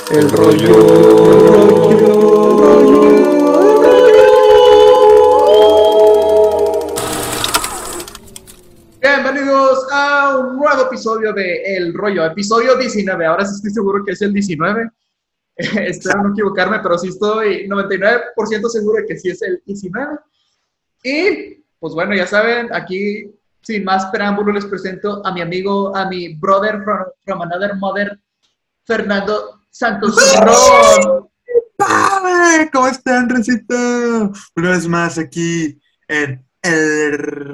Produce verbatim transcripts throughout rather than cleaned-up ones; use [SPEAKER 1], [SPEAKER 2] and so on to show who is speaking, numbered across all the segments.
[SPEAKER 1] El rollo, rollo, rollo, rollo. Bienvenidos a un nuevo episodio de El Rollo, episodio diecinueve. Ahora sí estoy seguro que es el diecinueve. Espero no equivocarme, pero sí estoy noventa y nueve por ciento seguro de que sí es el diecinueve. Y, pues bueno, ya saben, aquí, sin más preámbulo, les presento a mi amigo, a mi brother from, from another mother, Fernando Santos Ron.
[SPEAKER 2] ¿Cómo están, Recita? Una vez más aquí en El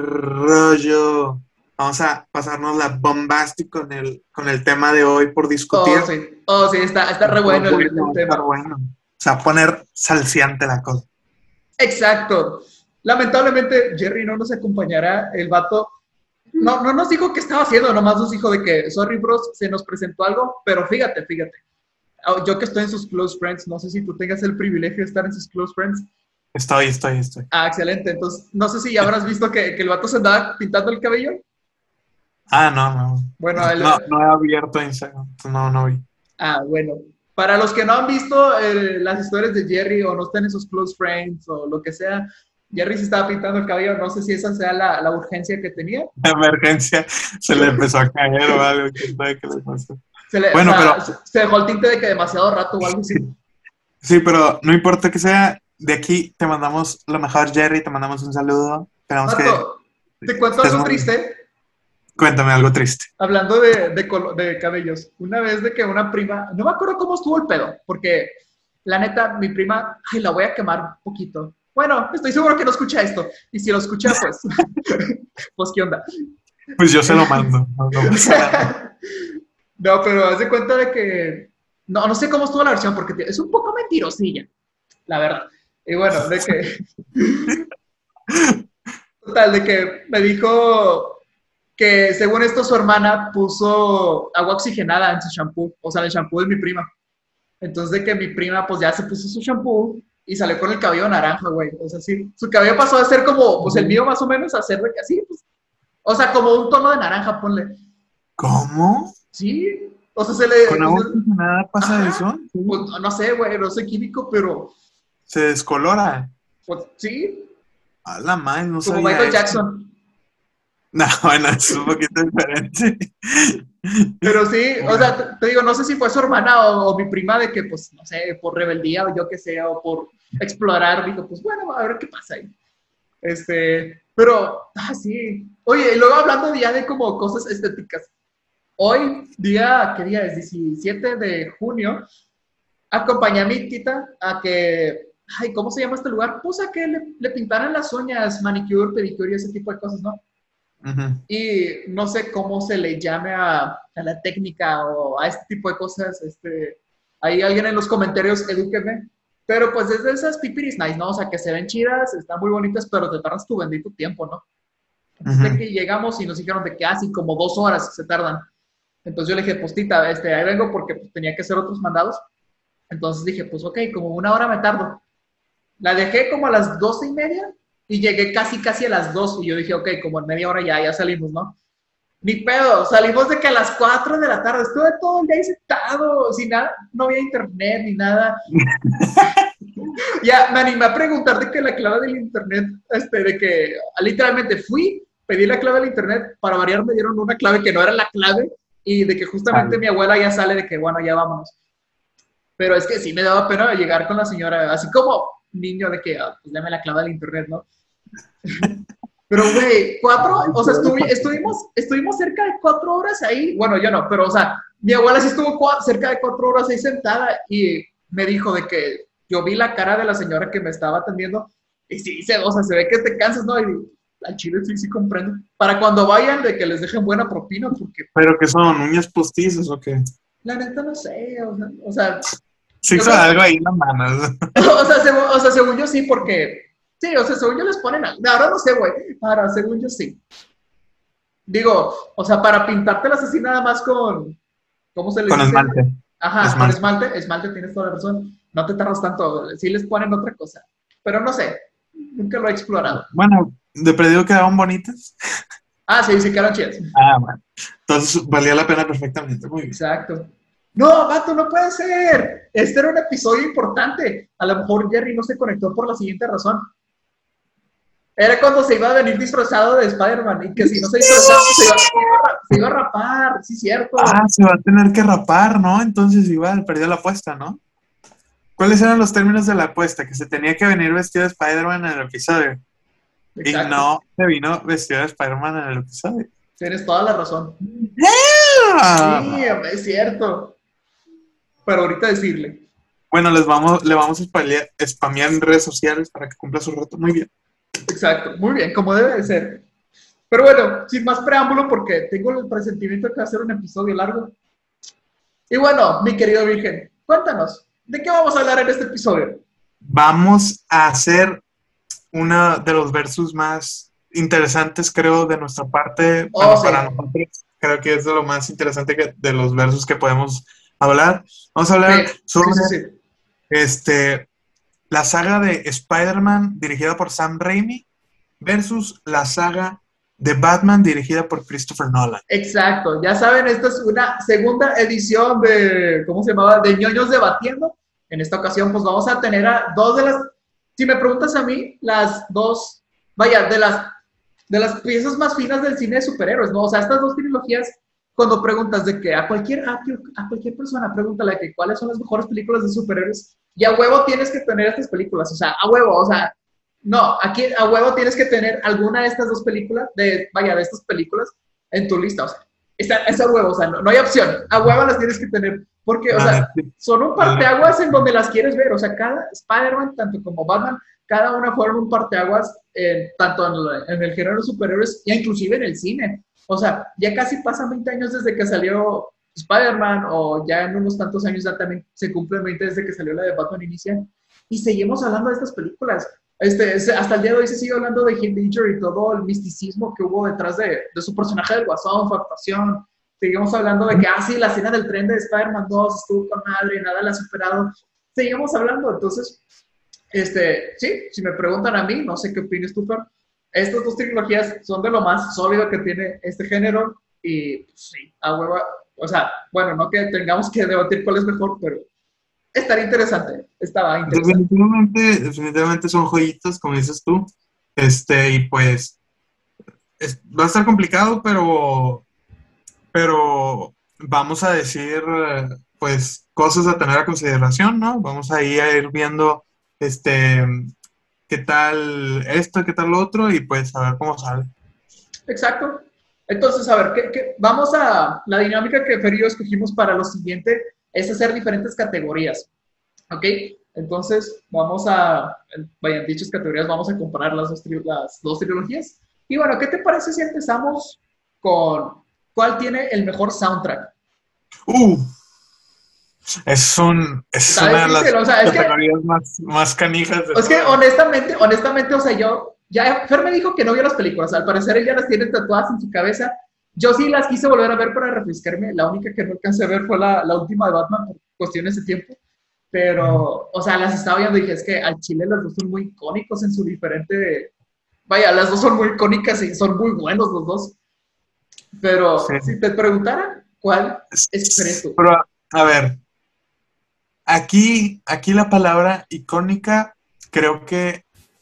[SPEAKER 2] Rollo. Vamos a pasarnos la bombástica con el, con el tema de hoy por discutir.
[SPEAKER 1] Oh, sí, oh, sí, está, está re bueno el, el tema.
[SPEAKER 2] Bueno. O sea, poner salseante la cosa.
[SPEAKER 1] Exacto. Lamentablemente, Jerry no nos acompañará. El vato no, no nos dijo qué estaba haciendo, nomás nos dijo de que, sorry, bros, se nos presentó algo, pero fíjate, fíjate. Yo que estoy en sus close friends, no sé si tú tengas el privilegio de estar en sus close friends.
[SPEAKER 2] Estoy, estoy, estoy.
[SPEAKER 1] Ah, excelente. Entonces, no sé si ya habrás visto que, que el vato se andaba pintando el cabello.
[SPEAKER 2] Ah, no, no.
[SPEAKER 1] Bueno, el,
[SPEAKER 2] no, no he abierto Instagram, no, no vi.
[SPEAKER 1] Ah, bueno. Para los que no han visto eh, las historias de Jerry o no están en sus close friends o lo que sea, Jerry se estaba pintando el cabello, no sé si esa sea la, la urgencia que tenía.
[SPEAKER 2] La emergencia, se le empezó a caer o algo, quién sabe qué le pasó.
[SPEAKER 1] Se le,
[SPEAKER 2] bueno,
[SPEAKER 1] o sea,
[SPEAKER 2] pero...
[SPEAKER 1] se, se dejó el tinte de que demasiado rato o algo así.
[SPEAKER 2] Sí. Sí, pero no importa que sea, de aquí te mandamos lo mejor, Jerry, te mandamos un saludo. Esperamos
[SPEAKER 1] Marco,
[SPEAKER 2] que...
[SPEAKER 1] te cuento algo triste.
[SPEAKER 2] Cuéntame algo triste.
[SPEAKER 1] Hablando de, de, de cabellos, una vez de que una prima, no me acuerdo cómo estuvo el pedo, porque la neta, mi prima, ay, la voy a quemar un poquito. Bueno, estoy seguro que no escucha esto, y si lo escucha, pues, pues, ¿qué onda?
[SPEAKER 2] Pues yo se lo mando. No, no,
[SPEAKER 1] no, pero haz de cuenta de que, no, no sé cómo estuvo la versión, porque es un poco mentirosilla, la verdad. Y bueno, de que, total, de que me dijo que según esto su hermana puso agua oxigenada en su shampoo, o sea, el shampoo de mi prima. Entonces de que mi prima pues ya se puso su shampoo y salió con el cabello naranja, güey. O sea, sí, su cabello pasó a ser como, pues el mío más o menos, a ser de que así, pues. O sea, como un tono de naranja, ponle.
[SPEAKER 2] ¿Cómo?
[SPEAKER 1] Sí, o sea, se le...
[SPEAKER 2] ¿Con agua oxigenada pasa ajá, eso?
[SPEAKER 1] ¿Sí? Pues no sé, güey, no soy químico, pero...
[SPEAKER 2] ¿Se descolora?
[SPEAKER 1] Pues sí.
[SPEAKER 2] A la madre, no
[SPEAKER 1] como
[SPEAKER 2] sabía
[SPEAKER 1] Michael
[SPEAKER 2] eso.
[SPEAKER 1] Jackson.
[SPEAKER 2] No, bueno, es un poquito diferente.
[SPEAKER 1] Pero sí, o sea, te, te digo, no sé si fue su hermana o, o mi prima de que, pues, no sé, por rebeldía o yo qué sé, o por explorar, digo, pues, bueno, a ver qué pasa ahí. Este, pero, ah, sí. Oye, y luego hablando ya de como cosas estéticas. Hoy, día, ¿qué día es? diecisiete de junio, acompañé a mi tita a que, ay, ¿cómo se llama este lugar? Pues a que le, le pintaran las uñas, manicure, pedicure y ese tipo de cosas, ¿no? Uh-huh. Y no sé cómo se le llame a, a la técnica o a este tipo de cosas. Este, hay alguien en los comentarios, edúqueme. Pero pues es de esas pipiris nice, ¿no? O sea, que se ven chidas, están muy bonitas, pero te tardas tu bendito tiempo, ¿no? Entonces, uh-huh. de que llegamos y nos dijeron de que así como dos horas se tardan. Entonces yo le dije, pues tita, este, ahí vengo porque pues, tenía que hacer otros mandados. Entonces dije, pues ok, como una hora me tardo. La dejé como a las doce y media y llegué casi, casi a las dos. Y yo dije, ok, como en media hora ya, ya salimos, ¿no? Ni pedo, salimos de que a las cuatro de la tarde. Estuve todo el día ahí sentado, sin nada, no había internet ni nada. Ya me animé a preguntar de que la clave del internet, este, de que literalmente fui, pedí la clave del internet, para variar me dieron una clave que no era la clave y de que justamente Ay. mi abuela ya sale de que, bueno, ya vámonos. Pero es que sí me daba pena llegar con la señora, así como niño de que, ah, pues dame la clave del internet, ¿no? Pero, güey, cuatro, o sea, estuvi, estuvimos, estuvimos cerca de cuatro horas ahí, bueno, yo no, pero, o sea, mi abuela sí estuvo cuatro, cerca de cuatro horas ahí sentada y me dijo de que yo vi la cara de la señora que me estaba atendiendo y sí, se, o sea, se ve que te cansas, ¿no? Y al chile sí, sí comprendo. Para cuando vayan, de que les dejen buena propina, porque...
[SPEAKER 2] ¿Pero qué son, uñas postizas o qué?
[SPEAKER 1] La neta no sé, o sea... O sea
[SPEAKER 2] sí, hizo algo ahí en las manos.
[SPEAKER 1] O sea, según, o sea, según yo sí, porque... Sí, o sea, según yo les ponen... Ahora no sé, güey. Ahora, según yo sí. Digo, o sea, para pintártelas así nada más con... ¿Cómo se les
[SPEAKER 2] con
[SPEAKER 1] dice?
[SPEAKER 2] Esmalte.
[SPEAKER 1] Ajá,
[SPEAKER 2] esmalte.
[SPEAKER 1] con esmalte. Esmalte, tienes toda la razón. No te tardas tanto. Sí les ponen otra cosa. Pero no sé. Nunca lo he explorado.
[SPEAKER 2] Bueno, de perdido quedaban bonitas.
[SPEAKER 1] Ah, sí, sí quedaron chidas.
[SPEAKER 2] Ah, bueno. Entonces valía la pena perfectamente. Muy bien.
[SPEAKER 1] Exacto. No, vato, no puede ser. Este era un episodio importante. A lo mejor Jerry no se conectó por la siguiente razón. Era cuando se iba a venir disfrazado de Spider-Man y que si no se disfrazaba se iba, se iba, se iba a rapar, sí, cierto.
[SPEAKER 2] Ah, se va a tener que rapar, ¿no? Entonces igual, perdió la apuesta, ¿no? ¿Cuáles eran los términos de la apuesta? Que se tenía que venir vestido de Spider-Man en el episodio. Exacto. Y no se vino vestido de Spider-Man en el episodio.
[SPEAKER 1] Tienes toda la razón.
[SPEAKER 2] Yeah.
[SPEAKER 1] Sí, es cierto. Pero ahorita decirle.
[SPEAKER 2] Bueno, les vamos, le vamos a spamear, spamear en redes sociales para que cumpla su reto. Muy bien.
[SPEAKER 1] Exacto, muy bien, como debe de ser. Pero bueno, sin más preámbulo, porque tengo el presentimiento de que va a ser un episodio largo. Y bueno, mi querido Virgen, cuéntanos, ¿de qué vamos a hablar en este episodio?
[SPEAKER 2] Vamos a hacer uno de los versus más interesantes, creo, de nuestra parte.
[SPEAKER 1] Oh,
[SPEAKER 2] bueno,
[SPEAKER 1] sí.
[SPEAKER 2] para nosotros, creo que es de lo más interesante que, de los versus que podemos hablar. Vamos a hablar
[SPEAKER 1] sí,
[SPEAKER 2] sobre
[SPEAKER 1] sí, sí, sí.
[SPEAKER 2] este... la saga de Spider-Man dirigida por Sam Raimi versus la saga de Batman dirigida por Christopher Nolan.
[SPEAKER 1] Exacto, ya saben, esta es una segunda edición de, ¿cómo se llamaba? De ñoños debatiendo. En esta ocasión, pues vamos a tener a dos de las, si me preguntas a mí, las dos, vaya, de las, de las piezas más finas del cine de superhéroes, ¿no? O sea, estas dos trilogías, cuando preguntas de que a cualquier, a, a cualquier persona pregúntale que cuáles son las mejores películas de superhéroes, y a huevo tienes que tener estas películas, o sea, a huevo, o sea, no, aquí a huevo tienes que tener alguna de estas dos películas, de, vaya, de estas películas en tu lista, o sea, está, es a huevo, o sea, no, no hay opción, a huevo las tienes que tener, porque, o sea, son un parteaguas en donde las quieres ver, o sea, cada Spider-Man, tanto como Batman, cada una fueron un parteaguas, eh, tanto en, en el género de superhéroes, e inclusive en el cine. O sea, ya casi pasan veinte años desde que salió Spider-Man, o ya en unos tantos años ya también se cumplen veinte desde que salió la de Batman Inicia, y seguimos hablando de estas películas. Este, hasta el día de hoy se sigue hablando de Heath Ledger y todo el misticismo que hubo detrás de, de su personaje del Guasón, su actuación. Seguimos hablando de que, ah, sí, la escena del tren de Spider-Man dos estuvo con madre, nada la ha superado. Seguimos hablando, entonces, este, sí, si me preguntan a mí, no sé qué opinas tú, Fer. Estas dos trilogías son de lo más sólido que tiene este género y pues, sí, a hueva, o sea, bueno, no que tengamos que debatir cuál es mejor, pero estaría interesante, estaba interesante.
[SPEAKER 2] Definitivamente, definitivamente son joyitas, como dices tú, este, y pues es, va a estar complicado, pero, pero vamos a decir, pues, cosas a tener a consideración, ¿no? Vamos a ir, a ir viendo, este... qué tal esto, qué tal lo otro, y pues a ver cómo sale.
[SPEAKER 1] Exacto. Entonces, a ver, ¿qué, qué? Vamos a... La dinámica que Fer y yo escogimos para lo siguiente es hacer diferentes categorías, ¿ok? Entonces, vamos a... Vaya, en dichas categorías vamos a comparar las dos, tri, las dos trilogías. Y bueno, ¿qué te parece si empezamos con cuál tiene el mejor soundtrack?
[SPEAKER 2] Uh, es un, es una de las
[SPEAKER 1] o sea, es
[SPEAKER 2] categorías
[SPEAKER 1] que,
[SPEAKER 2] más, más canijas. De
[SPEAKER 1] es que honestamente, honestamente, o sea, yo, ya Fer me dijo que no vio las películas, al parecer él ya las tiene tatuadas en su cabeza. Yo sí las quise volver a ver para refrescarme, la única que no alcancé a ver fue la, la última de Batman por cuestiones de tiempo, pero, o sea, las estaba viendo y dije, es que al chile los dos son muy icónicos en su diferente, vaya, las dos son muy icónicas y son muy buenos los dos, pero sí. Si te preguntara, ¿cuál es tú?
[SPEAKER 2] Pero, a ver, Aquí, aquí la palabra icónica, creo que,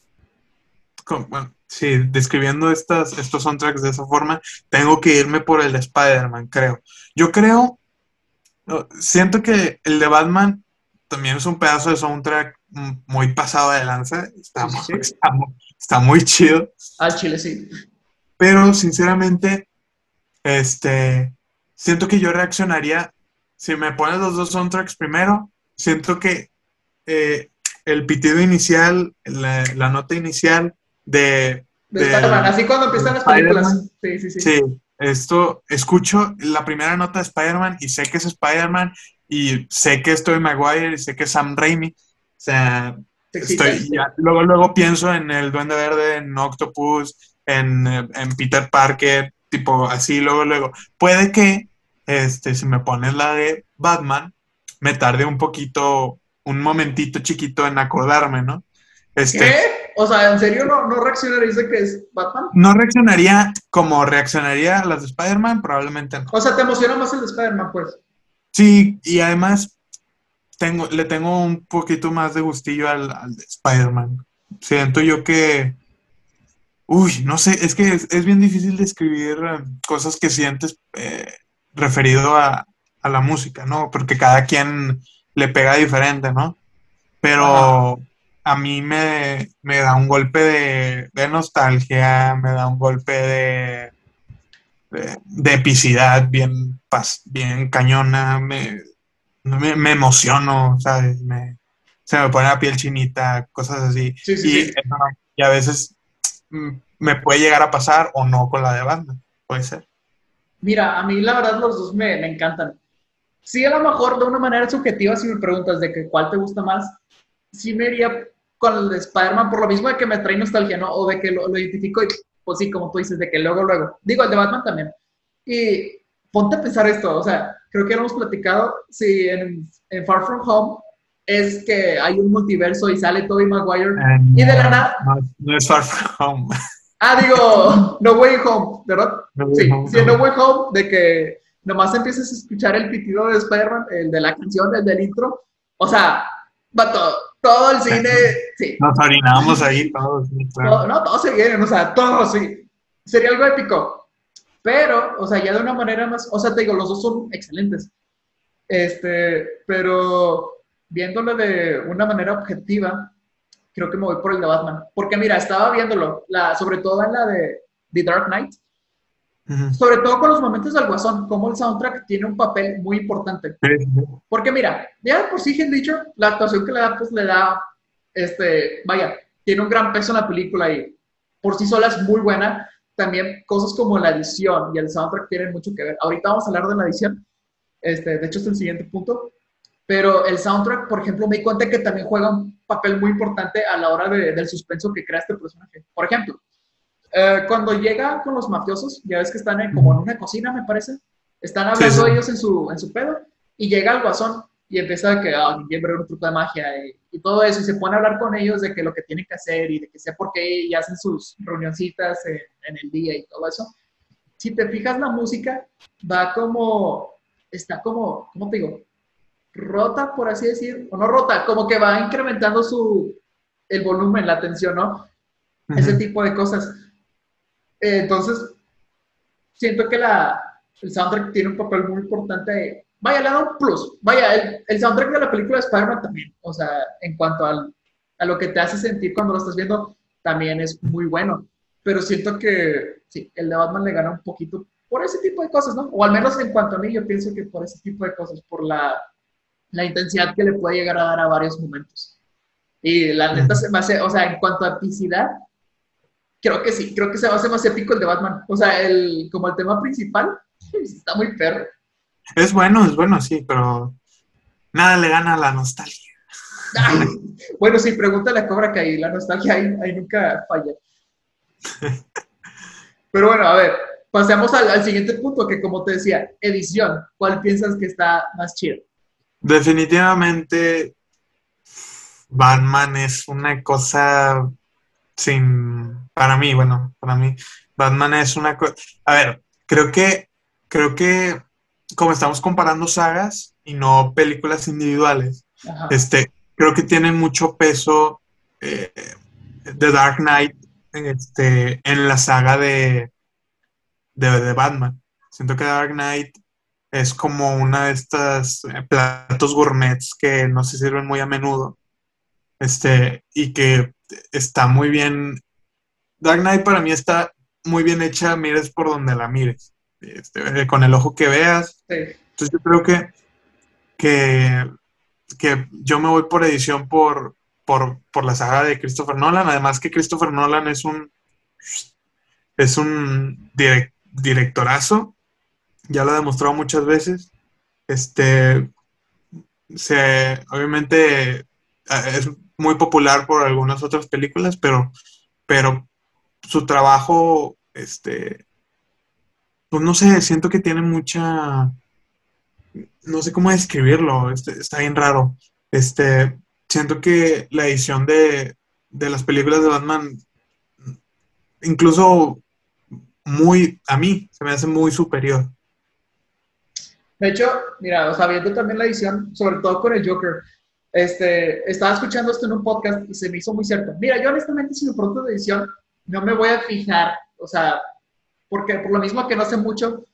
[SPEAKER 2] con, bueno, sí, describiendo estas, estos soundtracks de esa forma, tengo que irme por el de Spider-Man, creo. Yo creo, siento que el de Batman también es un pedazo de soundtrack muy pasado de lanza, está, sí, sí. Muy, está, muy, está muy chido.
[SPEAKER 1] Al chile, sí.
[SPEAKER 2] Pero, sinceramente, este, siento que yo reaccionaría, si me pones los dos soundtracks primero, siento que eh, el pitido inicial, la, la nota inicial de...
[SPEAKER 1] de, de Spider-Man, así cuando empiezan las películas. Sí, sí, sí.
[SPEAKER 2] Sí, esto, escucho la primera nota de Spider-Man y sé que es Spider-Man y sé que es Tobey Maguire y sé que es Sam Raimi. O sea, estoy, ya, luego, luego pienso en el Duende Verde, en Octopus, en, en Peter Parker, tipo así, luego, luego. Puede que, este, si me pones la de Batman, me tardé un poquito, un momentito chiquito en acordarme, ¿no? Este,
[SPEAKER 1] ¿Qué? O sea, ¿en serio no, no reaccionarías de que es Batman?
[SPEAKER 2] No reaccionaría como reaccionaría a las de Spider-Man, probablemente no.
[SPEAKER 1] O sea, ¿te emociona más el de Spider-Man, pues?
[SPEAKER 2] Sí, y además tengo, le tengo un poquito más de gustillo al, al de Spider-Man. Siento yo que, uy, no sé, es que es, es bien difícil describir eh, cosas que sientes eh, referido a, a la música, ¿no? Porque cada quien le pega diferente, ¿no?
[SPEAKER 1] Ajá.
[SPEAKER 2] Pero a mí me, me da un golpe de, de nostalgia, me da un golpe de, de, de epicidad bien, pas- bien cañona, me, me, me emociono, ¿sabes? Me, se me pone la piel chinita, cosas así.
[SPEAKER 1] Sí, sí,
[SPEAKER 2] Y,
[SPEAKER 1] sí.
[SPEAKER 2] eh, y a veces mm, me puede llegar a pasar o no con la de banda, puede ser.
[SPEAKER 1] Mira, a mí la verdad los dos me, me encantan. Sí, a lo mejor de una manera subjetiva, si me preguntas de que cuál te gusta más, sí me iría con el de Spider-Man por lo mismo de que me trae nostalgia, ¿no? O de que lo, lo identifico y, pues sí, como tú dices, de que luego, luego. Digo, el de Batman también. Y ponte a pensar esto, o sea, creo que lo hemos platicado, si en, en Far From Home es que hay un multiverso y sale Tobey Maguire
[SPEAKER 2] Eh,
[SPEAKER 1] y de la
[SPEAKER 2] no,
[SPEAKER 1] nada,
[SPEAKER 2] no, no es Far From Home.
[SPEAKER 1] ah, digo, No Way Home, ¿verdad?
[SPEAKER 2] No,
[SPEAKER 1] Sí,
[SPEAKER 2] no,
[SPEAKER 1] sí, en No
[SPEAKER 2] no.
[SPEAKER 1] Way Home, de que nomás empiezas a escuchar el pitido de Spider-Man, el de la canción, el del intro. O sea, va todo, todo el cine, sí.
[SPEAKER 2] Nos orinamos ahí todos, sí,
[SPEAKER 1] Todo,
[SPEAKER 2] claro.
[SPEAKER 1] no, todos se vienen, o sea, todos, sí. Sería algo épico. Pero, o sea, ya de una manera más, o sea, te digo, los dos son excelentes. Este, pero viéndolo de una manera objetiva, creo que me voy por el de Batman. Porque mira, estaba viéndolo, la, sobre todo en la de The Dark Knight,
[SPEAKER 2] Ujú.
[SPEAKER 1] sobre todo con los momentos del Guasón, como el soundtrack tiene un papel muy importante.
[SPEAKER 2] Sí, sí.
[SPEAKER 1] Porque mira, ya por sí Heath Ledger, la actuación que le da, pues le da, este, vaya, tiene un gran peso en la película y por sí sola es muy buena. También cosas como la edición y el soundtrack tienen mucho que ver. Ahorita vamos a hablar de la edición, este, de hecho es el siguiente punto, pero el soundtrack, por ejemplo, me di cuenta que también juega un papel muy importante a la hora de, del suspenso que crea este personaje. Por ejemplo, eh, cuando llega con los mafiosos, ya ves que están en, como en una cocina, me parece, están
[SPEAKER 2] Sí, sí.
[SPEAKER 1] hablando ellos en su, en su pedo, y llega el guasón y empieza a que, ah, oh, quieren ver un truco de magia y, y, todo eso, y se pone a hablar con ellos de que lo que tienen que hacer y de que sé por qué, y hacen sus reunioncitas en, en el día y todo eso. Si te fijas, la música va como, está como, ¿cómo te digo? Rota, por así decir, o no rota, como que va incrementando su, el volumen, la tensión, ¿no? Ese
[SPEAKER 2] Ujú.
[SPEAKER 1] tipo de cosas. Eh, entonces, siento que la, el soundtrack tiene un papel muy importante. Vaya, le da un plus. Vaya, el, el soundtrack de la película de Spider-Man también. O sea, en cuanto al, a lo que te hace sentir cuando lo estás viendo, también es muy bueno. Pero siento que sí, el de Batman le gana un poquito por ese tipo de cosas, ¿no? O al menos en cuanto a mí, yo pienso que por ese tipo de cosas, por la, la intensidad que le puede llegar a dar a varios momentos. Y la neta
[SPEAKER 2] Ujú.
[SPEAKER 1] se me hace, o sea, en cuanto a epicidad, creo que sí, creo que se va a hacer más épico el de Batman. O sea, el, como el tema principal, está muy perro.
[SPEAKER 2] Es bueno, es bueno, sí, pero nada le gana a la nostalgia.
[SPEAKER 1] Ay, bueno, sí, pregúntale a Cobra Kai, la nostalgia ahí, ahí nunca falla. Pero bueno, a ver, pasemos al, al, siguiente punto, que como te decía, edición. ¿Cuál piensas que está más chido?
[SPEAKER 2] Definitivamente Batman es una cosa sin, para mí, bueno, para mí, Batman es una cosa, a ver, creo que, creo que como estamos comparando sagas y no películas individuales,
[SPEAKER 1] Ajá.
[SPEAKER 2] este, creo que tiene mucho peso eh, The Dark Knight este, en la saga de, de, de Batman. Siento que Dark Knight es como una de estas eh, platos gourmets que no se sirven muy a menudo, este, y que está muy bien. Dark Knight para mí está muy bien hecha, mires por donde la mires, este, con el ojo que veas.
[SPEAKER 1] Sí.
[SPEAKER 2] Entonces yo creo que, que, que yo me voy por edición por, por, por la saga de Christopher Nolan, además que Christopher Nolan es un, es un direct, directorazo, ya lo ha demostrado muchas veces. Este, se, obviamente eh, es muy popular por algunas otras películas, pero, pero su trabajo, este, pues no sé, siento que tiene mucha, no sé cómo describirlo, este, está bien raro. Este, siento que la edición de, de las películas de Batman, incluso muy, a mí, se me hace muy superior.
[SPEAKER 1] De hecho, mira, o sea, viendo también la edición, sobre todo con el Joker, este, estaba escuchando esto en un podcast y se me hizo muy cierto. Mira, yo honestamente, si me pregunto de edición, no me voy a fijar, o sea, porque por lo mismo que no sé mucho,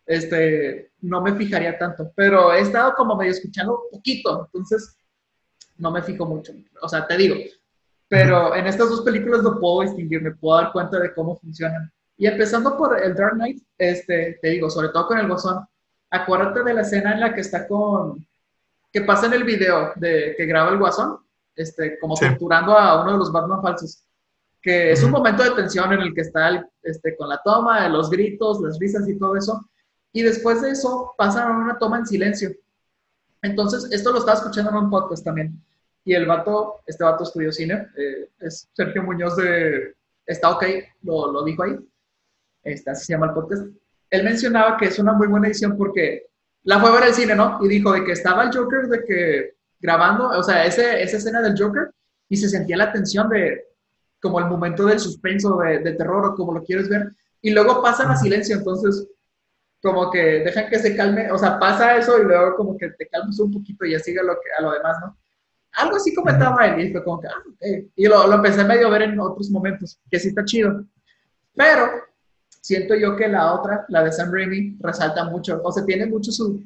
[SPEAKER 1] este, no me fijaría tanto, pero he estado como medio escuchando poquito, entonces no me fijo mucho, o sea, te digo, pero en estas dos películas lo puedo distinguir, me puedo dar cuenta de cómo funcionan. Y empezando por el Dark Knight, este, te digo, sobre todo con el Guasón, acuérdate de la escena en la que está con, que pasa en el video de que graba el Guasón, este, como
[SPEAKER 2] Sí.
[SPEAKER 1] torturando a uno de los Batman falsos, que es un
[SPEAKER 2] Ujú.
[SPEAKER 1] momento de tensión en el que está el, este, con la toma, los gritos, las risas y todo eso, y después de eso pasan a una toma en silencio. Entonces, esto lo estaba escuchando en un podcast también. Y el vato, este vato estudió cine, eh, es Sergio Muñoz de Está OK, lo, lo dijo ahí, este, así se llama el podcast. Él mencionaba que es una muy buena edición porque la fue a ver al cine, ¿no? Y dijo de que estaba el Joker de que grabando, o sea, ese, esa escena del Joker, y se sentía la tensión de como el momento del suspenso, de, de terror o como lo quieres ver, y luego pasan a silencio, entonces como que dejan que se calme, o sea, pasa eso y luego como que te calmas un poquito y ya sigue lo que, a lo demás, ¿no? Algo así
[SPEAKER 2] Ujú.
[SPEAKER 1] comentaba él y fue como que, ah, ok. Y lo, lo empecé medio a ver en otros momentos, que sí está chido. Pero siento yo que la otra, la de Sam Raimi, resalta mucho, o sea, tiene mucho su,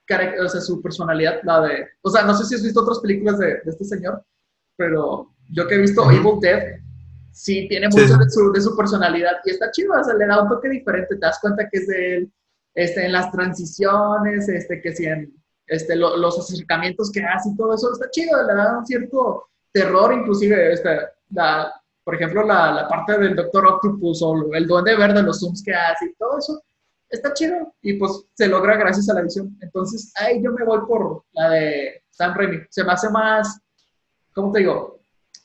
[SPEAKER 1] o sea, su personalidad, la de, o sea, no sé si has visto otras películas de, de este señor, pero yo que he visto
[SPEAKER 2] Ujú.
[SPEAKER 1] Evil Dead, sí tiene
[SPEAKER 2] Sí,
[SPEAKER 1] mucho
[SPEAKER 2] sí.
[SPEAKER 1] de su, de su personalidad y está chido, o sea, le da un toque diferente, te das cuenta que es de él, este, en las transiciones, este, que si en este, lo, los acercamientos que hace y todo eso, está chido, le da un cierto terror, inclusive, este, la, por ejemplo, la, la parte del Doctor Octopus o el Duende Verde, los zooms que hace y todo eso, está chido y pues se logra gracias a la visión. Entonces, ahí yo me voy por la de Sam Raimi. Se me hace más, ¿cómo te digo?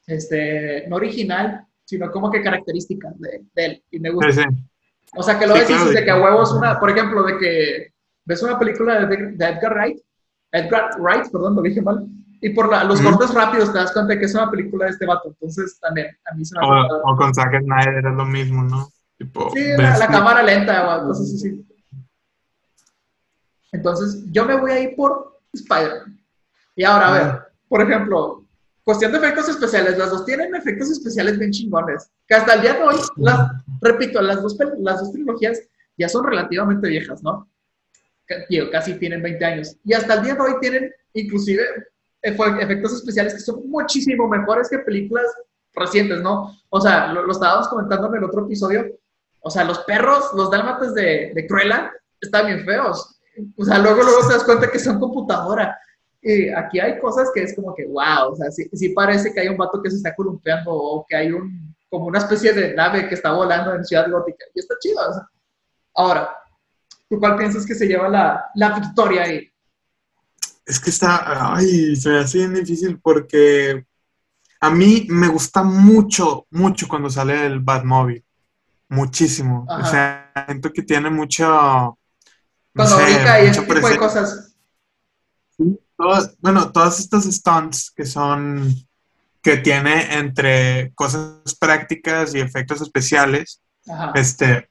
[SPEAKER 1] Este, no original, sino como que característica de, de él y me
[SPEAKER 2] Sí,
[SPEAKER 1] gusta.
[SPEAKER 2] sí.
[SPEAKER 1] O sea, que lo
[SPEAKER 2] Sí,
[SPEAKER 1] ves y
[SPEAKER 2] claro.
[SPEAKER 1] dices de que a huevos una, por ejemplo, de que ves una película de, de Edgar Wright, Edgar Wright, perdón, lo dije mal, y por la, los
[SPEAKER 2] Ujú.
[SPEAKER 1] cortes rápidos te das cuenta de que es una película de este vato. Entonces, también, a mí se me
[SPEAKER 2] O,
[SPEAKER 1] hace padre.
[SPEAKER 2] o con Zack Snyder es lo mismo, ¿no? Tipo,
[SPEAKER 1] Sí, la,
[SPEAKER 2] ves
[SPEAKER 1] la
[SPEAKER 2] lo-
[SPEAKER 1] cámara lenta o cosas así. Entonces, yo me voy a ir por Spider-Man. Y ahora, a ver,
[SPEAKER 2] Ujú.
[SPEAKER 1] por ejemplo, cuestión de efectos especiales, las dos tienen efectos especiales bien chingones, que hasta el día de hoy, las, repito, las dos, las dos trilogías ya son relativamente viejas, ¿no? Tío, casi tienen veinte años. Y hasta el día de hoy tienen, inclusive, efectos especiales que son muchísimo mejores que películas recientes, ¿no? O sea, lo, lo estábamos comentando en el otro episodio. O sea, los perros, los dálmatas de, de Cruella, están bien feos. O sea, luego, luego te das cuenta que son computadora. Y aquí hay cosas que es como que, wow, o sea, sí, sí parece que hay un vato que se está columpiando o que hay un, como una especie de nave que está volando en Ciudad Gótica. Y está chido. O sea. Ahora, ¿tú cuál piensas que se lleva la, la victoria ahí?
[SPEAKER 2] Es que está, ay, se me hace bien difícil porque a mí me gusta mucho, mucho cuando sale el Batmobile. Muchísimo. O
[SPEAKER 1] Ajá.
[SPEAKER 2] sea, siento que tiene mucho, no
[SPEAKER 1] Cuando
[SPEAKER 2] sé,
[SPEAKER 1] brinca y ese
[SPEAKER 2] mucha
[SPEAKER 1] tipo de
[SPEAKER 2] presencia.
[SPEAKER 1] cosas.
[SPEAKER 2] Todas- bueno, todas estas stunts que son, que tiene entre cosas prácticas y efectos especiales,
[SPEAKER 1] Ajá.
[SPEAKER 2] este,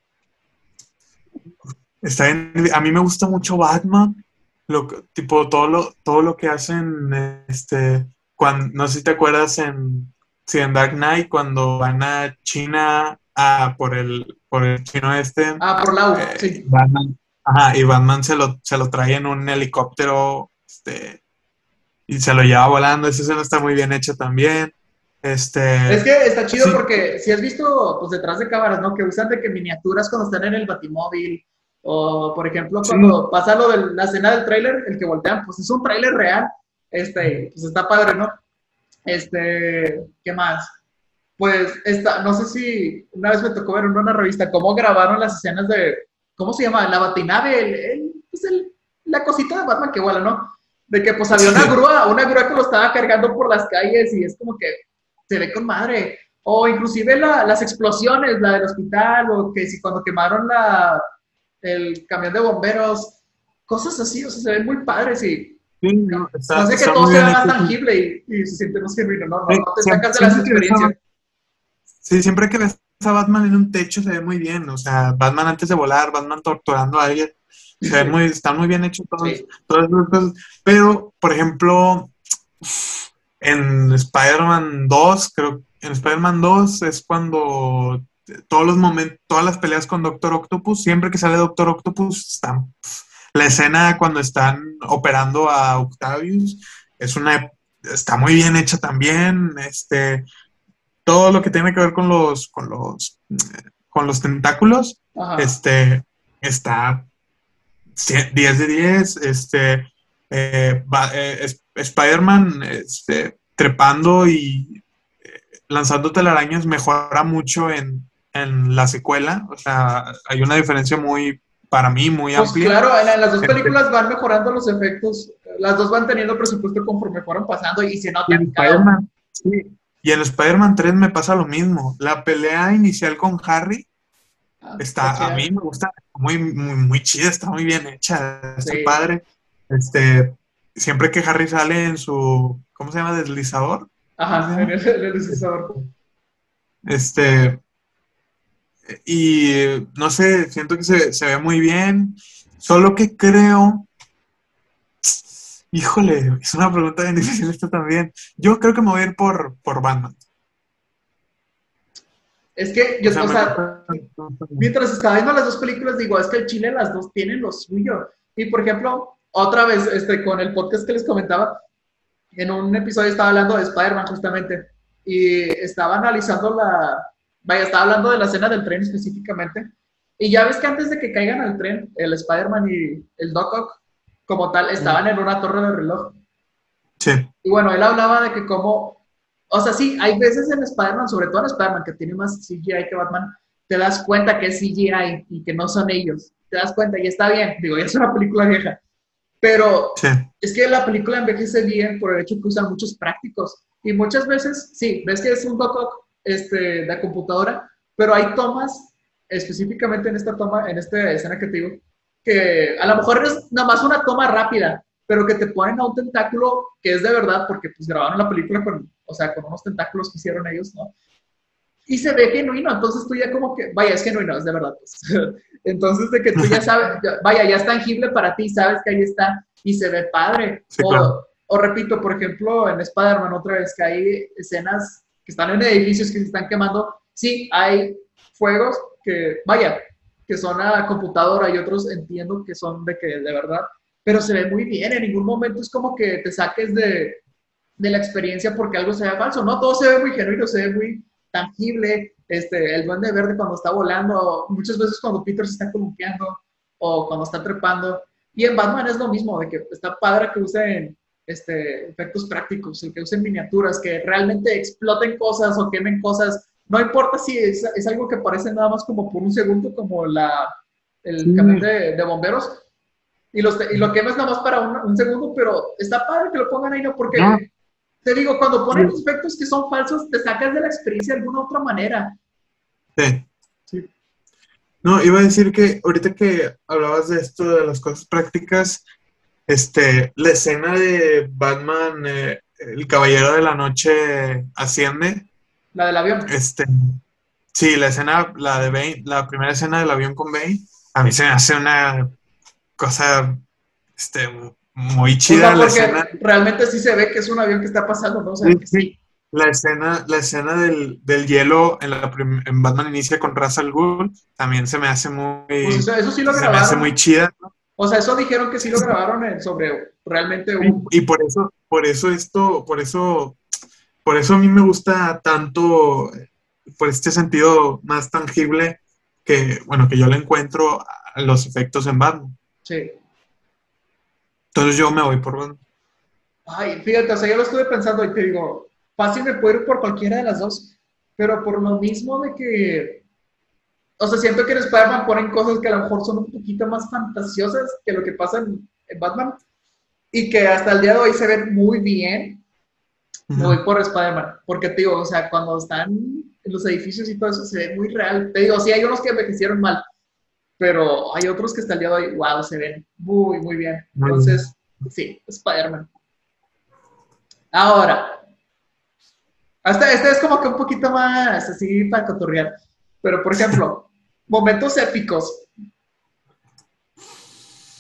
[SPEAKER 2] está bien. A mí me gusta mucho Batman, lo, que- tipo todo lo, todo lo que hacen, este, cuando, no sé si te acuerdas en, sí, en Dark Knight, cuando van a China a, por el, por el chino este,
[SPEAKER 1] Ah, por Lau,
[SPEAKER 2] eh,
[SPEAKER 1] sí.
[SPEAKER 2] Batman, ajá, y Batman se lo, se lo trae en un helicóptero, este, y se lo lleva volando. Esa escena está muy bien hecha también.
[SPEAKER 1] Es
[SPEAKER 2] Este,
[SPEAKER 1] que está chido
[SPEAKER 2] sí,
[SPEAKER 1] porque si has visto, pues detrás de cámaras, ¿no? Que usan de que miniaturas cuando están en el Batimóvil. O, por ejemplo,
[SPEAKER 2] sí,
[SPEAKER 1] cuando pasa lo de la escena del tráiler, el que voltean, pues es un tráiler real. Este, pues está padre, ¿no? Este, ¿qué más? Pues esta, no sé si una vez me tocó ver en una revista cómo grabaron las escenas de, ¿cómo se llama? La batinave, el, el, pues el, la cosita de Batman que vuela, ¿no? De que pues había una
[SPEAKER 2] sí.
[SPEAKER 1] grúa, una grúa que lo estaba cargando por las calles y es como que se ve con madre. O inclusive la, las explosiones, la del hospital, o que si cuando quemaron la, el camión de bomberos, cosas así, o sea, se ven muy padres y
[SPEAKER 2] Sí, no,
[SPEAKER 1] no
[SPEAKER 2] está,
[SPEAKER 1] sé que
[SPEAKER 2] está
[SPEAKER 1] todo
[SPEAKER 2] muy
[SPEAKER 1] sea
[SPEAKER 2] bien
[SPEAKER 1] más
[SPEAKER 2] hecho.
[SPEAKER 1] tangible y, y se siente más genuino, ¿no? No,
[SPEAKER 2] Sí,
[SPEAKER 1] no te
[SPEAKER 2] siempre,
[SPEAKER 1] sacas de las
[SPEAKER 2] siempre que ves a,
[SPEAKER 1] experiencias.
[SPEAKER 2] sí, siempre que ves a Batman en un techo se ve muy bien. O sea, Batman antes de volar, Batman torturando a alguien. Se ven muy, están muy bien hechos todos,
[SPEAKER 1] Sí.
[SPEAKER 2] todas esas cosas. Pero, por ejemplo, en Spider-Man dos, creo, en Spider-Man dos es cuando todos los momentos, todas las peleas con Doctor Octopus, siempre que sale Doctor Octopus, están, la escena cuando están operando a Octavius, es una, está muy bien hecha también, este, todo lo que tiene que ver con los, con los, con los tentáculos,
[SPEAKER 1] Ajá.
[SPEAKER 2] este, está diez de diez, este, eh, va- eh, es- Spider-Man, este, trepando y eh, lanzando telarañas mejora mucho en, en la secuela, o sea, hay una diferencia muy, para mí, muy
[SPEAKER 1] Pues
[SPEAKER 2] amplia.
[SPEAKER 1] claro, en, en las dos
[SPEAKER 2] Este,
[SPEAKER 1] películas van mejorando los efectos, las dos van teniendo presupuesto conforme fueron pasando y se
[SPEAKER 2] y
[SPEAKER 1] notan
[SPEAKER 2] en
[SPEAKER 1] cada uno.
[SPEAKER 2] Spider-Man, sí, y en Spider-Man tres me pasa lo mismo, la pelea inicial con Harry
[SPEAKER 1] Ah, está
[SPEAKER 2] está, a mí
[SPEAKER 1] chida.
[SPEAKER 2] me gusta, muy, muy, muy chida, está muy bien hecha, está
[SPEAKER 1] Sí.
[SPEAKER 2] padre. Este, siempre que Harry sale en su, ¿cómo se llama? Deslizador, ¿cómo se
[SPEAKER 1] Ajá, en
[SPEAKER 2] llama?
[SPEAKER 1] el, en el deslizador.
[SPEAKER 2] Este, y no sé, siento que se, se ve muy bien, solo que creo, híjole, es una pregunta bien difícil esta también. Yo creo que me voy a ir por, por Batman.
[SPEAKER 1] Es que,
[SPEAKER 2] O
[SPEAKER 1] yo,
[SPEAKER 2] sea,
[SPEAKER 1] o
[SPEAKER 2] me
[SPEAKER 1] sea,
[SPEAKER 2] gusta.
[SPEAKER 1] mientras estaba viendo las dos películas, digo, es que el Chile las dos tienen lo suyo. Y por ejemplo, otra vez, este, con el podcast que les comentaba, en un episodio estaba hablando de Spider-Man justamente. Y estaba analizando la. Vaya, estaba hablando de la escena del tren específicamente. Y ya ves que antes de que caigan al tren, el Spider-Man y el Doc Ock, como tal, estaban en una torre de reloj.
[SPEAKER 2] Sí,
[SPEAKER 1] Y bueno, él hablaba de que como, o sea, sí, hay veces en Spider-Man, sobre todo en Spider-Man, que tiene más C G I que Batman, te das cuenta que es C G I y que no son ellos. Te das cuenta y está bien, digo, ya es una película vieja, pero
[SPEAKER 2] sí,
[SPEAKER 1] es que la película envejece bien por el hecho que usan muchos prácticos. Y muchas veces, sí, ves que es un Doc Ock este, de la computadora, pero hay tomas, específicamente en esta toma, en esta escena que te digo, que a lo mejor es nada más una toma rápida, pero que te ponen a un tentáculo que es de verdad, porque pues grabaron la película con, o sea, con unos tentáculos que hicieron ellos, ¿no? Y se ve genuino, entonces tú ya como que, vaya, es genuino, es de verdad, pues. Entonces de que tú ya sabes, ya, vaya, ya es tangible para ti, sabes que ahí está y se ve padre.
[SPEAKER 2] sí, claro.
[SPEAKER 1] O, o repito, por ejemplo, en Spider-Man otra vez que hay escenas que están en edificios que se están quemando, sí, hay fuegos que, vaya, que son a computadora y otros entiendo que son de que de verdad, pero se ve muy bien, en ningún momento es como que te saques de, de la experiencia porque algo se vea falso, ¿no? Todo se ve muy genuino, se ve muy tangible, este, el duende verde cuando está volando, muchas veces cuando Peter se está columpiando o cuando está trepando. Y en Batman es lo mismo, de que está padre que usen este, efectos prácticos, el que usen miniaturas, que realmente exploten cosas o quemen cosas. No importa si es, es algo que parece nada más como por un segundo, como la,
[SPEAKER 2] Sí.
[SPEAKER 1] el camión de, de bomberos, y, los, y lo quemas nada más para un, un segundo, pero está padre que lo pongan ahí, ¿no?
[SPEAKER 2] No,
[SPEAKER 1] Porque te digo, cuando
[SPEAKER 2] sí,
[SPEAKER 1] ponen efectos que son falsos, te sacas de la experiencia de alguna otra manera.
[SPEAKER 2] sí.
[SPEAKER 1] Sí.
[SPEAKER 2] No, iba a decir que ahorita que hablabas de esto de las cosas prácticas, este, la escena de Batman, eh, el Caballero de la Noche asciende,
[SPEAKER 1] La del avión.
[SPEAKER 2] este, sí, la escena, la de Bane, la primera escena del avión con Bane, a mí se me hace una cosa, este, muy
[SPEAKER 1] O
[SPEAKER 2] chida
[SPEAKER 1] sea,
[SPEAKER 2] la escena.
[SPEAKER 1] porque realmente sí se ve que es un avión que está pasando, ¿no? O
[SPEAKER 2] Sí,
[SPEAKER 1] sea, que
[SPEAKER 2] sí.
[SPEAKER 1] sí.
[SPEAKER 2] La escena, la escena del, del hielo en, la prim- en Batman Inicia con Ra's al Ghul también se me hace
[SPEAKER 1] Pues
[SPEAKER 2] muy,
[SPEAKER 1] eso, eso sí lo
[SPEAKER 2] se me hace muy
[SPEAKER 1] grabaron.
[SPEAKER 2] chida.
[SPEAKER 1] O sea, eso dijeron que sí lo grabaron en- sobre realmente un.
[SPEAKER 2] Y, y por eso, por eso esto, por eso, por eso a mí me gusta tanto, eh, por este sentido más tangible que, bueno, que yo le encuentro a los efectos en Batman.
[SPEAKER 1] Sí.
[SPEAKER 2] Entonces yo me voy por Batman.
[SPEAKER 1] Ay, fíjate, o sea, yo lo estuve pensando y te digo, fácil me puedo ir por cualquiera de las dos, pero por lo mismo de que, o sea, siento que en Spider-Man ponen cosas que a lo mejor son un poquito más fantasiosas que lo que pasa en, en Batman y que hasta el día de hoy se ven muy bien. Me voy
[SPEAKER 2] Ujú.
[SPEAKER 1] por Spider-Man, porque te digo, o sea, cuando están en los edificios y todo eso se ve muy real. Te digo, sí, hay unos que envejecieron mal, pero hay otros que hasta el día de hoy, wow, se ven muy, muy bien.
[SPEAKER 2] Muy bien.
[SPEAKER 1] Entonces, sí, Spider-Man. Ahora, hasta este es como que un poquito más así para cotorrear, pero por ejemplo, momentos épicos.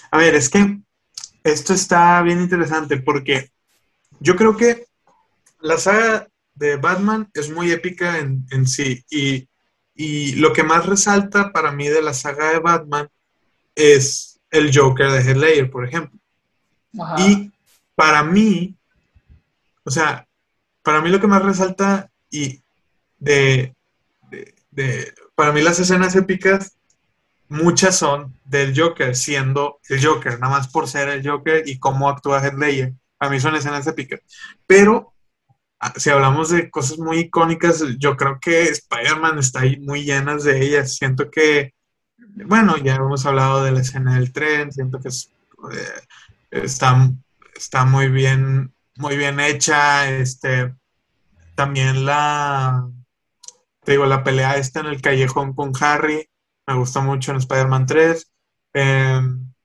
[SPEAKER 2] A ver, es que esto está bien interesante porque yo creo que la saga de Batman es muy épica en, en sí y, y lo que más resalta para mí de la saga de Batman es el Joker de Heath Ledger, por ejemplo.
[SPEAKER 1] Ajá.
[SPEAKER 2] Y para mí, o sea, para mí lo que más resalta y de, de, de- para mí las escenas épicas, muchas son del Joker, siendo el Joker, nada más por ser el Joker y cómo actúa Heath Ledger. A mí son escenas épicas. Pero ah, si hablamos de cosas muy icónicas, yo creo que Spider-Man está ahí muy llenas de ellas. Siento que, bueno, ya hemos hablado de la escena del tren, siento que es, eh, está, está muy bien, muy bien hecha. Este, también la, te digo, la pelea esta en el callejón con Harry, me gustó mucho en Spider-Man tres. Eh,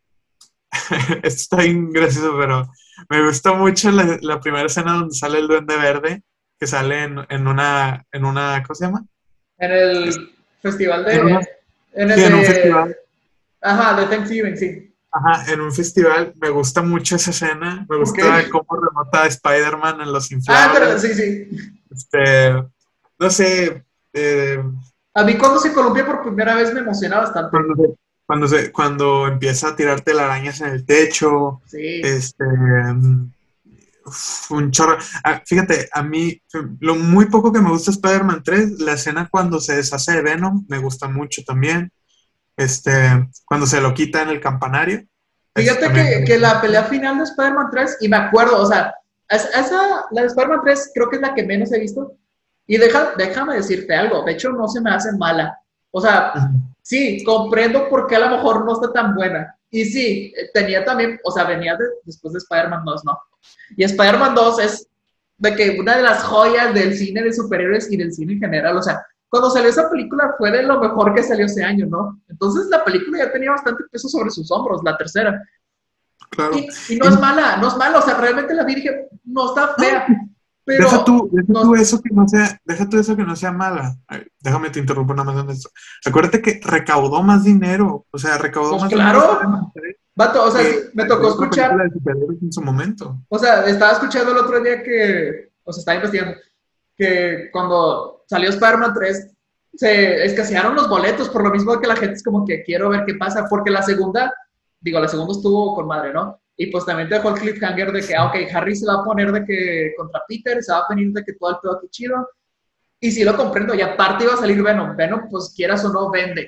[SPEAKER 2] esto está bien gracioso, pero me gustó mucho la, la primera escena donde sale el Duende Verde, que sale en, en una, en una, ¿cómo se llama?
[SPEAKER 1] En
[SPEAKER 2] Es-
[SPEAKER 1] el festival
[SPEAKER 2] En una,
[SPEAKER 1] de, en
[SPEAKER 2] sí,
[SPEAKER 1] el
[SPEAKER 2] en un festival.
[SPEAKER 1] de, ajá, de Thanksgiving, sí.
[SPEAKER 2] Ajá, en un festival. Me gusta mucho esa escena. Me
[SPEAKER 1] Ok.
[SPEAKER 2] gusta cómo remata a Spider-Man en los
[SPEAKER 1] Ah, pero
[SPEAKER 2] inflables.
[SPEAKER 1] sí, sí.
[SPEAKER 2] Este, no sé, eh,
[SPEAKER 1] A mí cuando se columpia por primera vez me emociona bastante.
[SPEAKER 2] cuando se, cuando se, cuando empieza a tirarte telarañas en el techo,
[SPEAKER 1] Sí.
[SPEAKER 2] este, mm, uf, un chorro. Ah, fíjate, a mí, lo muy poco que me gusta Spider-Man tres, la escena cuando se deshace de Venom, me gusta mucho también. Este, cuando se lo quita en el campanario, eso
[SPEAKER 1] Fíjate
[SPEAKER 2] también me
[SPEAKER 1] que, que
[SPEAKER 2] gusta
[SPEAKER 1] la pelea
[SPEAKER 2] mucho.
[SPEAKER 1] final de Spider-Man tres, y me acuerdo, o sea, es- esa, la de Spider-Man tres creo que es la que menos he visto. Y deja, déjame decirte algo, de hecho no se me hace mala. O sea,
[SPEAKER 2] Ujú.
[SPEAKER 1] sí, comprendo por qué a lo mejor no está tan buena. Y sí, eh, tenía también, o sea, venía de- después de Spider-Man dos, ¿no? Y Spider-Man dos es de que una de las joyas del cine de superhéroes y del cine en general, o sea, cuando salió esa película fue de lo mejor que salió ese año, ¿no? Entonces la película ya tenía bastante peso sobre sus hombros, la tercera.
[SPEAKER 2] Claro.
[SPEAKER 1] Y, y no es
[SPEAKER 2] Y
[SPEAKER 1] mala, no es mala, o sea, realmente la vi y dije, no está
[SPEAKER 2] no,
[SPEAKER 1] fea,
[SPEAKER 2] deja
[SPEAKER 1] pero
[SPEAKER 2] tú, deja tú
[SPEAKER 1] no,
[SPEAKER 2] eso que no sea, deja tú eso que no sea mala. Ay, déjame te interrumpo nada más en esto. Acuérdate que recaudó más dinero, o sea, recaudó
[SPEAKER 1] pues
[SPEAKER 2] más dinero
[SPEAKER 1] claro,
[SPEAKER 2] Spider-Man tres
[SPEAKER 1] vato, o sea, sí,
[SPEAKER 2] que
[SPEAKER 1] me
[SPEAKER 2] cualquier
[SPEAKER 1] tocó
[SPEAKER 2] otra película
[SPEAKER 1] escuchar,
[SPEAKER 2] de superhéroes en su momento.
[SPEAKER 1] o sea, estaba escuchando el otro día que, o sea, estaba investigando, que cuando salió Spider-Man tres, se escasearon los boletos, por lo mismo que la gente es como que quiero ver qué pasa, porque la segunda, digo, la segunda estuvo con madre, ¿no? Y pues también te dejó el cliffhanger de que, ah, ok, Harry se va a poner de que contra Peter, se va a venir de que todo el pedo aquí chido. Y sí lo comprendo, y aparte iba a salir Venom. Venom, pues quieras o no, vende.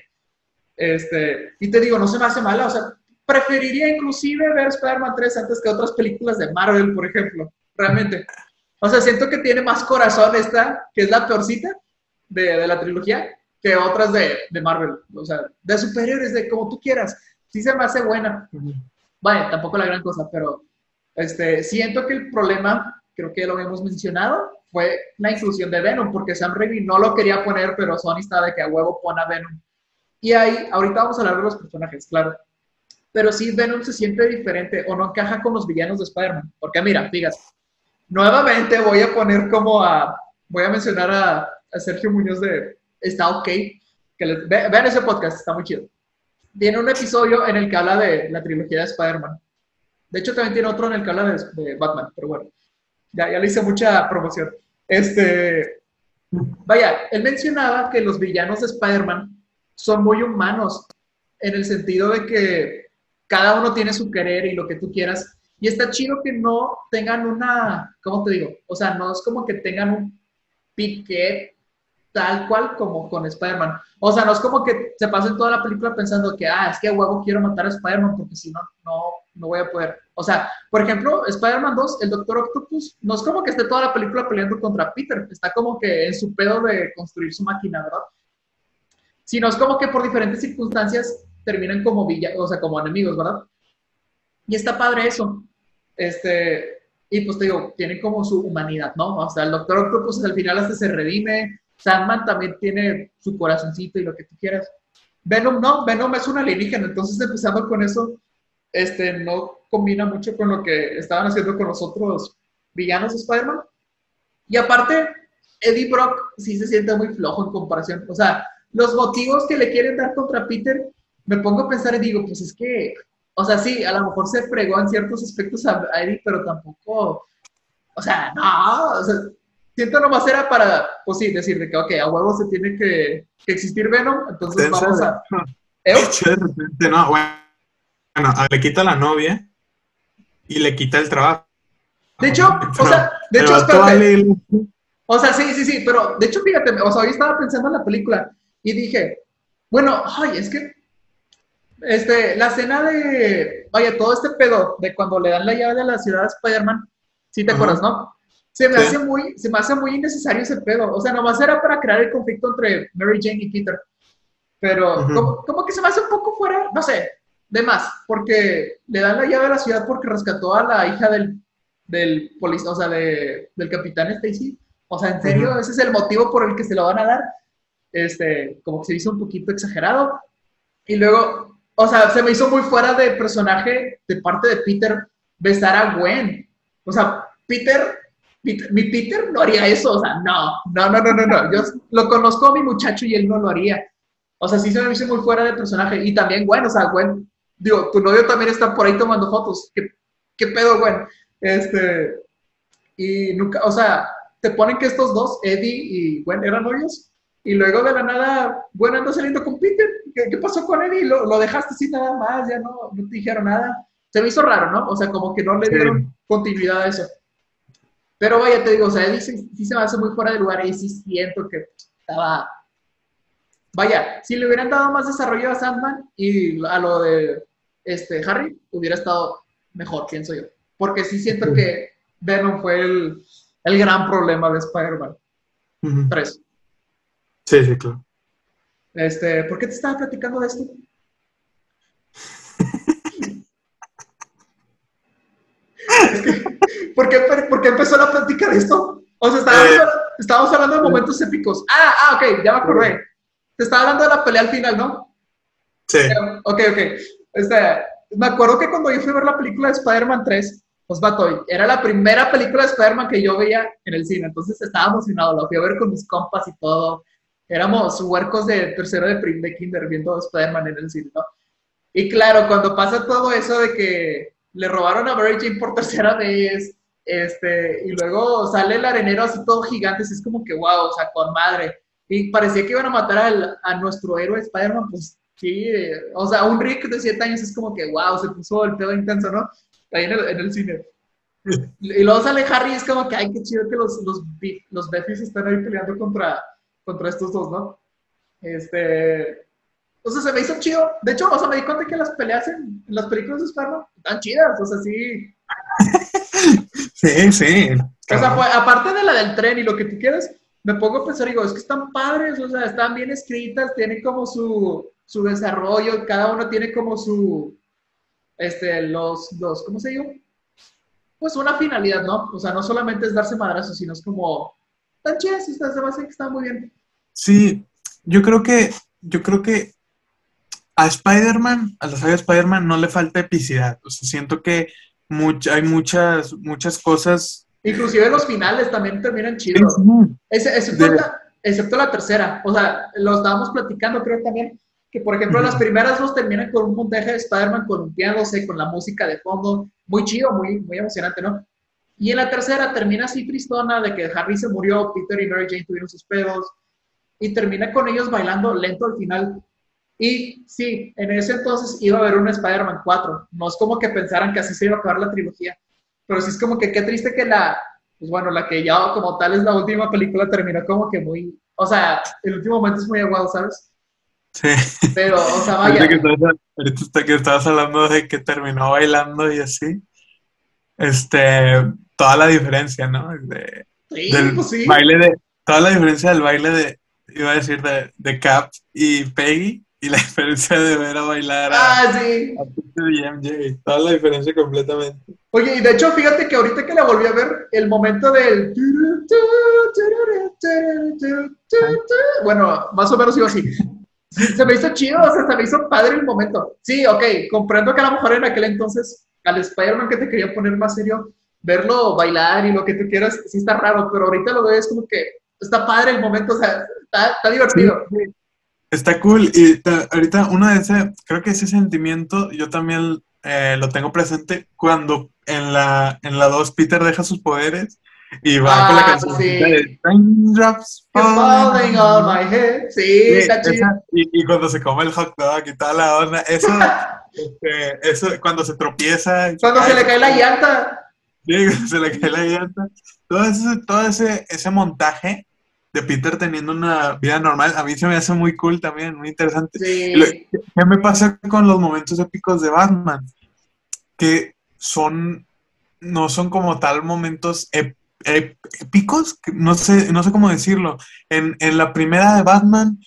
[SPEAKER 1] Este, y te digo, no se me hace mala, o sea, preferiría inclusive ver Spider-Man tres antes que otras películas de Marvel, por ejemplo, realmente. O sea, siento que tiene más corazón esta, que es la peorcita de, de la trilogía, que otras de, de Marvel. O sea, de superhéroes, de como tú quieras. Sí se me hace buena.
[SPEAKER 2] Ujú.
[SPEAKER 1] Vaya, tampoco la gran cosa, pero este, siento que el problema, creo que ya lo habíamos mencionado, fue la inclusión de Venom, porque Sam Raimi no lo quería poner, pero Sony estaba de que a huevo pone a Venom. Y ahí, ahorita vamos a hablar de los personajes, claro. Pero sí, Venom se siente diferente o no encaja con los villanos de Spider-Man. Porque mira, fíjate, nuevamente voy a poner como a, voy a mencionar a, a Sergio Muñoz de Está OK, que les, ve, vean ese podcast, está muy chido. Tiene un episodio en el que habla de la trilogía de Spider-Man. De hecho, también tiene otro en el que habla de, de Batman, pero bueno, ya, ya le hice mucha promoción. Este, vaya, él mencionaba que los villanos de Spider-Man son muy humanos, en el sentido de que cada uno tiene su querer y lo que tú quieras. Y está chido que no tengan una, ¿cómo te digo? O sea, no es como que tengan un piquete tal cual como con Spider-Man. O sea, no es como que se pasen toda la película pensando que, ah, es que a huevo quiero matar a Spider-Man porque si no, no, no voy a poder. O sea, por ejemplo, Spider-Man dos, el Doctor Octopus, no es como que esté toda la película peleando contra Peter, está como que en su pedo de construir su máquina, ¿verdad? Sino es como que por diferentes circunstancias terminan como villa, o sea, como enemigos, ¿verdad? Y está padre eso. Este, y pues te digo, tienen como su humanidad, ¿no? O sea, el Doctor Octopus al final hasta se redime, Sandman también tiene su corazoncito y lo que tú quieras. Venom no, Venom es un alienígena, entonces empezando con eso, este, no combina mucho con lo que estaban haciendo con los otros villanos de Spider-Man. Y aparte, Eddie Brock sí se siente muy flojo en comparación. O sea, los motivos que le quieren dar contra Peter, me pongo a pensar y digo, pues es que o sea, sí, a lo mejor se fregó en ciertos aspectos a, a Eddie, pero tampoco, o sea, no, o sea, siento nomás era para, pues sí, decir de que, ok, a huevo se tiene que, que existir Venom, entonces
[SPEAKER 2] Tensa
[SPEAKER 1] vamos
[SPEAKER 2] de,
[SPEAKER 1] a...
[SPEAKER 2] no,
[SPEAKER 1] ¿Eh?
[SPEAKER 2] de repente, no, bueno, a- le quita la novia y le quita el trabajo.
[SPEAKER 1] De hecho, o
[SPEAKER 2] Pero
[SPEAKER 1] sea, de
[SPEAKER 2] el
[SPEAKER 1] hecho,
[SPEAKER 2] vato
[SPEAKER 1] espérate,
[SPEAKER 2] vale el-
[SPEAKER 1] o sea, sí, sí, sí, pero de hecho, fíjate, o sea, hoy estaba pensando en la película y dije, bueno, ay, es que este, la escena de, vaya, todo este pedo de cuando le dan la llave de la ciudad a Spider-Man, sí te acuerdas,
[SPEAKER 2] Ajá,
[SPEAKER 1] ¿no? Se me
[SPEAKER 2] sí.
[SPEAKER 1] hace muy, se me hace muy innecesario ese pedo. O sea, nomás era para crear el conflicto entre Mary Jane y Peter. Pero
[SPEAKER 2] Ujú,
[SPEAKER 1] como, como que se me hace un poco fuera, no sé, de más, porque le dan la llave de la ciudad porque rescató a la hija del, del policía, o sea, de, del capitán Stacy. O sea, en serio,
[SPEAKER 2] ujú.
[SPEAKER 1] ese es el motivo por el que se lo van a dar. Este, como que se hizo un poquito exagerado. Y luego, o sea, se me hizo muy fuera de personaje de parte de Peter besar a Gwen. O sea, Peter, Peter, mi Peter no haría eso. O sea, no, no, no, no, no, no. Yo lo conozco a mi muchacho y él no lo haría. O sea, sí se me hizo muy fuera de personaje. Y también Gwen, o sea, Gwen, digo, tu novio también está por ahí tomando fotos. ¿Qué, qué pedo, Gwen? Este, y nunca, o sea, te ponen que estos dos, Eddie y Gwen, eran novios, y luego de la nada, Gwen anda saliendo con Peter. ¿Qué, qué pasó con Eddie? Lo, lo, dejaste así nada más, ya no, no te dijeron nada. Se me hizo raro, ¿no? O sea, como que no le
[SPEAKER 2] Sí,
[SPEAKER 1] dieron continuidad a eso. Pero vaya, te digo, o sea, Eddie sí, sí se me hace muy fuera de lugar y sí siento que estaba. Vaya, si le hubieran dado más desarrollo a Sandman y a lo de este, Harry, hubiera estado mejor, pienso yo. Porque sí siento
[SPEAKER 2] sí.
[SPEAKER 1] que Venom fue el, el gran problema de Spider-Man
[SPEAKER 2] Ujú.
[SPEAKER 1] tres.
[SPEAKER 2] Sí, sí, claro.
[SPEAKER 1] Este, ¿por qué te estaba platicando de esto? Es que, ¿por qué, por qué empezó la plática de esto? O sea, estábamos,
[SPEAKER 2] Eh,
[SPEAKER 1] estábamos hablando de momentos épicos. Ah, ah, ok, ya me
[SPEAKER 2] sí,
[SPEAKER 1] acordé. Te estaba hablando de la pelea al final, ¿no?
[SPEAKER 2] sí,
[SPEAKER 1] Ok, ok. Este, me acuerdo que cuando yo fui a ver la película de Spider-Man tres, pues vato, era la primera película de Spider-Man que yo veía en el cine, entonces estaba emocionado, la fui a ver con mis compas y todo. Éramos huercos de tercero de, prim, de kinder viendo Spider-Man en el cine, ¿no? Y claro, cuando pasa todo eso de que le robaron a Mary Jane por tercera vez, este, y luego sale el arenero así todo gigante, así es como que wow, o sea, con madre. Y parecía que iban a matar al, a nuestro héroe Spider-Man, pues sí, eh, o sea, un Rick de siete años es como que wow, se puso el pedo intenso, ¿no? Ahí en el, en el cine. Y luego sale Harry y es como que, ay, qué chido que los, los, los Beffys están ahí peleando contra, contra estos dos, ¿no? Este, o sea, se me hizo chido. De hecho, o sea, me di cuenta que las peleas en, en las películas de Spider-Man están chidas. O sea, sí.
[SPEAKER 2] sí, sí,
[SPEAKER 1] O sea, fue,
[SPEAKER 2] cabrón.
[SPEAKER 1] aparte de la del tren y lo que tú quieras, me pongo a pensar y digo, es que están padres, o sea, están bien escritas, tienen como su, su desarrollo, cada uno tiene como su, este, los, los, ¿cómo se llama? Pues una finalidad, ¿no? O sea, no solamente es darse madrazos, sino es como, están chidas, están, se me hace que están muy bien.
[SPEAKER 2] Sí, yo creo que, yo creo que a Spider-Man, a la saga de Spider-Man no le falta epicidad. O sea, siento que much- hay muchas, muchas cosas.
[SPEAKER 1] Inclusive los finales también terminan
[SPEAKER 2] Sí, sí,
[SPEAKER 1] chido. Ese, excepto,
[SPEAKER 2] de,
[SPEAKER 1] la, excepto la tercera. O sea, lo estábamos platicando, creo también, que por ejemplo las
[SPEAKER 2] ujú.
[SPEAKER 1] primeras dos terminan con un montaje de Spider-Man columpiándose, con la música de fondo. Muy chido, muy, muy emocionante, ¿no? Y en la tercera termina así tristona de que Harry se murió, Peter y Mary Jane tuvieron sus pedos, y termina con ellos bailando lento al final. Y sí, en ese entonces iba a haber un Spider-Man cuatro. No es como que pensaran que así se iba a acabar la trilogía. Pero sí es como que qué triste que la, pues bueno, la que ya como tal es la última película terminó como que muy, o sea, el último momento es muy aguado, ¿sabes?
[SPEAKER 2] Sí.
[SPEAKER 1] Pero, o sea,
[SPEAKER 2] Ahorita que
[SPEAKER 1] vaya,
[SPEAKER 2] estabas, ahorita está- que estabas hablando de que terminó bailando y así, este, toda la diferencia, ¿no? De,
[SPEAKER 1] sí,
[SPEAKER 2] del
[SPEAKER 1] pues sí.
[SPEAKER 2] baile de, toda la diferencia del baile de, iba a decir, de, de Cap y Peggy, y la diferencia de ver a bailar a,
[SPEAKER 1] Ah,
[SPEAKER 2] a
[SPEAKER 1] sí.
[SPEAKER 2] Peter y M J, toda la diferencia completamente.
[SPEAKER 1] Oye, y de hecho, fíjate que ahorita que la volví a ver, el momento del... Bueno, más o menos iba así. Se me hizo chido, o sea, se me hizo padre el momento. Sí, ok, comprendo que a lo mejor en aquel entonces, al Spider-Man que te quería poner más serio, verlo bailar y lo que tú quieras, sí está raro, pero ahorita lo ves como que está padre el momento, o sea, está, está
[SPEAKER 2] Sí,
[SPEAKER 1] divertido.
[SPEAKER 2] sí. Está cool. Y ta- ahorita uno de ese, creo que ese sentimiento, yo también eh, lo tengo presente cuando en la en la dos Peter deja sus poderes y va con la
[SPEAKER 1] Ah,
[SPEAKER 2] canción de
[SPEAKER 1] sí.
[SPEAKER 2] Raindrops
[SPEAKER 1] You're falling on
[SPEAKER 2] Falling.
[SPEAKER 1] my head. Sí,
[SPEAKER 2] Sí,
[SPEAKER 1] está chido.
[SPEAKER 2] esa, y, y cuando se come el hot dog y toda la onda, eso, este, eso cuando se tropieza y se
[SPEAKER 1] Cuando se
[SPEAKER 2] cae,
[SPEAKER 1] le
[SPEAKER 2] se
[SPEAKER 1] cae la
[SPEAKER 2] cae,
[SPEAKER 1] llanta.
[SPEAKER 2] sí, se le cae la llanta. Todo ese, todo ese, ese montaje de Peter teniendo una vida normal, a mí se me hace muy cool también, muy interesante. Y lo-
[SPEAKER 1] Sí.
[SPEAKER 2] ¿Qué me pasa con los momentos épicos de Batman? Que son, no son como tal momentos ép- ép- épicos, que no sé, no sé cómo decirlo. En, en la primera de Batman,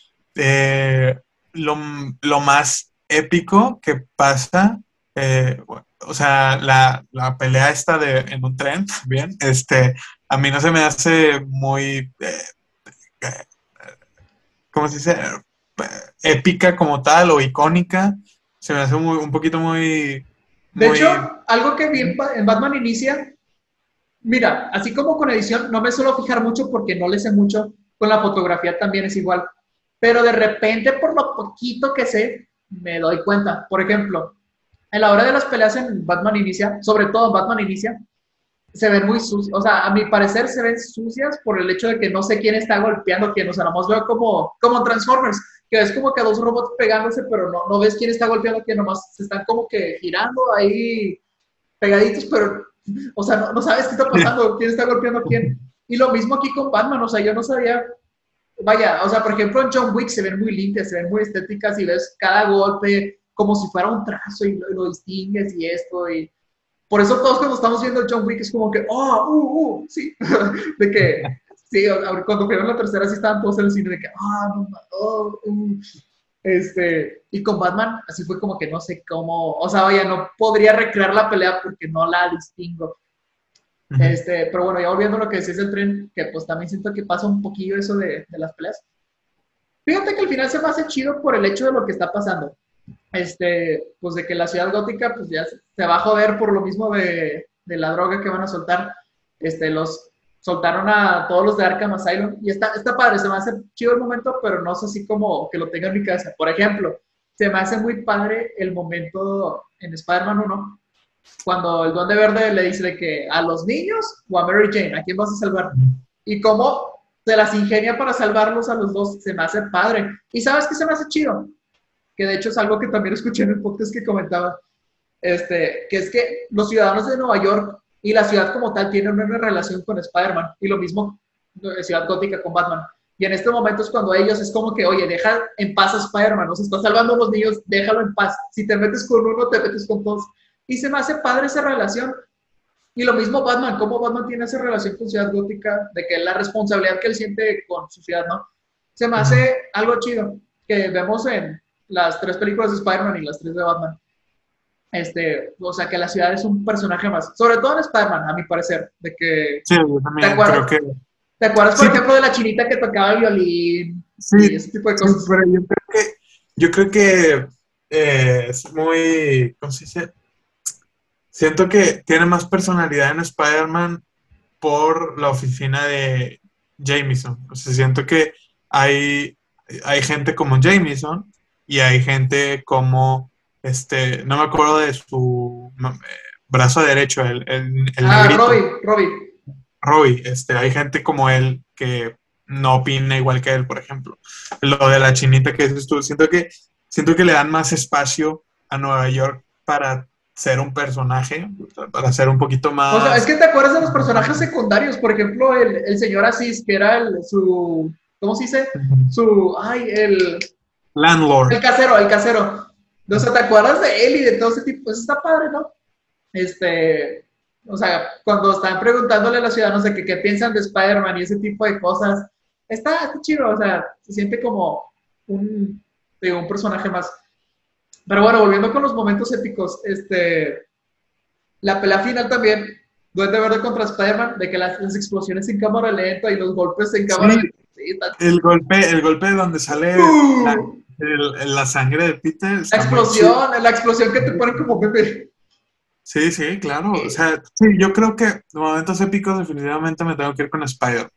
[SPEAKER 2] eh, lo, lo más épico que pasa, eh, o sea, la, la pelea esta de, en un tren, bien, este, a mí no se me hace muy, eh, eh, ¿cómo se dice? Eh, épica como tal o icónica. Se me hace muy, un poquito muy,
[SPEAKER 1] De hecho,
[SPEAKER 2] muy...
[SPEAKER 1] algo que vi en, Ba- en Batman Inicia, mira, así como con edición, no me suelo fijar mucho porque no le sé mucho, con la fotografía también es igual. Pero de repente, por lo poquito que sé, me doy cuenta. Por ejemplo, en la hora de las peleas en Batman Inicia, sobre todo en Batman Inicia, se ven muy sucias, o sea, a mi parecer se ven sucias por el hecho de que no sé quién está golpeando a quién, o sea, nomás veo como, como en Transformers, que es como que dos robots pegándose, pero no, no ves quién está golpeando a quién, nomás se están como que girando ahí pegaditos, pero, o sea, no, no sabes qué está pasando, quién está golpeando a quién. Y lo mismo aquí con Batman, o sea, yo no sabía, vaya, o sea, por ejemplo en John Wick se ven muy limpias, se ven muy estéticas y ves cada golpe como si fuera un trazo y lo, lo distingues y esto, y por eso todos cuando estamos viendo John Wick es como que, oh, uh, uh, sí, de que, sí, cuando vieron la tercera sí estaban todos en el cine de que, ah, oh, no, oh, uh. Este, y con Batman así fue como que no sé cómo, o sea, vaya, no podría recrear la pelea porque no la distingo.
[SPEAKER 2] Ujú.
[SPEAKER 1] Este, pero bueno, ya volviendo a lo que decías del tren, que pues también siento que pasa un poquillo eso de, de las peleas. Fíjate que al final se me hace chido por el hecho de lo que está pasando. Este, pues de que la ciudad gótica pues ya se va a joder por lo mismo de, de la droga que van a soltar. Este, los soltaron a todos los de Arkham Asylum y está, está padre, se me hace chido el momento, pero no es así como que lo tenga en mi casa. Por ejemplo, se me hace muy padre el momento en Spider-Man uno, cuando el Duende Verde le dice de que a los niños o a Mary Jane, ¿a quién vas a salvar? Y cómo se las ingenia para salvarlos a los dos, se me hace padre. ¿Y sabes qué se me hace chido? Que de hecho es algo que también escuché en el podcast que comentaba, este, que es que los ciudadanos de Nueva York y la ciudad como tal tienen una relación con Spider-Man y lo mismo eh, Ciudad Gótica con Batman. Y en este momento es cuando ellos es como que, oye, deja en paz a Spider-Man, nos está salvando a los niños, déjalo en paz. Si te metes con uno, te metes con todos. Y se me hace padre esa relación. Y lo mismo Batman, cómo Batman tiene esa relación con Ciudad Gótica, de que la responsabilidad que él siente con su ciudad, ¿no? Se me
[SPEAKER 2] Ujú.
[SPEAKER 1] hace algo chido, que vemos en las tres películas de Spider-Man y las tres de Batman. Este, o sea, que la ciudad es un personaje más, sobre todo en Spider-Man, a mi parecer, de que,
[SPEAKER 2] Sí, yo
[SPEAKER 1] ¿te
[SPEAKER 2] también creo
[SPEAKER 1] acuerdas?
[SPEAKER 2] que
[SPEAKER 1] ¿Te acuerdas, por
[SPEAKER 2] sí,
[SPEAKER 1] ejemplo, de la chinita que tocaba el violín
[SPEAKER 2] sí,
[SPEAKER 1] y ese tipo de
[SPEAKER 2] sí,
[SPEAKER 1] cosas?
[SPEAKER 2] pero yo creo que yo creo que eh, es muy, ¿cómo se dice? Siento que tiene más personalidad en Spider-Man por la oficina de Jameson. O sea, siento que hay, hay gente como Jameson y hay gente como, este, no me acuerdo de su no, eh, brazo derecho, el, el, el
[SPEAKER 1] Ah,
[SPEAKER 2] negrito,
[SPEAKER 1] Robbie, Robbie.
[SPEAKER 2] Roy. Este, hay gente como él que no opina igual que él, por ejemplo. Lo de la chinita que dices tú, siento que, siento que le dan más espacio a Nueva York para ser un personaje, para ser un poquito
[SPEAKER 1] O sea, es
[SPEAKER 2] más...
[SPEAKER 1] que te acuerdas de los personajes secundarios, por ejemplo, el, el señor Asís, que era el, su, ¿cómo se dice? Su, ay, el, el
[SPEAKER 2] Landlord.
[SPEAKER 1] casero, el casero. O sea, ¿te acuerdas de él y de todo ese tipo? Pues está padre, ¿no? Este, o sea, cuando están preguntándole a los ciudadanos de que qué piensan de Spider-Man y ese tipo de cosas, está, está chido, o sea, se siente como un, digo, un personaje más. Pero bueno, volviendo con los momentos épicos, este, la pelea final también, Duende Verde contra Spider-Man, de que las, las explosiones en cámara lenta y los golpes en cámara
[SPEAKER 2] Sí,
[SPEAKER 1] lenta, sí, está,
[SPEAKER 2] el golpe, el golpe donde sale la,
[SPEAKER 1] ¡uh!
[SPEAKER 2] el- la sangre de Peter
[SPEAKER 1] La
[SPEAKER 2] está muy chido.
[SPEAKER 1] explosión, la explosión que te pone como bebé.
[SPEAKER 2] Sí, sí, claro. O
[SPEAKER 1] Eh,
[SPEAKER 2] sea, sí, yo creo que de momentos épicos definitivamente me tengo que ir con Spider.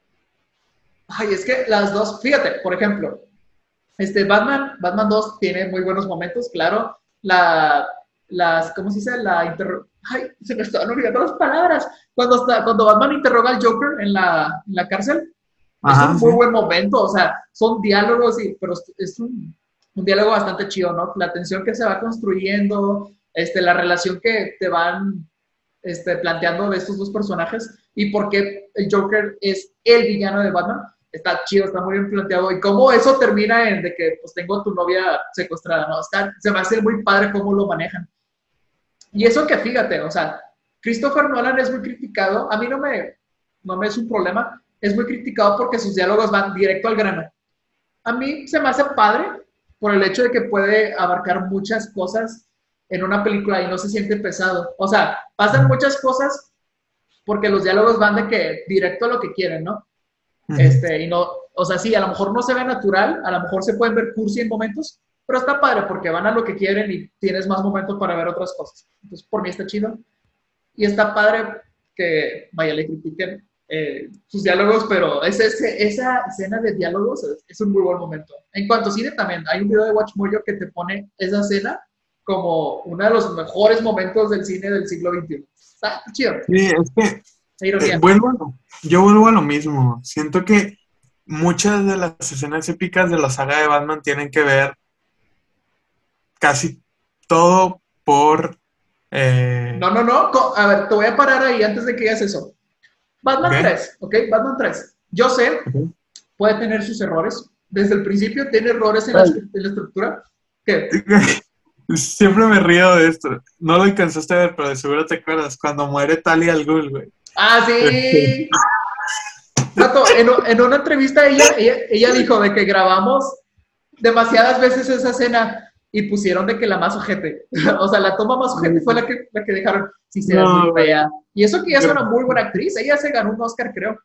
[SPEAKER 1] ay, es que las dos, fíjate, por ejemplo, este Batman, Batman dos tiene muy buenos momentos, claro. La, las, ¿cómo se dice? La interro... Ay, se me estaban olvidando las palabras. Cuando, está, cuando Batman interroga al Joker en la, en la cárcel, es
[SPEAKER 2] Ajá,
[SPEAKER 1] un
[SPEAKER 2] sí.
[SPEAKER 1] muy buen momento, o sea, son diálogos, y, pero es un, un diálogo bastante chido, ¿no? La tensión que se va construyendo, este, la relación que te van este, planteando de estos dos personajes y por qué el Joker es el villano de Batman, está chido, está muy bien planteado. Y cómo eso termina en de que pues tengo a tu novia secuestrada, ¿no? Está, se me hace muy padre cómo lo manejan. Y eso que fíjate, o sea, Christopher Nolan es muy criticado, a mí no me, no me es un problema, es muy criticado porque sus diálogos van directo al grano. A mí se me hace padre por el hecho de que puede abarcar muchas cosas en una película y no se siente pesado. O sea, pasan muchas cosas porque los diálogos van de que directo a lo que quieren, ¿no?
[SPEAKER 2] Uh-huh.
[SPEAKER 1] Este, y no, o sea, sí, a lo mejor no se ve natural, a lo mejor se pueden ver cursi en momentos, pero está padre porque van a lo que quieren y tienes más momentos para ver otras cosas. Entonces, por mí está chido. Y está padre que, vaya, le critiquen eh, sus diálogos, pero es ese, esa escena de diálogos es, es, un muy buen momento. En cuanto a cine también, hay un video de Watch Mojo que te pone esa escena como uno de los mejores momentos del cine del siglo veintiuno. Está chido.
[SPEAKER 2] Sí, es que eh, vuelvo, yo vuelvo a lo mismo. Siento que muchas de las escenas épicas de la saga de Batman tienen que ver casi todo por... Eh...
[SPEAKER 1] No, no, no. A ver, te voy a parar ahí antes de que digas eso. Batman okay. tres, ¿ok? Batman tres. Yo sé, okay. puede tener sus errores. Desde el principio tiene errores en la, en la estructura. ¿Qué?
[SPEAKER 2] Siempre me río de esto. No lo alcanzaste a ver, pero de seguro te acuerdas. Cuando muere Talia al Ghul, güey.
[SPEAKER 1] Ah, sí. Rato, en, en una entrevista ella, ella, ella dijo de que grabamos demasiadas veces esa escena y pusieron de que la más ojete. O sea, la toma más ojete fue la que, la que dejaron. Sí, se ve no, muy fea. Y eso que ella es una muy buena actriz. Ella se ganó un Oscar, creo.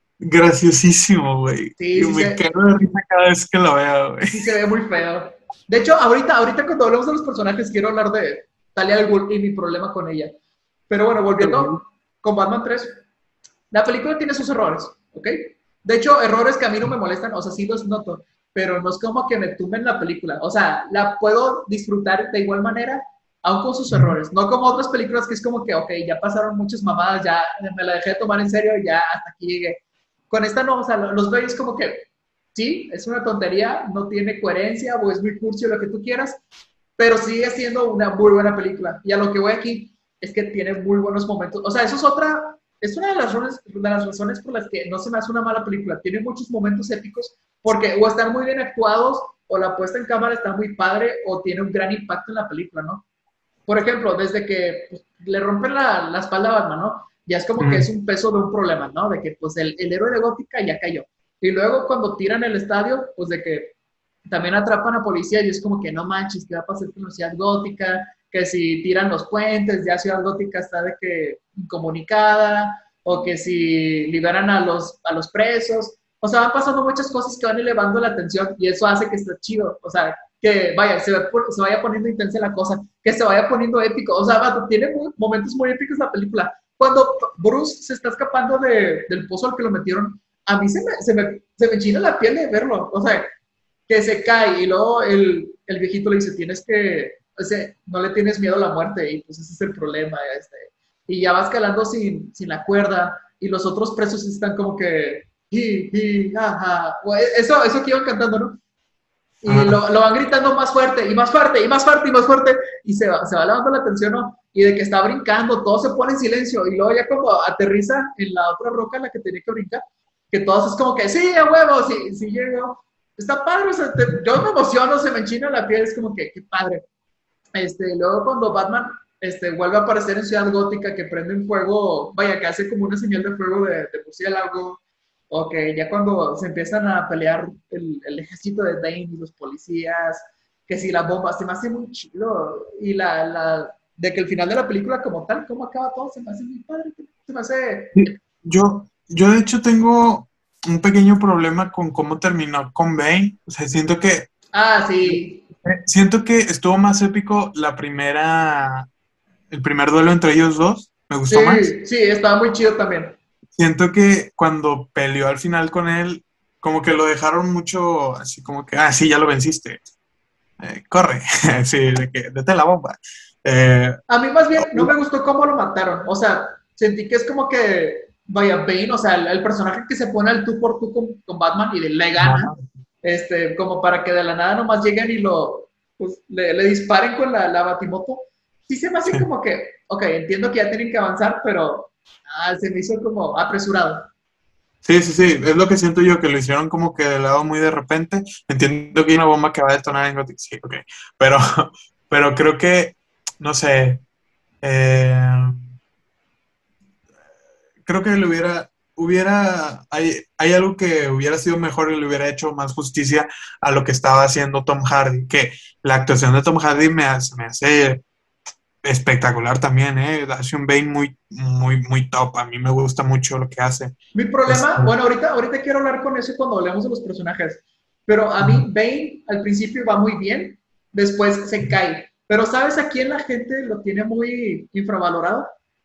[SPEAKER 2] Graciosísimo, güey.
[SPEAKER 1] Sí, sí,
[SPEAKER 2] me se... quedo de risa cada vez que lo veo, güey.
[SPEAKER 1] Sí, se ve muy feo. De hecho, ahorita, ahorita cuando hablamos de los personajes, quiero hablar de Talia al Ghul y mi problema con ella. Pero bueno, volviendo uh-huh. con Batman tres, la película tiene sus errores, ¿ok? De hecho, errores que a mí no me molestan, o sea, sí los noto, pero no es como que me tumben la película. O sea, la puedo disfrutar de igual manera, aun con sus errores. No como otras películas que es como que, ok, ya pasaron muchas mamadas, ya me la dejé de tomar en serio y ya hasta aquí llegué. Con esta no, o sea, los veo y es como que, sí, es una tontería, no tiene coherencia o es muy cursi o lo que tú quieras, pero sigue siendo una muy buena película. Y a lo que voy aquí es que tiene muy buenos momentos. O sea, eso es otra, es una de las razones, de las razones por las que no se me hace una mala película. Tiene muchos momentos épicos porque o están muy bien actuados o la puesta en cámara está muy padre o tiene un gran impacto en la película, ¿no? Por ejemplo, desde que pues, le rompen la, la espalda a Batman, ¿no? Ya es como mm. que es un peso de un problema, ¿no? De que pues el, el héroe de Gótica ya cayó. Y luego cuando tiran el estadio, pues de que también atrapan a policía y es como que no manches, ¿qué va a pasar con la Ciudad Gótica? Que si tiran los puentes, ya Ciudad Gótica está de que incomunicada, o que si liberan a los, a los presos. O sea, van pasando muchas cosas que van elevando la tensión y eso hace que esté chido. O sea, que vaya, se, se vaya poniendo intensa la cosa, que se vaya poniendo épico. O sea, tiene muy, momentos muy épicos la película. Cuando Bruce se está escapando de, del pozo al que lo metieron, a mí se me, se, me, se me enchina la piel de verlo, o sea, que se cae y luego el, el viejito le dice, tienes que, o sea, no le tienes miedo a la muerte y pues ese es el problema, este, y ya va escalando sin, sin la cuerda y los otros presos están como que, hi, hi, jaja, eso, eso que iban cantando, ¿no? Y lo, lo van gritando más fuerte y más fuerte y más fuerte y más fuerte y se va, se va levantando la tensión, ¿no? Y de que está brincando, todo se pone en silencio y luego ya cuando aterriza en la otra roca en la que tenía que brincar, que todos es como que, sí, a huevo, sí, sí llego. Está padre, o sea, te, yo me emociono, se me enchina la piel, es como que, qué padre. Este, luego cuando Batman este, vuelve a aparecer en Ciudad Gótica, que prende un fuego, vaya, que hace como una señal de fuego de, de murciélago, o que ya cuando se empiezan a pelear el, el ejército de Bane y los policías, que si la bomba, se me hace muy chido. Y la, la, de que el final de la película como tal, cómo acaba todo, se me hace muy padre, se me hace...
[SPEAKER 2] Yo... Yo, de hecho, tengo un pequeño problema con cómo terminó con Bane. O sea, siento que...
[SPEAKER 1] Ah, sí.
[SPEAKER 2] Siento que estuvo más épico la primera... El primer duelo entre ellos dos. Me gustó
[SPEAKER 1] sí,
[SPEAKER 2] más.
[SPEAKER 1] Sí, estaba muy chido también.
[SPEAKER 2] Siento que cuando peleó al final con él, como que lo dejaron mucho así como que, ah, sí, ya lo venciste. Eh, corre. Sí, de que, dete la bomba. Eh,
[SPEAKER 1] A mí más bien no me gustó cómo lo mataron. O sea, sentí que es como que, vaya, Bane, o sea, el, el personaje que se pone al tú por tú con, con Batman y de, le gana, este, como para que de la nada nomás lleguen y lo, pues, le, le disparen con la, la batimoto. Sí se me hace
[SPEAKER 2] sí.
[SPEAKER 1] como que, ok, entiendo que ya tienen que avanzar, pero ah, se me hizo como apresurado.
[SPEAKER 2] Sí, sí, sí, es lo que siento yo, que lo hicieron como que de lado muy de repente. Entiendo que hay una bomba que va a detonar en Gothic, sí, ok. Pero, pero creo que, no sé, eh, creo que le hubiera, hubiera, hay, hay algo que hubiera sido mejor y le hubiera hecho más justicia a lo que estaba haciendo Tom Hardy, que la actuación de Tom Hardy me hace, me hace espectacular también, ¿eh? Hace un Bane muy, muy, muy top. A mí me gusta mucho lo que hace.
[SPEAKER 1] Mi
[SPEAKER 2] Este,
[SPEAKER 1] problema, bueno, ahorita, ahorita quiero hablar con eso cuando hablemos de los personajes, pero a mí Bane al principio va muy bien, después se cae. Pero ¿sabes a quién la gente lo tiene muy infravalorado?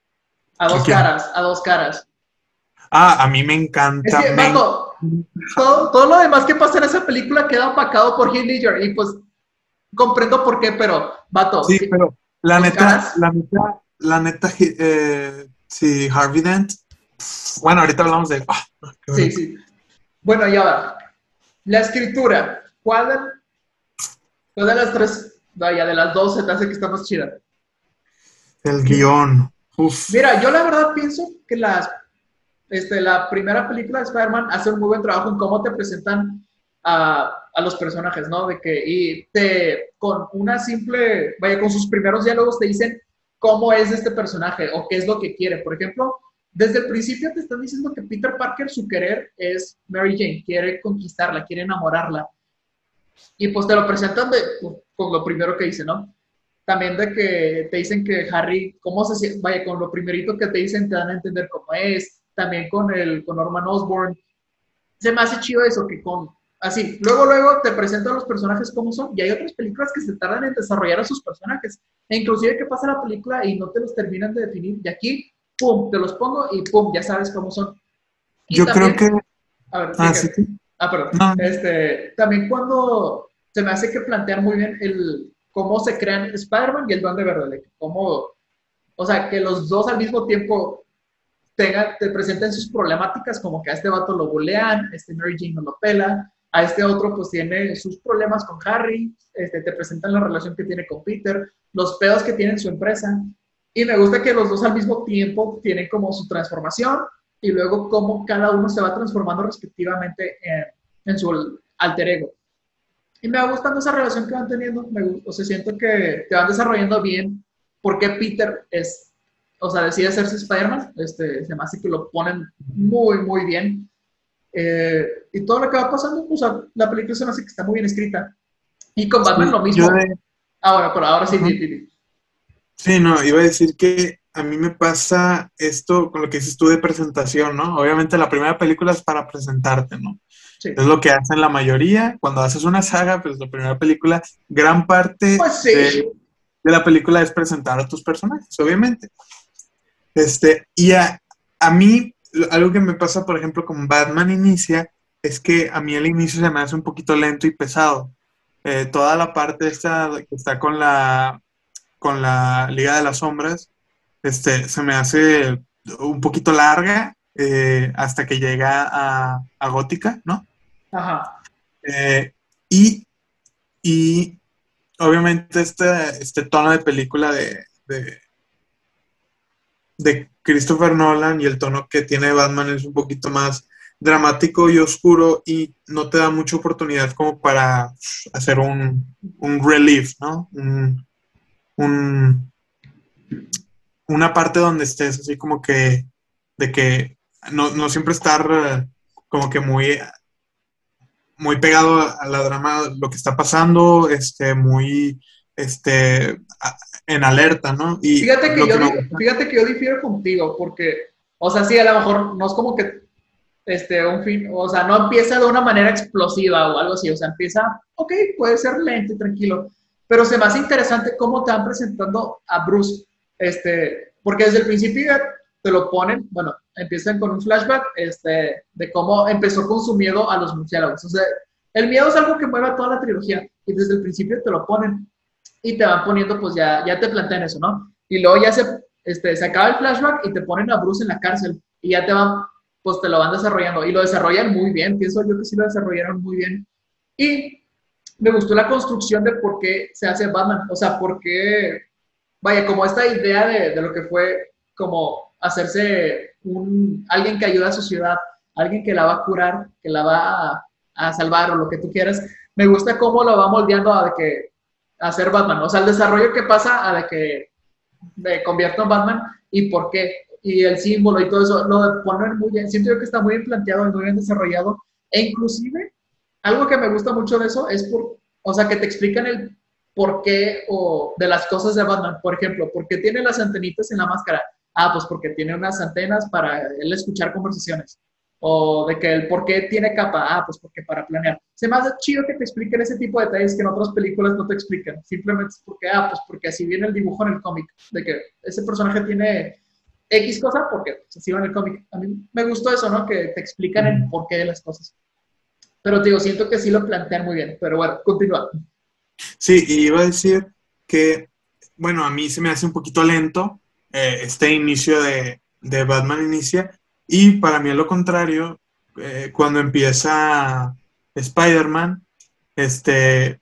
[SPEAKER 1] A
[SPEAKER 2] ¿a
[SPEAKER 1] dos
[SPEAKER 2] quién?
[SPEAKER 1] caras, a dos caras.
[SPEAKER 2] Ah, a mí me
[SPEAKER 1] Es
[SPEAKER 2] encanta,
[SPEAKER 1] que,
[SPEAKER 2] me
[SPEAKER 1] vato, todo, todo lo demás que pasa en esa película queda opacado por Heath Ledger y pues comprendo por qué, pero, vato,
[SPEAKER 2] sí, pero la
[SPEAKER 1] dos
[SPEAKER 2] neta,
[SPEAKER 1] caras.
[SPEAKER 2] la neta, la neta, eh, sí, Harvey Dent, bueno, ahorita hablamos de, ah, qué
[SPEAKER 1] Sí,
[SPEAKER 2] bonito.
[SPEAKER 1] sí. Bueno, ya va. La escritura. ¿Cuál, cuál de las tres, vaya, de las dos se te hace que está más chida?
[SPEAKER 2] El guión, uff,
[SPEAKER 1] Mira, yo la verdad pienso que las, este, la primera película de Spider-Man hace un muy buen trabajo en cómo te presentan a, a los personajes, ¿no? De que, y te, con una simple, vaya, con sus primeros diálogos te dicen cómo es este personaje o qué es lo que quiere. Por ejemplo, desde el principio te están diciendo que Peter Parker, su querer es Mary Jane, quiere conquistarla, quiere enamorarla. Y pues te lo presentan de, pues, con lo primero que dice, ¿no? También de que te dicen que Harry, cómo se siente, vaya, con lo primerito que te dicen te dan a entender cómo es, también con el, con Norman Osborn. Se me hace chido eso, que con, así, luego, luego te presentan los personajes como son, y hay otras películas que se tardan en desarrollar a sus personajes, e inclusive que pasa la película y no te los terminan de definir, y aquí, pum, te los pongo y pum, ya sabes cómo son. Y
[SPEAKER 2] yo creo que,
[SPEAKER 1] también, a ver, ¿qué,
[SPEAKER 2] ah, sí,
[SPEAKER 1] qué?
[SPEAKER 2] sí,
[SPEAKER 1] Ah, perdón.
[SPEAKER 2] no,
[SPEAKER 1] Este, también cuando se me hace que plantear muy bien el cómo se crean Spider-Man y el Duende Verde, de que cómo, o sea, que los dos al mismo tiempo tengan, te presenten sus problemáticas, como que a este vato lo bulean, este Mary Jane no lo pela, a este otro pues tiene sus problemas con Harry, este, te presentan la relación que tiene con Peter, los pedos que tiene en su empresa, y me gusta que los dos al mismo tiempo tienen como su transformación y luego cómo cada uno se va transformando respectivamente en, en su alter ego. Y me va gustando esa relación que van teniendo, me gusta, o sea, siento que te van desarrollando bien por qué Peter es, o sea, decide hacerse Spider-Man, este, se me hace que lo ponen muy, muy bien. Eh, y todo lo que va pasando, o sea, la película se me hace que está muy bien escrita. Y con Batman
[SPEAKER 2] sí,
[SPEAKER 1] lo
[SPEAKER 2] yo
[SPEAKER 1] mismo.
[SPEAKER 2] de,
[SPEAKER 1] Ahora, pero ahora sí,
[SPEAKER 2] ujú.
[SPEAKER 1] di, di, di.
[SPEAKER 2] Sí, no, iba a decir que a mí me pasa esto con lo que dices tú de presentación, ¿no? Obviamente la primera película es para presentarte, ¿no? Es
[SPEAKER 1] Sí.
[SPEAKER 2] lo que hacen la mayoría. Cuando haces una saga, pues la primera película, gran parte
[SPEAKER 1] Pues
[SPEAKER 2] de,
[SPEAKER 1] sí.
[SPEAKER 2] de la película es presentar a tus personajes, obviamente. Este, y a, a mí, algo que me pasa, por ejemplo, con Batman Inicia, es que a mí el inicio se me hace un poquito lento y pesado. Eh, toda la parte esta que está con la, con la Liga de las Sombras, este, se me hace un poquito larga eh, hasta que llega a, a Gótica, ¿no?
[SPEAKER 1] Ajá.
[SPEAKER 2] Eh, y, y obviamente este, este tono de película de, de, de Christopher Nolan y el tono que tiene Batman es un poquito más dramático y oscuro y no te da mucha oportunidad como para hacer un, un relief, ¿no? Un, un, una parte donde estés así como que, de que no, no siempre estar eh, como que muy, muy pegado a la drama, lo que está pasando, este, muy, este, a- en alerta, ¿no? Y
[SPEAKER 1] Fíjate que
[SPEAKER 2] lo
[SPEAKER 1] yo,
[SPEAKER 2] que me
[SPEAKER 1] di-
[SPEAKER 2] gusta,
[SPEAKER 1] fíjate que yo difiero contigo, porque, o sea, sí, a lo mejor no es como que este, un fin, o sea, no empieza de una manera explosiva o algo así, o sea, empieza, ok, puede ser lento y tranquilo, pero se me hace interesante cómo te van presentando a Bruce, este, porque desde el principio ya te lo ponen, bueno, empiezan con un flashback, este, de cómo empezó con su miedo a los murciélagos, o sea, el miedo es algo que mueve a toda la trilogía, y desde el principio te lo ponen, y te van poniendo, pues ya, ya te plantean eso, ¿no? Y luego ya se, este, se acaba el flashback y te ponen a Bruce en la cárcel y ya te van, pues te lo van desarrollando y lo desarrollan muy bien, pienso yo que sí lo desarrollaron muy bien. Y me gustó la construcción de por qué se hace Batman, o sea, por qué, vaya, como esta idea de, de lo que fue como hacerse un, alguien que ayuda a su ciudad, alguien que la va a curar, que la va a, a salvar o lo que tú quieras. Me gusta cómo lo va moldeando a de que a ser Batman, o sea, el desarrollo que pasa a de que me convierto en Batman y por qué, y el símbolo y todo eso, lo ponen muy bien, siento yo que está muy bien planteado y muy bien desarrollado, e inclusive, algo que me gusta mucho de eso es por, o sea, que te explican el por qué o de las cosas de Batman, por ejemplo, ¿por qué tiene las antenitas en la máscara? Ah, pues porque tiene unas antenas para él escuchar conversaciones. O de que el por qué tiene capa, ah, pues porque para planear. Se me hace chido que te expliquen ese tipo de detalles que en otras películas no te explican. Simplemente es porque, ah, pues porque así viene el dibujo en el cómic, de que ese personaje tiene X cosa porque pues, así va en el cómic. A mí me gustó eso, ¿no? Que te explican el porqué de las cosas. Pero te digo, siento que sí lo plantean muy bien. Pero bueno, continúa.
[SPEAKER 2] Sí, y iba a decir que, bueno, a mí se me hace un poquito lento eh, este inicio de, de Batman Inicia, y para mí a lo contrario, eh, cuando empieza Spider-Man, este,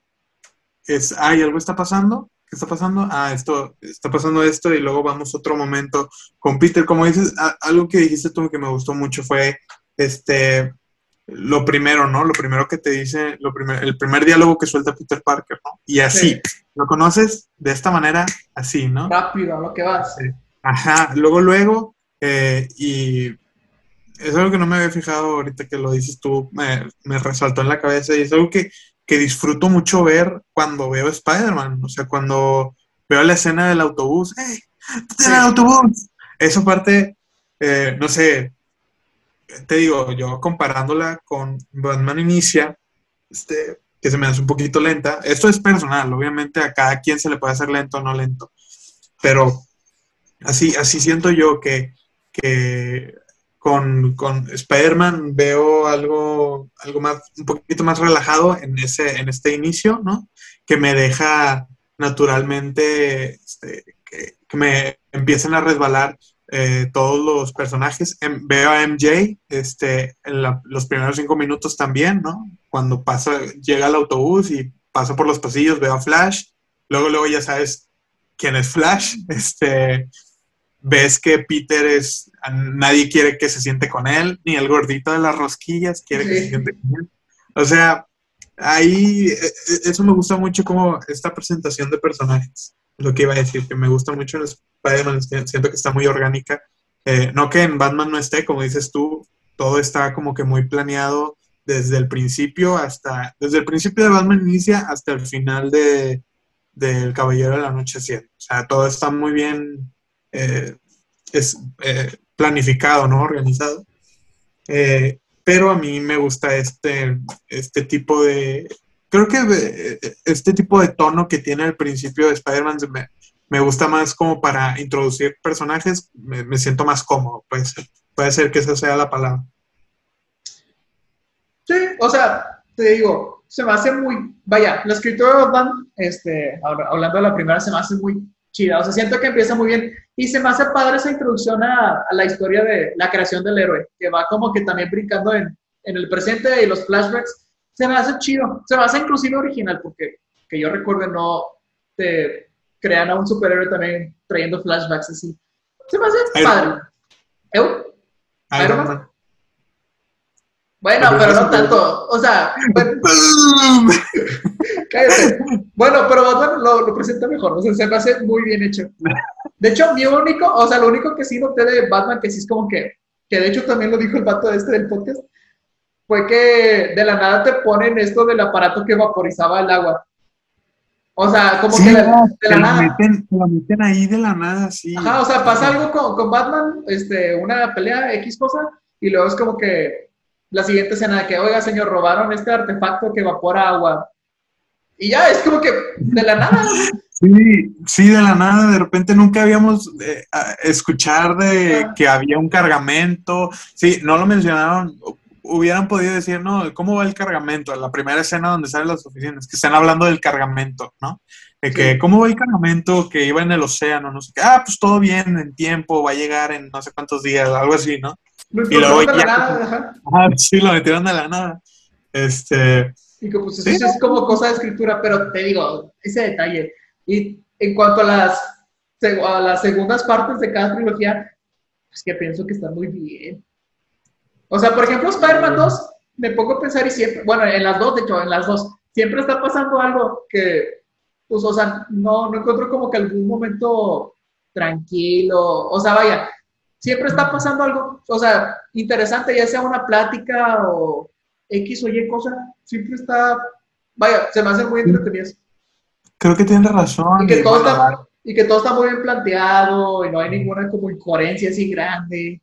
[SPEAKER 2] es, ay, algo está pasando, ¿qué está pasando? Ah, esto, está pasando esto, y luego vamos a otro momento con Peter, como dices, a, algo que dijiste tú que me gustó mucho fue, este, lo primero, ¿no? Lo primero que te dice, lo primer, el primer diálogo que suelta Peter Parker, ¿no? Y así, sí. ¿Lo conoces? De esta manera, así, ¿no?
[SPEAKER 1] Rápido, a lo que vas.
[SPEAKER 2] Ajá, luego, luego, eh, y es algo que no me había fijado ahorita que lo dices tú, me, me resaltó en la cabeza, y es algo que, que disfruto mucho ver cuando veo Spider-Man, o sea, cuando veo la escena del autobús, ¡hey! ¡Tú en el autobús! Esa parte, eh, no sé, te digo, yo comparándola con Batman Inicia, este, que se me hace un poquito lenta, esto es personal, obviamente a cada quien se le puede hacer lento o no lento, pero así, así siento yo que, que con, con Spider-Man veo algo, algo más, un poquito más relajado en, ese, en este inicio, ¿no? Que me deja naturalmente, este, que, que me empiecen a resbalar eh, todos los personajes. Em, veo a M J este, en la, los primeros cinco minutos también, ¿no? Cuando pasa, llega al autobús y pasa por los pasillos, veo a Flash, luego, luego ya sabes quién es Flash, este... Ves que Peter es, nadie quiere que se siente con él, ni el gordito de las rosquillas quiere sí. que se siente con él. O sea, ahí, eso me gusta mucho como esta presentación de personajes. Lo que iba a decir, que me gusta mucho en Spider-Man, siento que está muy orgánica. Eh, no que en Batman no esté, como dices tú, todo está como que muy planeado desde el principio hasta, desde el principio de Batman Inicia hasta el final de, del Caballero de la Noche siete. O sea, todo está muy bien Eh, es eh, planificado, ¿no? Organizado. Eh, pero a mí me gusta este, este tipo de... Creo que eh, este tipo de tono que tiene al principio de Spider-Man me, me gusta más como para introducir personajes, me, me siento más cómodo, puede ser. Puede ser que esa sea la palabra.
[SPEAKER 1] Sí, o sea, te digo, se me hace muy... Vaya, la escritura de Batman, este, hablando de la primera, se me hace muy chida, o sea, siento que empieza muy bien y se me hace padre esa introducción a, a la historia de la creación del héroe, que va como que también brincando en, en el presente y los flashbacks, se me hace chido, se me hace inclusive original, porque que yo recuerde no te crean a un superhéroe también trayendo flashbacks así, se me hace Iron padre. ¿Eu?
[SPEAKER 2] Iron, Iron Man. Man.
[SPEAKER 1] Bueno, pero no tanto, o sea, bueno, cállate. Bueno, pero Batman lo, lo presenta mejor, o sea, se me hace muy bien hecho. De hecho, mi único, o sea, lo único que sí noté de Batman, que sí es como que, que de hecho también lo dijo el vato este del podcast, fue que de la nada te ponen esto del aparato que vaporizaba el agua. O sea, como
[SPEAKER 2] sí,
[SPEAKER 1] que de,
[SPEAKER 2] no,
[SPEAKER 1] de la nada.
[SPEAKER 2] Meten, lo meten ahí de la nada, sí.
[SPEAKER 1] Ajá, o sea, pasa algo con, con Batman, este, una pelea X cosa, y luego es como que la siguiente escena de que, oiga, señor, robaron este artefacto que evapora agua. Y ya, es como que de la nada.
[SPEAKER 2] Sí, sí, de la nada, de repente nunca habíamos eh, escuchar de ah. que había un cargamento. Sí, no lo mencionaron, hubieran podido decir, no, ¿cómo va el cargamento? La primera escena donde salen las oficinas, que están hablando del cargamento, ¿no? De que,
[SPEAKER 1] Sí.
[SPEAKER 2] ¿cómo va el cargamento que iba en el océano? No sé qué. Ah, pues todo bien, en tiempo, va a llegar en no sé cuántos días, algo así, ¿no?
[SPEAKER 1] Lo
[SPEAKER 2] Y luego
[SPEAKER 1] encontraron de la
[SPEAKER 2] ya que...
[SPEAKER 1] nada, ajá.
[SPEAKER 2] Ah, sí, lo metieron de la nada. Este...
[SPEAKER 1] Y que pues eso
[SPEAKER 2] Sí,
[SPEAKER 1] sí es como cosa de escritura, pero te digo, ese detalle. Y en cuanto a las, a las segundas partes de cada trilogía, es que pienso que están muy bien. O sea, por ejemplo, Spider-Man
[SPEAKER 2] no.
[SPEAKER 1] dos, me pongo a pensar y siempre, bueno, en las dos, de hecho, en las dos, siempre está pasando algo que, pues, o sea, no, no encuentro como que algún momento tranquilo, o sea, vaya, siempre está pasando algo, o sea, interesante, ya sea una plática o X o Y cosa, siempre está, vaya, se me hace muy entretenido.
[SPEAKER 2] Creo que tienes
[SPEAKER 1] Y
[SPEAKER 2] razón
[SPEAKER 1] que
[SPEAKER 2] y
[SPEAKER 1] todo
[SPEAKER 2] bueno,
[SPEAKER 1] está, y que todo está muy bien planteado y no hay ninguna como incoherencia así grande.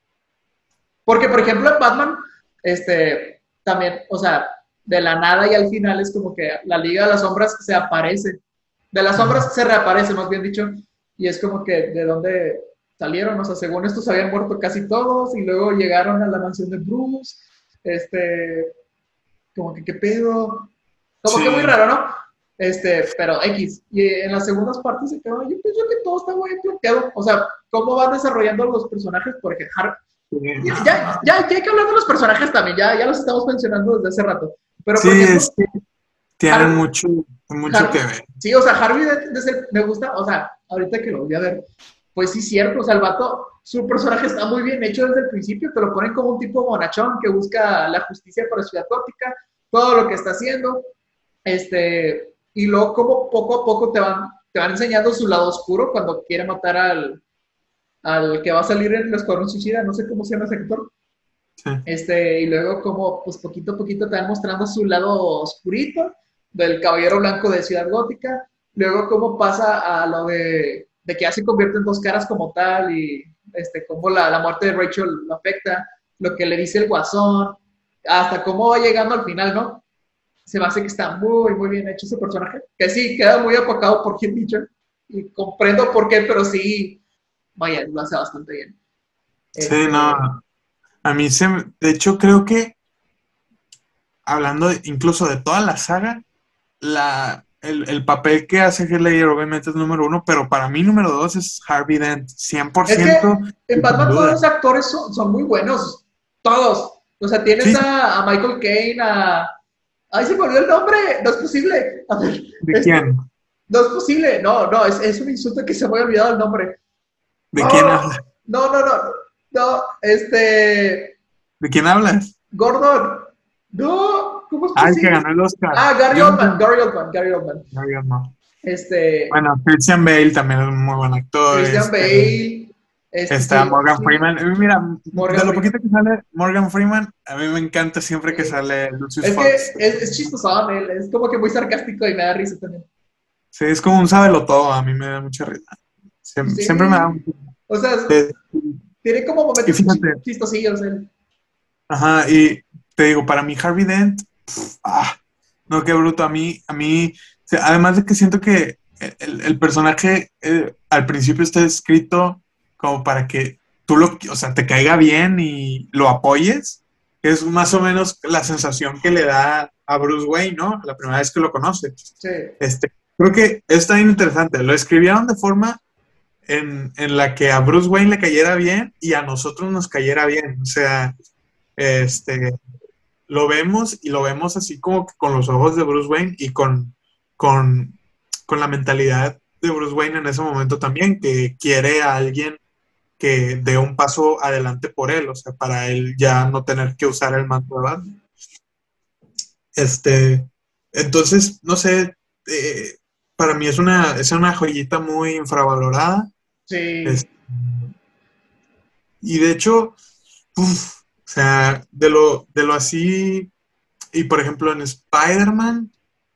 [SPEAKER 1] Porque, por ejemplo, en Batman, este, también, o sea, de la nada y al final es como que la Liga de las Sombras se aparece. De las sombras se reaparece, más bien dicho. Y es como que de dónde salieron, o sea, según estos habían muerto casi todos y luego llegaron a la mansión de Bruce. Este, como que qué pedo. Como que muy
[SPEAKER 2] sí,
[SPEAKER 1] raro, ¿no? Este, pero X. Y en las segundas partes se quedó, yo pienso que todo está muy bien planteado. O sea, cómo van desarrollando los personajes, porque Har
[SPEAKER 2] sí,
[SPEAKER 1] ya, ya, ya, hay que hablar de los personajes también, ya, ya los estamos mencionando desde hace rato. Pero,
[SPEAKER 2] sí,
[SPEAKER 1] por ejemplo,
[SPEAKER 2] es que tienen
[SPEAKER 1] Har
[SPEAKER 2] mucho, mucho que
[SPEAKER 1] Harvey,
[SPEAKER 2] ver.
[SPEAKER 1] sí, o sea, Harvey desde, me gusta, o sea, ahorita que lo voy a ver, pues sí, cierto, o sea, el vato, su personaje está muy bien hecho desde el principio, te lo ponen como un tipo bonachón que busca la justicia para Ciudad Gótica, todo lo que está haciendo, este, y luego como poco a poco te van, te van enseñando su lado oscuro cuando quiere matar al, al que va a salir en el Escuadrón Suicida, no sé cómo se llama ese actor.
[SPEAKER 2] Sí.
[SPEAKER 1] Este, y luego como pues poquito a poquito te van mostrando su lado oscurito del Caballero Blanco de Ciudad Gótica, luego cómo pasa a lo de, de que ya se convierte en dos caras como tal y este, cómo la, la muerte de Rachel lo afecta, lo que le dice el Guasón, hasta cómo va llegando al final, ¿no? Se me hace que está muy, muy bien hecho ese personaje, que sí, queda muy apacado por Heath Ledger, y comprendo por qué, pero sí, vaya, lo hace bastante bien.
[SPEAKER 2] Sí, no,
[SPEAKER 1] Este,
[SPEAKER 2] a mí se, me- de hecho creo que hablando de- incluso de toda la saga, la, el, el papel que hace Heath Ledger obviamente es número uno, pero para mí número dos es Harvey Dent, cien por
[SPEAKER 1] Es que
[SPEAKER 2] ciento
[SPEAKER 1] en
[SPEAKER 2] y sin
[SPEAKER 1] Batman todos
[SPEAKER 2] duda.
[SPEAKER 1] los actores son, son muy buenos, todos. O sea, tienes
[SPEAKER 2] Sí,
[SPEAKER 1] a, a Michael Caine, a... ¡Ay, se me olvidó el nombre! No es posible. A ver,
[SPEAKER 2] ¿de
[SPEAKER 1] este,
[SPEAKER 2] quién?
[SPEAKER 1] no es posible. No, no, es, es un insulto que se me haya olvidado el nombre.
[SPEAKER 2] ¿De quién
[SPEAKER 1] No,
[SPEAKER 2] hablas?
[SPEAKER 1] no, no, no, no, este...
[SPEAKER 2] ¿De quién hablas?
[SPEAKER 1] Gordon. No, ¿cómo es
[SPEAKER 2] Ah, el que
[SPEAKER 1] posible?
[SPEAKER 2] ganó el Oscar.
[SPEAKER 1] Ah, Gary
[SPEAKER 2] Yo no sé.
[SPEAKER 1] Oldman, Gary Oldman, Gary Oldman.
[SPEAKER 2] No, yo no.
[SPEAKER 1] Este,
[SPEAKER 2] Bueno, Christian Bale también es un muy buen actor.
[SPEAKER 1] Christian
[SPEAKER 2] Este,
[SPEAKER 1] Bale, este,
[SPEAKER 2] está
[SPEAKER 1] sí,
[SPEAKER 2] Morgan
[SPEAKER 1] sí,
[SPEAKER 2] Freeman. Eh, Mira, de
[SPEAKER 1] Morgan
[SPEAKER 2] lo
[SPEAKER 1] Freeman.
[SPEAKER 2] poquito que sale Morgan Freeman, a mí me encanta siempre que
[SPEAKER 1] Sí.
[SPEAKER 2] sale Lucius
[SPEAKER 1] Es que
[SPEAKER 2] Fox.
[SPEAKER 1] es, es chistoso, él, es como que muy sarcástico y me da risa también.
[SPEAKER 2] Sí, es como un sábelo todo, a mí me da mucha risa. Siem- Siempre, me da
[SPEAKER 1] Sí,
[SPEAKER 2] mucha
[SPEAKER 1] o sea,
[SPEAKER 2] risa.
[SPEAKER 1] tiene como
[SPEAKER 2] Y
[SPEAKER 1] momentos
[SPEAKER 2] fíjate,
[SPEAKER 1] chistosillos él.
[SPEAKER 2] ajá, y te digo, para mí Harvey Dent, pf, ah, no, qué bruto, a mí, a mí, o sea, además de que siento que el, el personaje eh, al principio está escrito como para que tú lo, o sea, te caiga bien y lo apoyes, es más o menos la sensación que le da a Bruce Wayne, ¿no? La primera vez que lo conoce.
[SPEAKER 1] Sí,
[SPEAKER 2] Este, creo que está bien interesante, lo escribieron de forma en, en la que a Bruce Wayne le cayera bien y a nosotros nos cayera bien, o sea, este, lo vemos y lo vemos así como que con los ojos de Bruce Wayne y con, con, con la mentalidad de Bruce Wayne en ese momento también, que quiere a alguien que dé un paso adelante por él, o sea, para él ya no tener que usar el manto de Batman. Este, entonces, no sé, eh, para mí es una, es una joyita muy infravalorada.
[SPEAKER 1] sí.
[SPEAKER 2] Es- y de hecho, uf, o sea, de lo, de lo así, y por ejemplo en Spider-Man,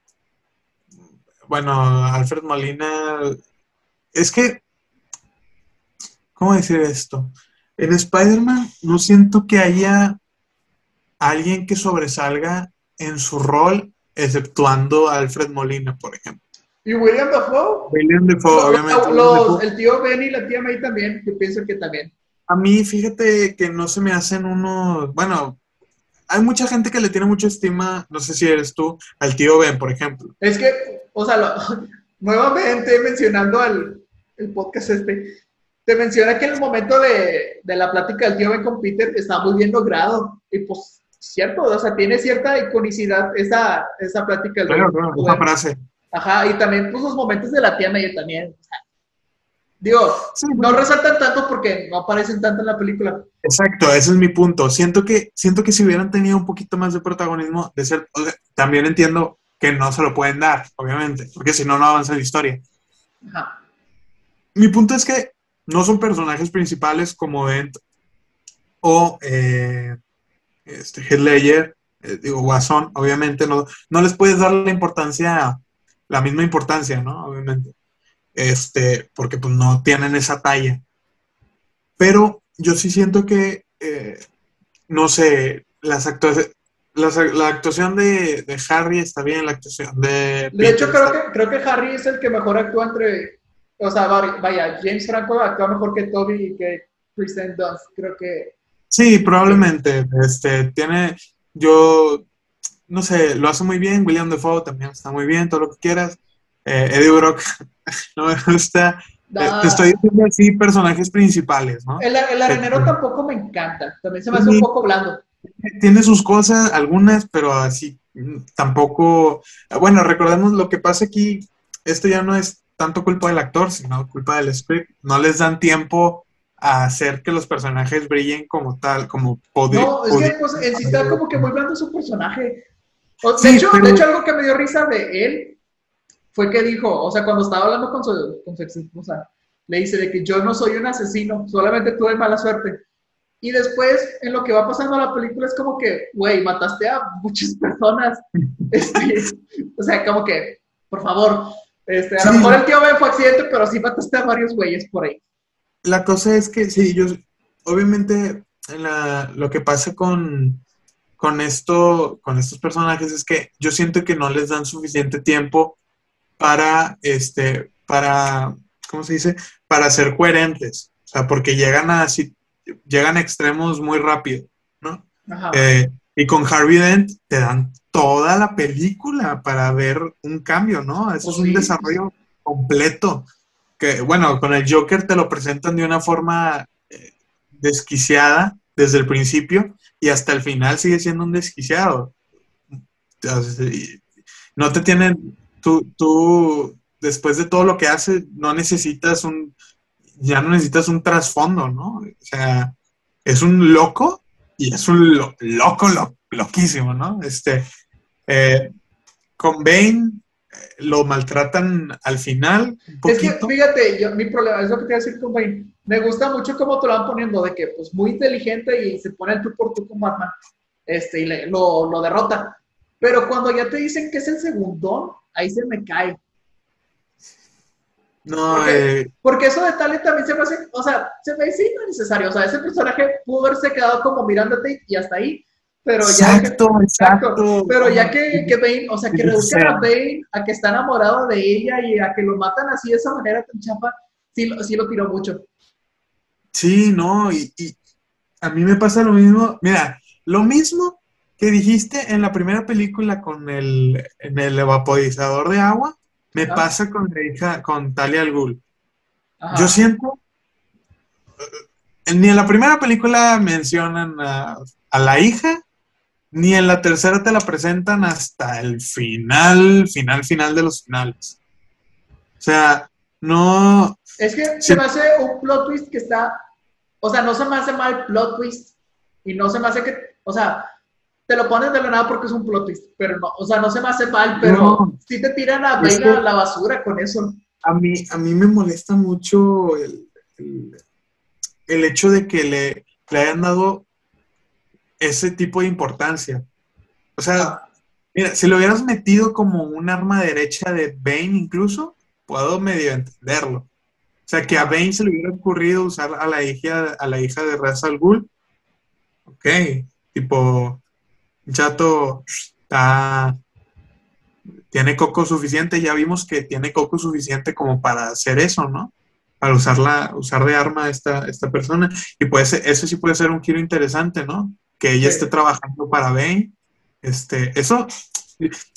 [SPEAKER 2] bueno, Alfred Molina, es que, ¿cómo decir esto? En Spider-Man no siento que haya alguien que sobresalga en su rol, exceptuando a Alfred Molina, por ejemplo.
[SPEAKER 1] ¿Y William Dafoe?
[SPEAKER 2] William Dafoe,
[SPEAKER 1] Lo-
[SPEAKER 2] obviamente,
[SPEAKER 1] lo-
[SPEAKER 2] William
[SPEAKER 1] los,
[SPEAKER 2] Dafoe.
[SPEAKER 1] el tío Ben y la tía May también, yo pienso que también.
[SPEAKER 2] A mí, fíjate que no se me hacen unos, bueno, hay mucha gente que le tiene mucha estima, no sé si eres tú, al tío Ben, por ejemplo.
[SPEAKER 1] Es que, o sea, lo, nuevamente mencionando al el podcast este, te menciona que en el momento de, de la plática del tío Ben con Peter está muy bien logrado. Y pues, cierto, o sea, tiene cierta iconicidad esa, esa plática del
[SPEAKER 2] Claro, claro, esa frase.
[SPEAKER 1] Ajá, y también pues los momentos de la tía May también. O sea, digo,
[SPEAKER 2] Sí,
[SPEAKER 1] no resaltan tanto porque no aparecen tanto en la película.
[SPEAKER 2] exacto, ese es mi punto. Siento que, siento que si hubieran tenido un poquito más de protagonismo, de ser, o sea, también entiendo que no se lo pueden dar, obviamente, porque si no, no avanza la historia.
[SPEAKER 1] Ajá.
[SPEAKER 2] Mi punto es que no son personajes principales como Dent o eh, este, Heath Ledger, eh, digo, Guasón, obviamente, no, no les puedes dar la importancia, la misma importancia, ¿no? Obviamente, este, porque pues no tienen esa talla. Pero yo sí siento que, eh, no sé, las actuaciones, las, la actuación de, de Harry está bien, la actuación de
[SPEAKER 1] De
[SPEAKER 2] Peter
[SPEAKER 1] hecho, creo
[SPEAKER 2] está
[SPEAKER 1] que, creo que Harry es el que mejor actúa entre. O sea, vaya, James Franco actúa mejor que Toby y que Kristen Dunst. Creo que.
[SPEAKER 2] sí, probablemente, este, tiene, yo, no sé, lo hace muy bien, William Dafoe también está muy bien, todo lo que quieras, eh, Eddie Brock, no me gusta, eh, te estoy
[SPEAKER 1] Nada.
[SPEAKER 2] diciendo así personajes principales, ¿no?
[SPEAKER 1] El, el arenero
[SPEAKER 2] Este,
[SPEAKER 1] tampoco me encanta. También se me hace un
[SPEAKER 2] y
[SPEAKER 1] poco blando.
[SPEAKER 2] tiene sus cosas, algunas, pero así mm, tampoco, bueno, recordemos lo que pasa aquí, esto ya no es tanto culpa del actor, sino culpa del script, no les dan tiempo a hacer que los personajes brillen como tal, como podrían.
[SPEAKER 1] No, es que pues, en sí está como que muy blando su personaje. O, de,
[SPEAKER 2] Sí,
[SPEAKER 1] hecho,
[SPEAKER 2] pero
[SPEAKER 1] de hecho, algo que me dio risa de él fue que dijo, o sea, cuando estaba hablando con su, con su ex esposa, le dice de que yo no soy un asesino, solamente tuve mala suerte. Y después, en lo que va pasando la película, es como que, güey, mataste a muchas personas. Este, o sea, como que, por favor, este, a
[SPEAKER 2] sí,
[SPEAKER 1] lo mejor el tío Ben fue accidente, pero sí mataste a varios güeyes por ahí.
[SPEAKER 2] la cosa es que sí, yo, obviamente, en la, lo que pasa con, con esto, con estos personajes es que yo siento que no les dan suficiente tiempo para, este, para, ¿cómo se dice? Para ser coherentes. O sea, porque llegan a, si- llegan a extremos muy rápido, ¿no?
[SPEAKER 1] Ajá.
[SPEAKER 2] Eh, y con Harvey Dent te dan toda la película para ver un cambio, ¿no? Eso es
[SPEAKER 1] Pues
[SPEAKER 2] un
[SPEAKER 1] sí, pues sí.
[SPEAKER 2] desarrollo completo. Que, bueno, con el Joker te lo presentan de una forma eh, desquiciada desde el principio y hasta el final sigue siendo un desquiciado. Entonces, no te tienen, tú, tú, después de todo lo que hace, no necesitas un, ya no necesitas un trasfondo, ¿no? O sea, es un loco y es un lo, loco, lo, loquísimo, ¿no? Este, eh, con Bane eh, lo maltratan al final un
[SPEAKER 1] Es que,
[SPEAKER 2] poquito.
[SPEAKER 1] fíjate, yo, mi problema es lo que te voy a decir con Bane. Me gusta mucho cómo te lo van poniendo, de que, pues, muy inteligente y se pone el tú por tú con Batman, este, y le, lo, lo derrota. Pero cuando ya te dicen que es el segundón, ahí se me cae.
[SPEAKER 2] No,
[SPEAKER 1] Porque,
[SPEAKER 2] eh,
[SPEAKER 1] porque eso de Talia también se me hace, o sea, se me dice innecesario. O sea, ese personaje pudo haberse quedado como mirándote y hasta ahí, pero ya que,
[SPEAKER 2] exacto,
[SPEAKER 1] exacto,
[SPEAKER 2] exacto.
[SPEAKER 1] pero ya
[SPEAKER 2] Bueno,
[SPEAKER 1] que, que Bane, o sea, que
[SPEAKER 2] o
[SPEAKER 1] reduzcan a
[SPEAKER 2] sea,
[SPEAKER 1] Bane a que está enamorado de ella y a que lo matan así de esa manera tan chapa, sí, lo- sí lo tiró mucho.
[SPEAKER 2] sí, no, y, y a mí me pasa lo mismo. Mira, lo mismo que dijiste en la primera película con el, en el evaporizador de agua, me
[SPEAKER 1] Ajá,
[SPEAKER 2] pasa con la hija, con Talia al Ghul. Yo
[SPEAKER 1] ajá.
[SPEAKER 2] siento, ni en la primera película mencionan a, a la hija, ni en la tercera te la presentan hasta el final, final, final de los finales. O sea, no,
[SPEAKER 1] Es que se
[SPEAKER 2] sí,
[SPEAKER 1] me hace un plot twist que está, o sea, no se me hace mal plot twist y no se me hace que, o sea, te lo ponen de la nada porque es un plot twist, pero no, o sea, no se me hace mal, pero
[SPEAKER 2] no,
[SPEAKER 1] sí te tiran a
[SPEAKER 2] es
[SPEAKER 1] Bane
[SPEAKER 2] que
[SPEAKER 1] a la basura con eso.
[SPEAKER 2] a mí, a mí me molesta mucho el, el, el hecho de que le, le hayan dado ese tipo de importancia. O sea,
[SPEAKER 1] Ajá.
[SPEAKER 2] mira, si lo hubieras metido como un arma derecha de Bane incluso, puedo medio entenderlo. O sea, que a
[SPEAKER 1] Ajá.
[SPEAKER 2] Bane se le hubiera ocurrido usar a la hija, a la hija de Ra's al Ghul, ok, tipo, chato está, tiene coco suficiente, ya vimos que tiene coco suficiente como para hacer eso, ¿no? Para usarla, usar de arma a esta, esta persona. Y pues eso sí puede ser un giro interesante, ¿no? Que ella
[SPEAKER 1] Sí.
[SPEAKER 2] esté trabajando para Bane. Este, eso,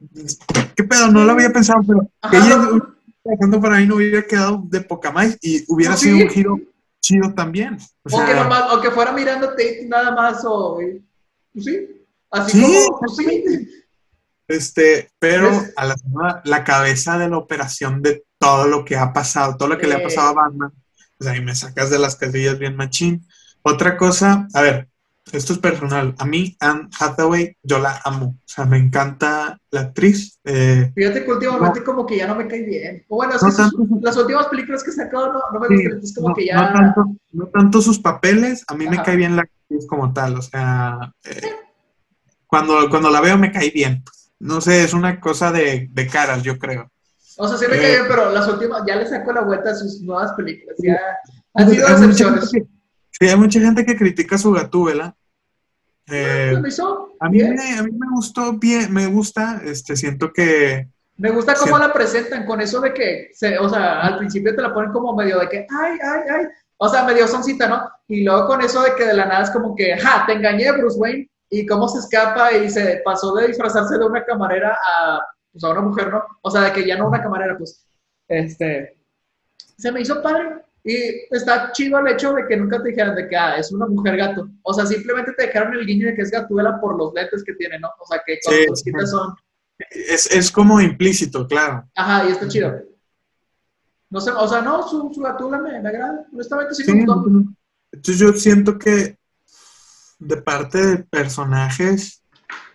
[SPEAKER 2] ¿Qué pedo? No lo había pensado, pero
[SPEAKER 1] Ajá,
[SPEAKER 2] ella
[SPEAKER 1] no,
[SPEAKER 2] trabajando para mí no hubiera quedado de poca más y hubiera
[SPEAKER 1] pues
[SPEAKER 2] sido un
[SPEAKER 1] sí.
[SPEAKER 2] giro chido también. O
[SPEAKER 1] O que
[SPEAKER 2] sea,
[SPEAKER 1] nomás, o que fuera mirando Tate nada más, o pues sí, así
[SPEAKER 2] sí,
[SPEAKER 1] como, pues
[SPEAKER 2] exactamente.
[SPEAKER 1] sí.
[SPEAKER 2] Este, pero
[SPEAKER 1] Es,
[SPEAKER 2] a la, señora, la cabeza de la operación de todo lo que ha pasado, todo lo que le ha pasado a
[SPEAKER 1] eh,
[SPEAKER 2] Batman, pues ahí me sacas de las casillas bien machín. Otra cosa, a ver, esto es personal. A mí, Anne Hathaway, yo la amo. O sea, me encanta la actriz. Eh,
[SPEAKER 1] fíjate que
[SPEAKER 2] no,
[SPEAKER 1] últimamente como que ya no me cae bien. O bueno, es que
[SPEAKER 2] no
[SPEAKER 1] sus,
[SPEAKER 2] tanto, su-
[SPEAKER 1] las últimas películas que he sacado no, no me
[SPEAKER 2] sí,
[SPEAKER 1] gustan, entonces como
[SPEAKER 2] no,
[SPEAKER 1] que
[SPEAKER 2] no
[SPEAKER 1] ya,
[SPEAKER 2] tanto, no tanto sus papeles, a mí me cae
[SPEAKER 1] ajá.
[SPEAKER 2] bien la actriz como tal. O sea, eh, cuando, cuando la veo me cae bien. No sé, es una cosa de, de caras, yo creo.
[SPEAKER 1] O sea, sí me cae
[SPEAKER 2] Eh,
[SPEAKER 1] bien, pero las últimas, ya le saco la vuelta a sus nuevas películas, ya han
[SPEAKER 2] Fíjate,
[SPEAKER 1] sido
[SPEAKER 2] hay mucha gente
[SPEAKER 1] decepciones.
[SPEAKER 2] que, sí, hay mucha gente que critica su Gatúbela.
[SPEAKER 1] No, se
[SPEAKER 2] Eh,
[SPEAKER 1] me hizo
[SPEAKER 2] a mí
[SPEAKER 1] bien.
[SPEAKER 2] me, a mí me gustó bien, me gusta, este, siento que,
[SPEAKER 1] Me gusta cómo
[SPEAKER 2] siento-
[SPEAKER 1] la presentan con eso de que, se, o sea, al principio te la ponen como medio de que, ay, ay, ay, o sea, medio soncita, ¿no? Y luego con eso de que de la nada es como que, ja, te engañé, Bruce Wayne, y cómo se escapa y se pasó de disfrazarse de una camarera a, pues, a una mujer, ¿no? O sea, de que ya no una camarera, pues, este, se me hizo padre. Y está chido el hecho de que nunca te dijeran de que, ah, es una mujer gato. O sea, simplemente te dejaron el guiño de que es Gatúbela por los lentes que tiene, ¿no? O sea, que
[SPEAKER 2] sí,
[SPEAKER 1] cuando te los
[SPEAKER 2] sí,
[SPEAKER 1] quitas son,
[SPEAKER 2] es, es como implícito, claro.
[SPEAKER 1] ajá, y está chido. No sé, o sea, no, su, su gatula me, me agrada. Honestamente sí me
[SPEAKER 2] Sí, no,
[SPEAKER 1] gustó.
[SPEAKER 2] no. Entonces yo siento que de parte de personajes,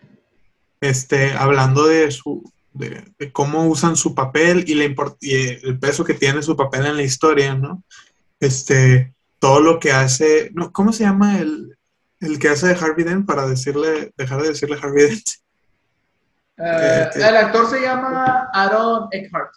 [SPEAKER 2] este, hablando de su, de, de cómo usan su papel y, la import- y el peso que tiene su papel en la historia, ¿no? Este, todo lo que hace, no, ¿cómo se llama el, el que hace de Harvey Dent para decirle, dejar de decirle Harvey Dent?
[SPEAKER 1] Uh,
[SPEAKER 2] Eh, eh,
[SPEAKER 1] el actor se llama Aaron Eckhart.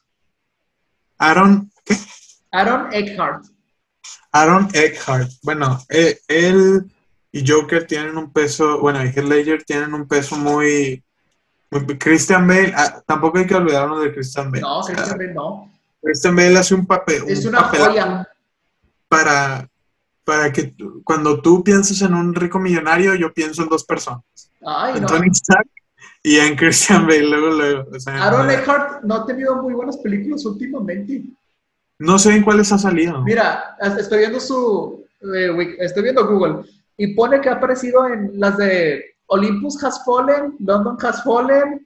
[SPEAKER 2] Aaron, ¿qué?
[SPEAKER 1] Aaron Eckhart.
[SPEAKER 2] Aaron Eckhart. Bueno, eh, él y Joker tienen un peso, bueno, y Heath Ledger tienen un peso muy, muy Christian Bale, ah, tampoco hay que olvidarnos de Christian Bale. O
[SPEAKER 1] No,
[SPEAKER 2] sea,
[SPEAKER 1] Christian Bale no.
[SPEAKER 2] Christian Bale hace un papel,
[SPEAKER 1] Es
[SPEAKER 2] un
[SPEAKER 1] una
[SPEAKER 2] papelazo
[SPEAKER 1] joya.
[SPEAKER 2] para, para que tú- cuando tú piensas en un rico millonario, yo pienso en dos personas.
[SPEAKER 1] Ay,
[SPEAKER 2] En
[SPEAKER 1] no.
[SPEAKER 2] Tony Stark y en Christian Bale, luego, luego. O sea,
[SPEAKER 1] Aaron
[SPEAKER 2] no,
[SPEAKER 1] Eckhart no ha tenido muy buenas películas últimamente.
[SPEAKER 2] no sé en cuáles ha salido.
[SPEAKER 1] Mira, estoy viendo su. Eh, estoy viendo Google. Y pone que ha aparecido en las de Olympus Has Fallen, London Has Fallen.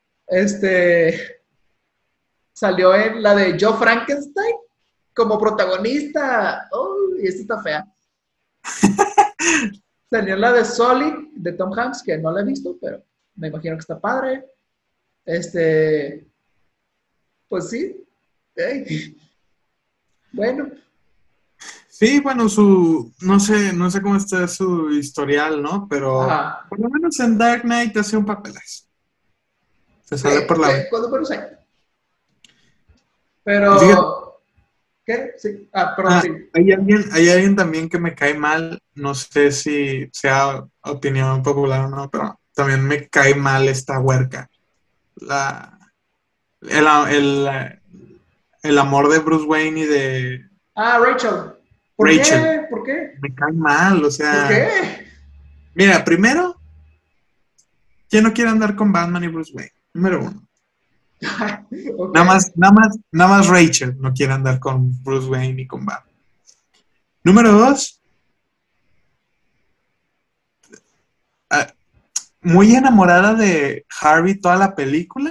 [SPEAKER 1] Este. Salió en la de Joe Frankenstein como protagonista. Uy, esta está fea. Salió en la de Solid de Tom Hanks, que no la he visto, pero me imagino que está padre. Este, pues sí. Hey. Bueno,
[SPEAKER 2] Sí, bueno, su, no sé, no sé cómo está su historial, ¿no? Pero
[SPEAKER 1] ajá.
[SPEAKER 2] por lo menos en Dark Knight hace un papelazo. Se
[SPEAKER 1] Sí,
[SPEAKER 2] sale por
[SPEAKER 1] sí,
[SPEAKER 2] la ventana.
[SPEAKER 1] cuando menos hay.
[SPEAKER 2] Y fíjate,
[SPEAKER 1] Pero, ¿qué? Sí. Ah, perdón,
[SPEAKER 2] ah,
[SPEAKER 1] sí.
[SPEAKER 2] hay alguien, hay alguien también que me cae mal, no sé si sea opinión popular o no, pero también me cae mal esta huerca. La, el, el, el amor de Bruce Wayne y de
[SPEAKER 1] Ah, Rachel. ¿Por
[SPEAKER 2] Rachel.
[SPEAKER 1] qué? ¿Por qué?
[SPEAKER 2] Me cae mal, o
[SPEAKER 1] ¿Por
[SPEAKER 2] sea,
[SPEAKER 1] qué?
[SPEAKER 2] mira, primero, ¿quién no quiere andar con Batman y Bruce Wayne? Número uno.
[SPEAKER 1] Ok.
[SPEAKER 2] Nada más, nada más, nada más Rachel no quiere andar con Bruce Wayne y con Batman. Número dos, ah, muy enamorada de Harvey toda la película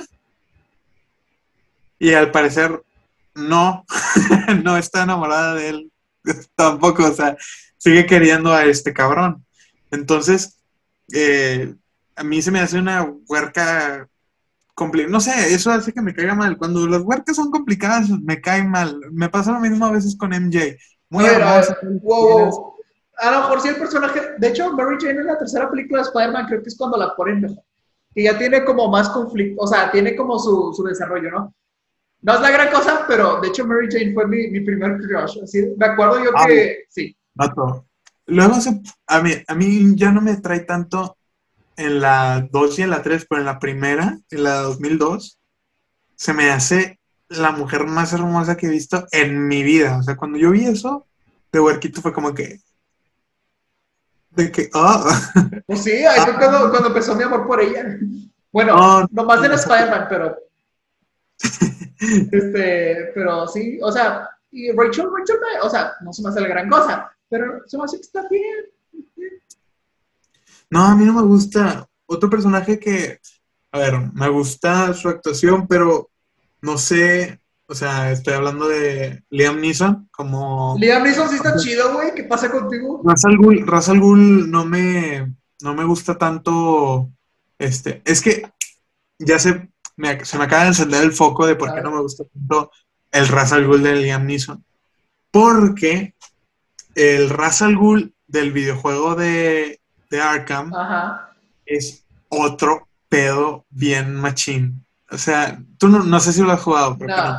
[SPEAKER 2] y al parecer no, no está enamorada de él tampoco, o sea, sigue queriendo a este cabrón. Entonces, eh, a mí se me hace una huerca compli- no sé, eso hace que me caiga mal. Cuando las huercas son complicadas, me cae mal. Me pasa lo mismo a veces con M J.
[SPEAKER 1] A
[SPEAKER 2] Muy
[SPEAKER 1] ver, a
[SPEAKER 2] hermosa,
[SPEAKER 1] ver.
[SPEAKER 2] todo lo que
[SPEAKER 1] Wow,
[SPEAKER 2] quieras.
[SPEAKER 1] wow. A lo mejor sí el personaje. De hecho, Mary Jane en la tercera película de Spider-Man creo que es cuando la ponen mejor. Que ya tiene como más conflicto. O sea, tiene como su, su desarrollo, ¿no? No es la gran cosa, pero de hecho Mary Jane fue mi, mi primer crush. Así, me acuerdo yo
[SPEAKER 2] Ay,
[SPEAKER 1] que. Sí.
[SPEAKER 2] vato. Luego se, a mí, a mí ya no me trae tanto en la dos y en la tres, pero en la primera, en la dos mil dos, se me hace la mujer más hermosa que he visto en mi vida. O sea, cuando yo vi eso, de huerquito fue como que, de que, ah,
[SPEAKER 1] Pues sí, ahí fue
[SPEAKER 2] ah,
[SPEAKER 1] cuando, cuando empezó mi amor por ella. Bueno,
[SPEAKER 2] No,
[SPEAKER 1] nomás en
[SPEAKER 2] no,
[SPEAKER 1] Spider-Man, pero, este, pero sí, o sea, y Rachel, Rachel, me- o sea, no se me hace la gran cosa, pero se me hace que está bien.
[SPEAKER 2] no, a mí no me gusta. Otro personaje que, a ver, me gusta su actuación, pero no sé, o sea, estoy hablando de Liam Neeson como
[SPEAKER 1] Liam Neeson sí está chido, güey, ¿qué pasa contigo?
[SPEAKER 2] Ra's al Ghul. Ra's al Ghul no me, no me gusta tanto, este, es que ya se me, se me acaba de encender el foco de por
[SPEAKER 1] A
[SPEAKER 2] qué no me
[SPEAKER 1] ver,
[SPEAKER 2] gusta tanto el Ra's al Ghul de Liam Neeson. Porque el Ra's al Ghul del videojuego de, de Arkham
[SPEAKER 1] ajá,
[SPEAKER 2] es otro pedo bien machín. O sea, tú no, no sé si lo has jugado, creo que
[SPEAKER 1] no,
[SPEAKER 2] no.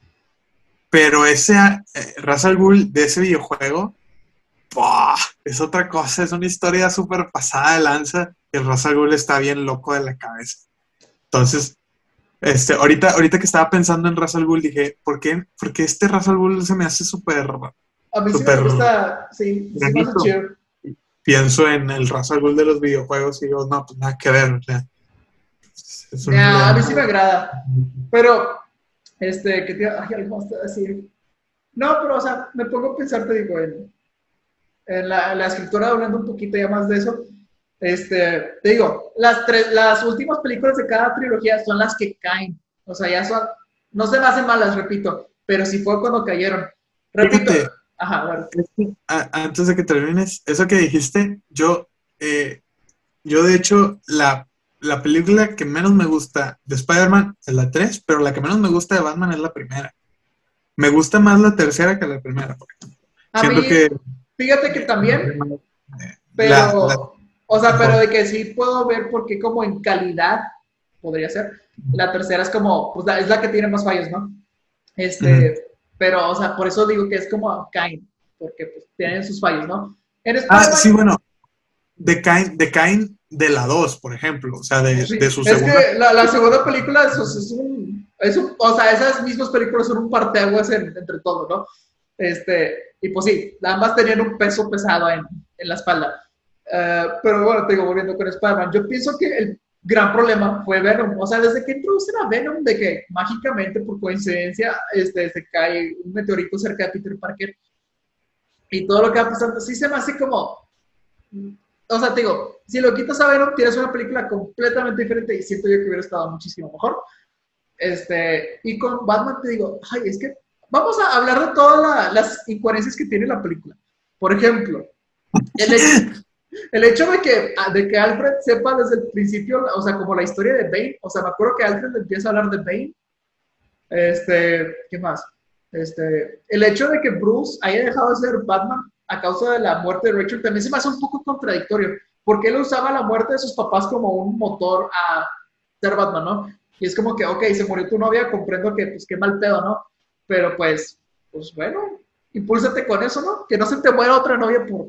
[SPEAKER 2] Pero ese eh, Ra's al Ghul de ese videojuego, ¡buah! Es otra cosa, es una historia súper pasada de lanza. El Ra's al Ghul está bien loco de la cabeza. Entonces, este, ahorita, ahorita que estaba pensando en Ra's al Ghul, dije, ¿por qué? Porque este Ra's al Ghul se me hace súper,
[SPEAKER 1] a mí sí me
[SPEAKER 2] súper
[SPEAKER 1] gusta, sí, sí me hace
[SPEAKER 2] granito.
[SPEAKER 1] chido.
[SPEAKER 2] Pienso en el Ra's al Ghul de los videojuegos y digo, no, pues nada que ver. O sea, es un
[SPEAKER 1] Nah, a mí
[SPEAKER 2] león.
[SPEAKER 1] sí me agrada, pero, este, que te, ay, algo más te voy a decir. No, pero, o sea, me pongo a pensar, te digo, en, en la, la escritura, hablando un poquito ya más de eso, este, te digo, las, tres, las últimas películas de cada trilogía son las que caen, o sea, ya son, no se me hacen malas, repito, pero sí fue cuando cayeron. Repito,
[SPEAKER 2] Fíjate,
[SPEAKER 1] ajá, bueno,
[SPEAKER 2] es que, a- antes de que termines, eso que dijiste, yo, eh, yo de hecho, la, la película que menos me gusta de Spider-Man es la tres, pero la que menos me gusta de Batman es la primera. Me gusta más la tercera que la primera, por ejemplo.
[SPEAKER 1] a
[SPEAKER 2] Siento
[SPEAKER 1] mí,
[SPEAKER 2] que
[SPEAKER 1] fíjate que
[SPEAKER 2] eh,
[SPEAKER 1] también,
[SPEAKER 2] la, la
[SPEAKER 1] pero, o sea, pero
[SPEAKER 2] mejor.
[SPEAKER 1] de que sí puedo ver porque como en calidad, podría ser, la tercera es como, pues la, es la que tiene más fallos, ¿no?
[SPEAKER 2] Ujú.
[SPEAKER 1] Este, pero, o sea, por eso digo que es como caen, porque pues tienen sus fallos, ¿no? En
[SPEAKER 2] Ah, sí,
[SPEAKER 1] Spider-Man,
[SPEAKER 2] bueno, decaen, decaen de la dos, por ejemplo, o sea, de,
[SPEAKER 1] pues sí,
[SPEAKER 2] de su
[SPEAKER 1] es
[SPEAKER 2] segunda.
[SPEAKER 1] que la, la segunda película es, es un, es un, o sea, esas mismas películas son un parteaguas en, entre todo, ¿no? Este, y pues sí, ambas tenían un peso pesado en, en la espalda. Uh, pero bueno, te digo, volviendo con Spider-Man, yo pienso que el gran problema fue Venom. O sea, desde que introducen a Venom, de que mágicamente, por coincidencia, este, se cae un meteorito cerca de Peter Parker y todo lo que va pasando, sí se me hace como. O sea, te digo, si lo quitas a Venom, tienes una película completamente diferente y siento yo que hubiera estado muchísimo mejor. Este, y con Batman te digo, ay, es que vamos a hablar de todas la, las incoherencias que tiene la película. Por ejemplo, el hecho, el hecho de, que, de que Alfred sepa desde el principio, o sea, como la historia de Bane, o sea, me acuerdo que Alfred empieza a hablar de Bane, este, ¿qué más? Este, el hecho de que Bruce haya dejado de ser Batman a causa de la muerte de Rachel también se me hace un poco contradictorio, porque él usaba la muerte de sus papás como un motor a ser Batman, ¿no? Y es como que, ok, se murió tu novia, comprendo que, pues, qué mal pedo, ¿no? Pero, pues, pues, bueno, impúlsate con eso, ¿no? Que no se te muera otra novia por,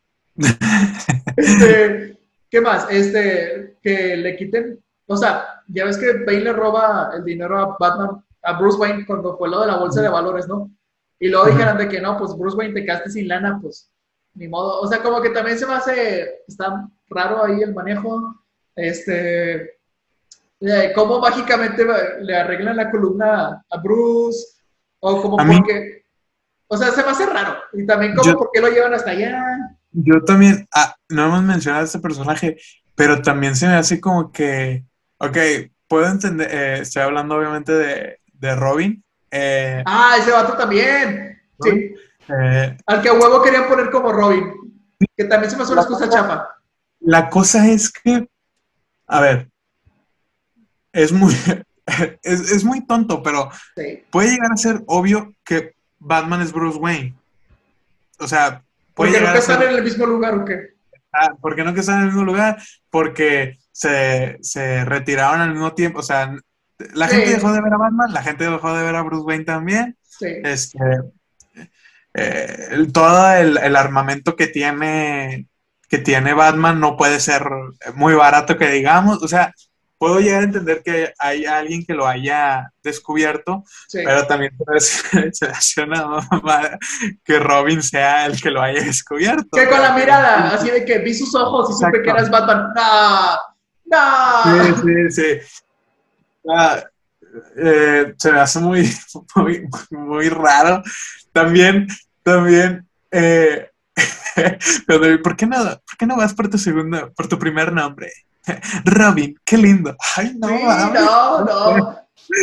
[SPEAKER 1] este, ¿qué más? Este, que le quiten, o sea, ya ves que Bane le roba el dinero a Batman, a Bruce Wayne cuando fue lo de la bolsa de valores, ¿no? Y luego
[SPEAKER 2] Ujú.
[SPEAKER 1] dijeron de que no, pues Bruce Wayne te quedaste sin lana, pues ni modo. O sea, como que también se me hace, está raro ahí el manejo, este, eh, cómo mágicamente le arreglan la columna a Bruce, o como
[SPEAKER 2] A mí,
[SPEAKER 1] porque, o sea, se me hace raro. Y también como
[SPEAKER 2] yo,
[SPEAKER 1] por qué lo llevan hasta allá.
[SPEAKER 2] yo también, ah, no hemos mencionado a este personaje, pero también se me hace como que, ok, puedo entender, eh, estoy hablando obviamente de, de Robin, eh,
[SPEAKER 1] Ah, ese vato también.
[SPEAKER 2] Robin,
[SPEAKER 1] Sí,
[SPEAKER 2] eh,
[SPEAKER 1] al que a huevo querían poner como Robin, que también se me hace una
[SPEAKER 2] la
[SPEAKER 1] excusa
[SPEAKER 2] cosa,
[SPEAKER 1] chafa.
[SPEAKER 2] la cosa es que, a ver, es muy, es, es muy tonto, pero
[SPEAKER 1] Sí.
[SPEAKER 2] puede llegar a ser obvio que Batman es Bruce Wayne. O sea, puede
[SPEAKER 1] Porque
[SPEAKER 2] llegar
[SPEAKER 1] nunca
[SPEAKER 2] a ser,
[SPEAKER 1] están en el mismo lugar, ¿o qué?
[SPEAKER 2] ah, ¿por qué no que están en el mismo lugar? Porque se, se retiraron al mismo tiempo. O sea, la gente dejó
[SPEAKER 1] Sí,
[SPEAKER 2] de ver a Batman, la gente dejó de ver a Bruce Wayne también.
[SPEAKER 1] sí.
[SPEAKER 2] Este, eh, el- todo el, el armamento que tiene, que tiene Batman no puede ser muy barato que digamos. O sea, puedo llegar a entender que hay alguien que lo haya descubierto,
[SPEAKER 1] Sí.
[SPEAKER 2] pero también se me hace se me hace una mamada que Robin sea el que lo haya descubierto.
[SPEAKER 1] Que
[SPEAKER 2] O
[SPEAKER 1] con
[SPEAKER 2] sea,
[SPEAKER 1] la
[SPEAKER 2] que,
[SPEAKER 1] mirada, así de que vi sus ojos y supe que
[SPEAKER 2] exacto.
[SPEAKER 1] eras Batman. No, ¡No!
[SPEAKER 2] Sí, sí, sí. Ah, eh, se me hace muy, muy, muy raro. También, también, eh, cuando- ¿por qué no, por qué no vas por tu segundo, por tu primer nombre? Robin, qué lindo. Ay, no,
[SPEAKER 1] Sí,
[SPEAKER 2] mames.
[SPEAKER 1] no, no.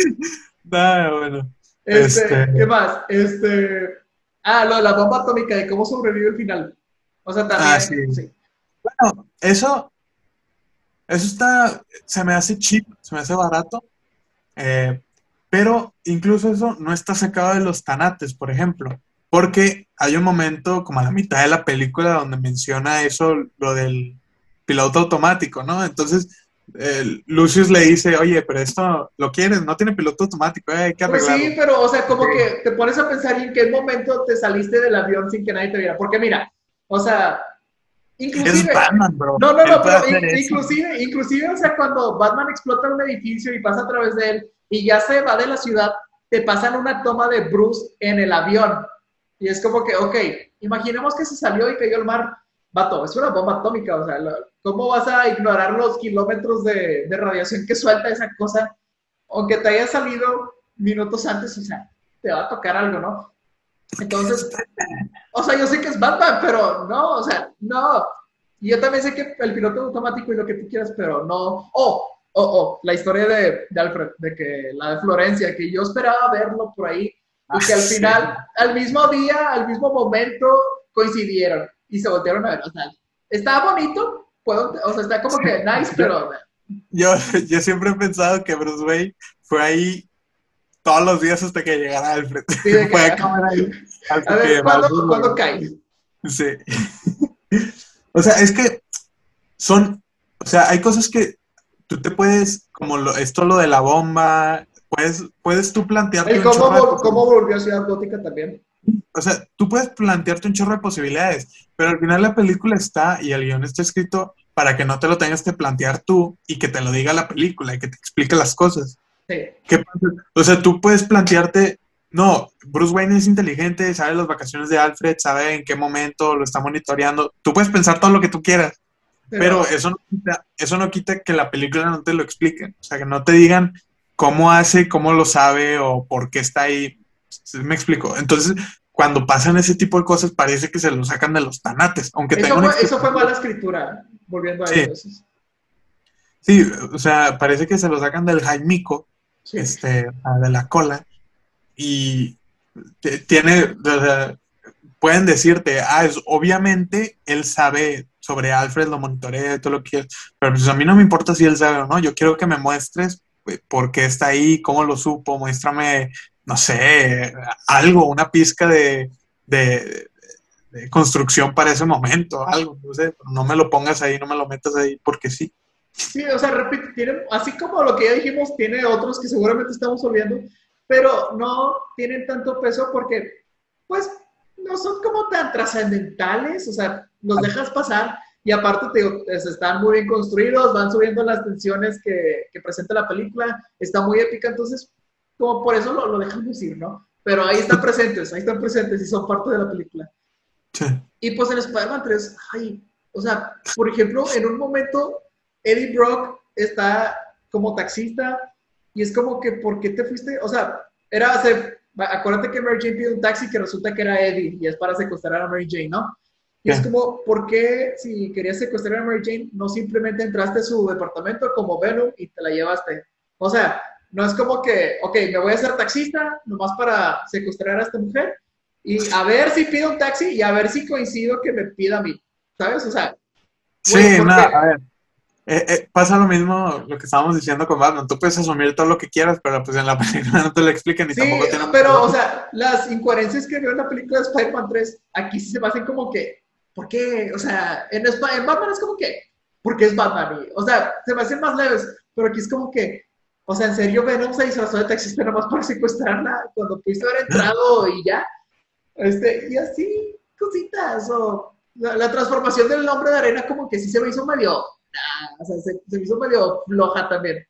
[SPEAKER 2] No, bueno, este,
[SPEAKER 1] Este, ¿qué más? Este, ah, lo de la bomba atómica, de cómo sobrevive el final. O sea,
[SPEAKER 2] ah, sí.
[SPEAKER 1] también, sí.
[SPEAKER 2] Bueno, eso, eso está, se me hace cheap, se me hace barato, eh, pero incluso eso no está sacado de los tanates, por ejemplo, porque hay un momento como a la mitad de la película donde menciona eso, lo del piloto automático, ¿no? Entonces, eh, Lucius le dice, oye, pero esto lo quieres, no tiene piloto automático, eh, hay que
[SPEAKER 1] Pues
[SPEAKER 2] arreglarlo.
[SPEAKER 1] sí, pero, o sea, como
[SPEAKER 2] Sí.
[SPEAKER 1] que te pones a pensar en qué momento te saliste del avión sin que nadie te viera. Porque mira, o sea,
[SPEAKER 2] Es
[SPEAKER 1] inclusive,
[SPEAKER 2] Batman, bro,
[SPEAKER 1] no, no,
[SPEAKER 2] él
[SPEAKER 1] no,
[SPEAKER 2] puede
[SPEAKER 1] pero
[SPEAKER 2] hacer
[SPEAKER 1] in-
[SPEAKER 2] eso.
[SPEAKER 1] inclusive, inclusive, o sea, cuando Batman explota un edificio y pasa a través de él y ya se va de la ciudad, te pasan una toma de Bruce en el avión. Y es como que, ok, imaginemos que se salió y cayó al mar. Vato, es una bomba atómica, o sea, lo- ¿cómo vas a ignorar los kilómetros de, de radiación que suelta esa cosa? Aunque te haya salido minutos antes, o sea, te va a tocar algo, ¿no? Entonces, o sea, yo sé que es Batman, pero no, o sea, no. Y yo también sé que el piloto automático y lo que tú quieras, pero no. Oh, oh, oh, la historia de, de Alfred, de que la de Florencia, que yo esperaba verlo por ahí
[SPEAKER 2] Ah,
[SPEAKER 1] y que al
[SPEAKER 2] sí.
[SPEAKER 1] final, al mismo día, al mismo momento, coincidieron y se voltearon a ver. O sea, está bonito, puedo, o sea, está como que nice,
[SPEAKER 2] Yo,
[SPEAKER 1] pero
[SPEAKER 2] yo, yo siempre he pensado que Bruce Wayne fue ahí todos los días hasta que llegara Alfred.
[SPEAKER 1] sí, de que,
[SPEAKER 2] Fue a comer ahí
[SPEAKER 1] a
[SPEAKER 2] hasta que
[SPEAKER 1] ver, ¿cuándo,
[SPEAKER 2] Alfred
[SPEAKER 1] ¿cuándo
[SPEAKER 2] llegó.
[SPEAKER 1] cae?
[SPEAKER 2] Sí. O sea, es que son, o sea, hay cosas que tú te puedes, como lo, esto lo de la bomba, puedes, puedes tú plantearte
[SPEAKER 1] El
[SPEAKER 2] un
[SPEAKER 1] cómo,
[SPEAKER 2] chorro de
[SPEAKER 1] vol- cómo
[SPEAKER 2] posibilidades.
[SPEAKER 1] volvió a Ciudad Gótica también.
[SPEAKER 2] O sea, tú puedes plantearte un chorro de posibilidades, pero al final la película está y el guión está escrito para que no te lo tengas que plantear tú y que te lo diga la película y que te explique las cosas.
[SPEAKER 1] Sí.
[SPEAKER 2] ¿Qué pasa? O sea, tú puedes plantearte, no, Bruce Wayne es inteligente, sabe las vacaciones de Alfred, sabe en qué momento lo está monitoreando. Tú puedes pensar todo lo que tú quieras, pero
[SPEAKER 1] Pero
[SPEAKER 2] eso no quita, eso no quita que la película no te lo explique. O sea, que no te digan cómo hace, cómo lo sabe o por qué está ahí. ¿Sí me explico? Entonces, cuando pasan ese tipo de cosas, parece que se lo sacan de los tanates, aunque tenga
[SPEAKER 1] eso
[SPEAKER 2] una
[SPEAKER 1] fue, eso fue
[SPEAKER 2] explicación.
[SPEAKER 1] mala escritura, volviendo a
[SPEAKER 2] Sí,
[SPEAKER 1] eso. Eso es-
[SPEAKER 2] sí, o sea, parece que se lo sacan del Jaimico,
[SPEAKER 1] sí.
[SPEAKER 2] este, de la cola, y t- tiene, o sea, pueden decirte, ah, es, obviamente él sabe sobre Alfred, lo monitorea y todo lo que quieras, pero pues a mí no me importa si él sabe o no, yo quiero que me muestres eh, por qué está ahí, cómo lo supo, muéstrame, no sé, algo, una pizca de, de, de construcción para ese momento, algo, no sé, no me lo pongas ahí, no me lo metas ahí porque sí.
[SPEAKER 1] Sí, o sea, repito, tiene, así como lo que ya dijimos, tiene otros que seguramente estamos olvidando, pero no tienen tanto peso porque, pues, no son como tan trascendentales, o sea, los dejas pasar y aparte te digo, pues, están muy bien construidos, van subiendo las tensiones que, que presenta la película, está muy épica, entonces, como por eso lo, lo dejamos ir, ¿no? Pero ahí están presentes, ahí están presentes y son parte de la película.
[SPEAKER 2] Sí.
[SPEAKER 1] Y pues en Spider-Man tres, ay, o sea, por ejemplo, en un momento Eddie Brock está como taxista y es como que, ¿por qué te fuiste? O sea, era, hacer, acuérdate que Mary Jane pide un taxi que resulta que era Eddie y es para secuestrar a Mary Jane, ¿no? Y
[SPEAKER 2] Sí.
[SPEAKER 1] es como, ¿por qué si querías secuestrar a Mary Jane no simplemente entraste a su departamento como Venom y te la llevaste? O sea, no es como que, ok, me voy a hacer taxista nomás para secuestrar a esta mujer y a ver si pido un taxi y a ver si coincido que me pida a mí, ¿sabes? O sea, güey,
[SPEAKER 2] Sí,
[SPEAKER 1] ¿por
[SPEAKER 2] nada,
[SPEAKER 1] qué?
[SPEAKER 2] a ver, eh, eh, pasa lo mismo lo que estábamos diciendo con Batman. Tú puedes asumir todo lo que quieras, pero pues en la película no te lo explican y
[SPEAKER 1] Sí,
[SPEAKER 2] tampoco tiene mucho
[SPEAKER 1] pero, o
[SPEAKER 2] lógica.
[SPEAKER 1] sea, las incoherencias que veo en la película de Spider-Man tres, aquí sí se me hacen como que, ¿por qué? O sea, en, Sp- en Batman es como que, ¿por qué es Batman? Y, o sea, se me hacen más leves, pero aquí es como que, o sea, en serio, Venom se disfrazó de taxista nomás para secuestrarla cuando pudiste haber entrado y ya. Este, y así, cositas, o la, la transformación del hombre de arena como que sí se me hizo medio, nah, o sea, se, se me hizo medio floja también.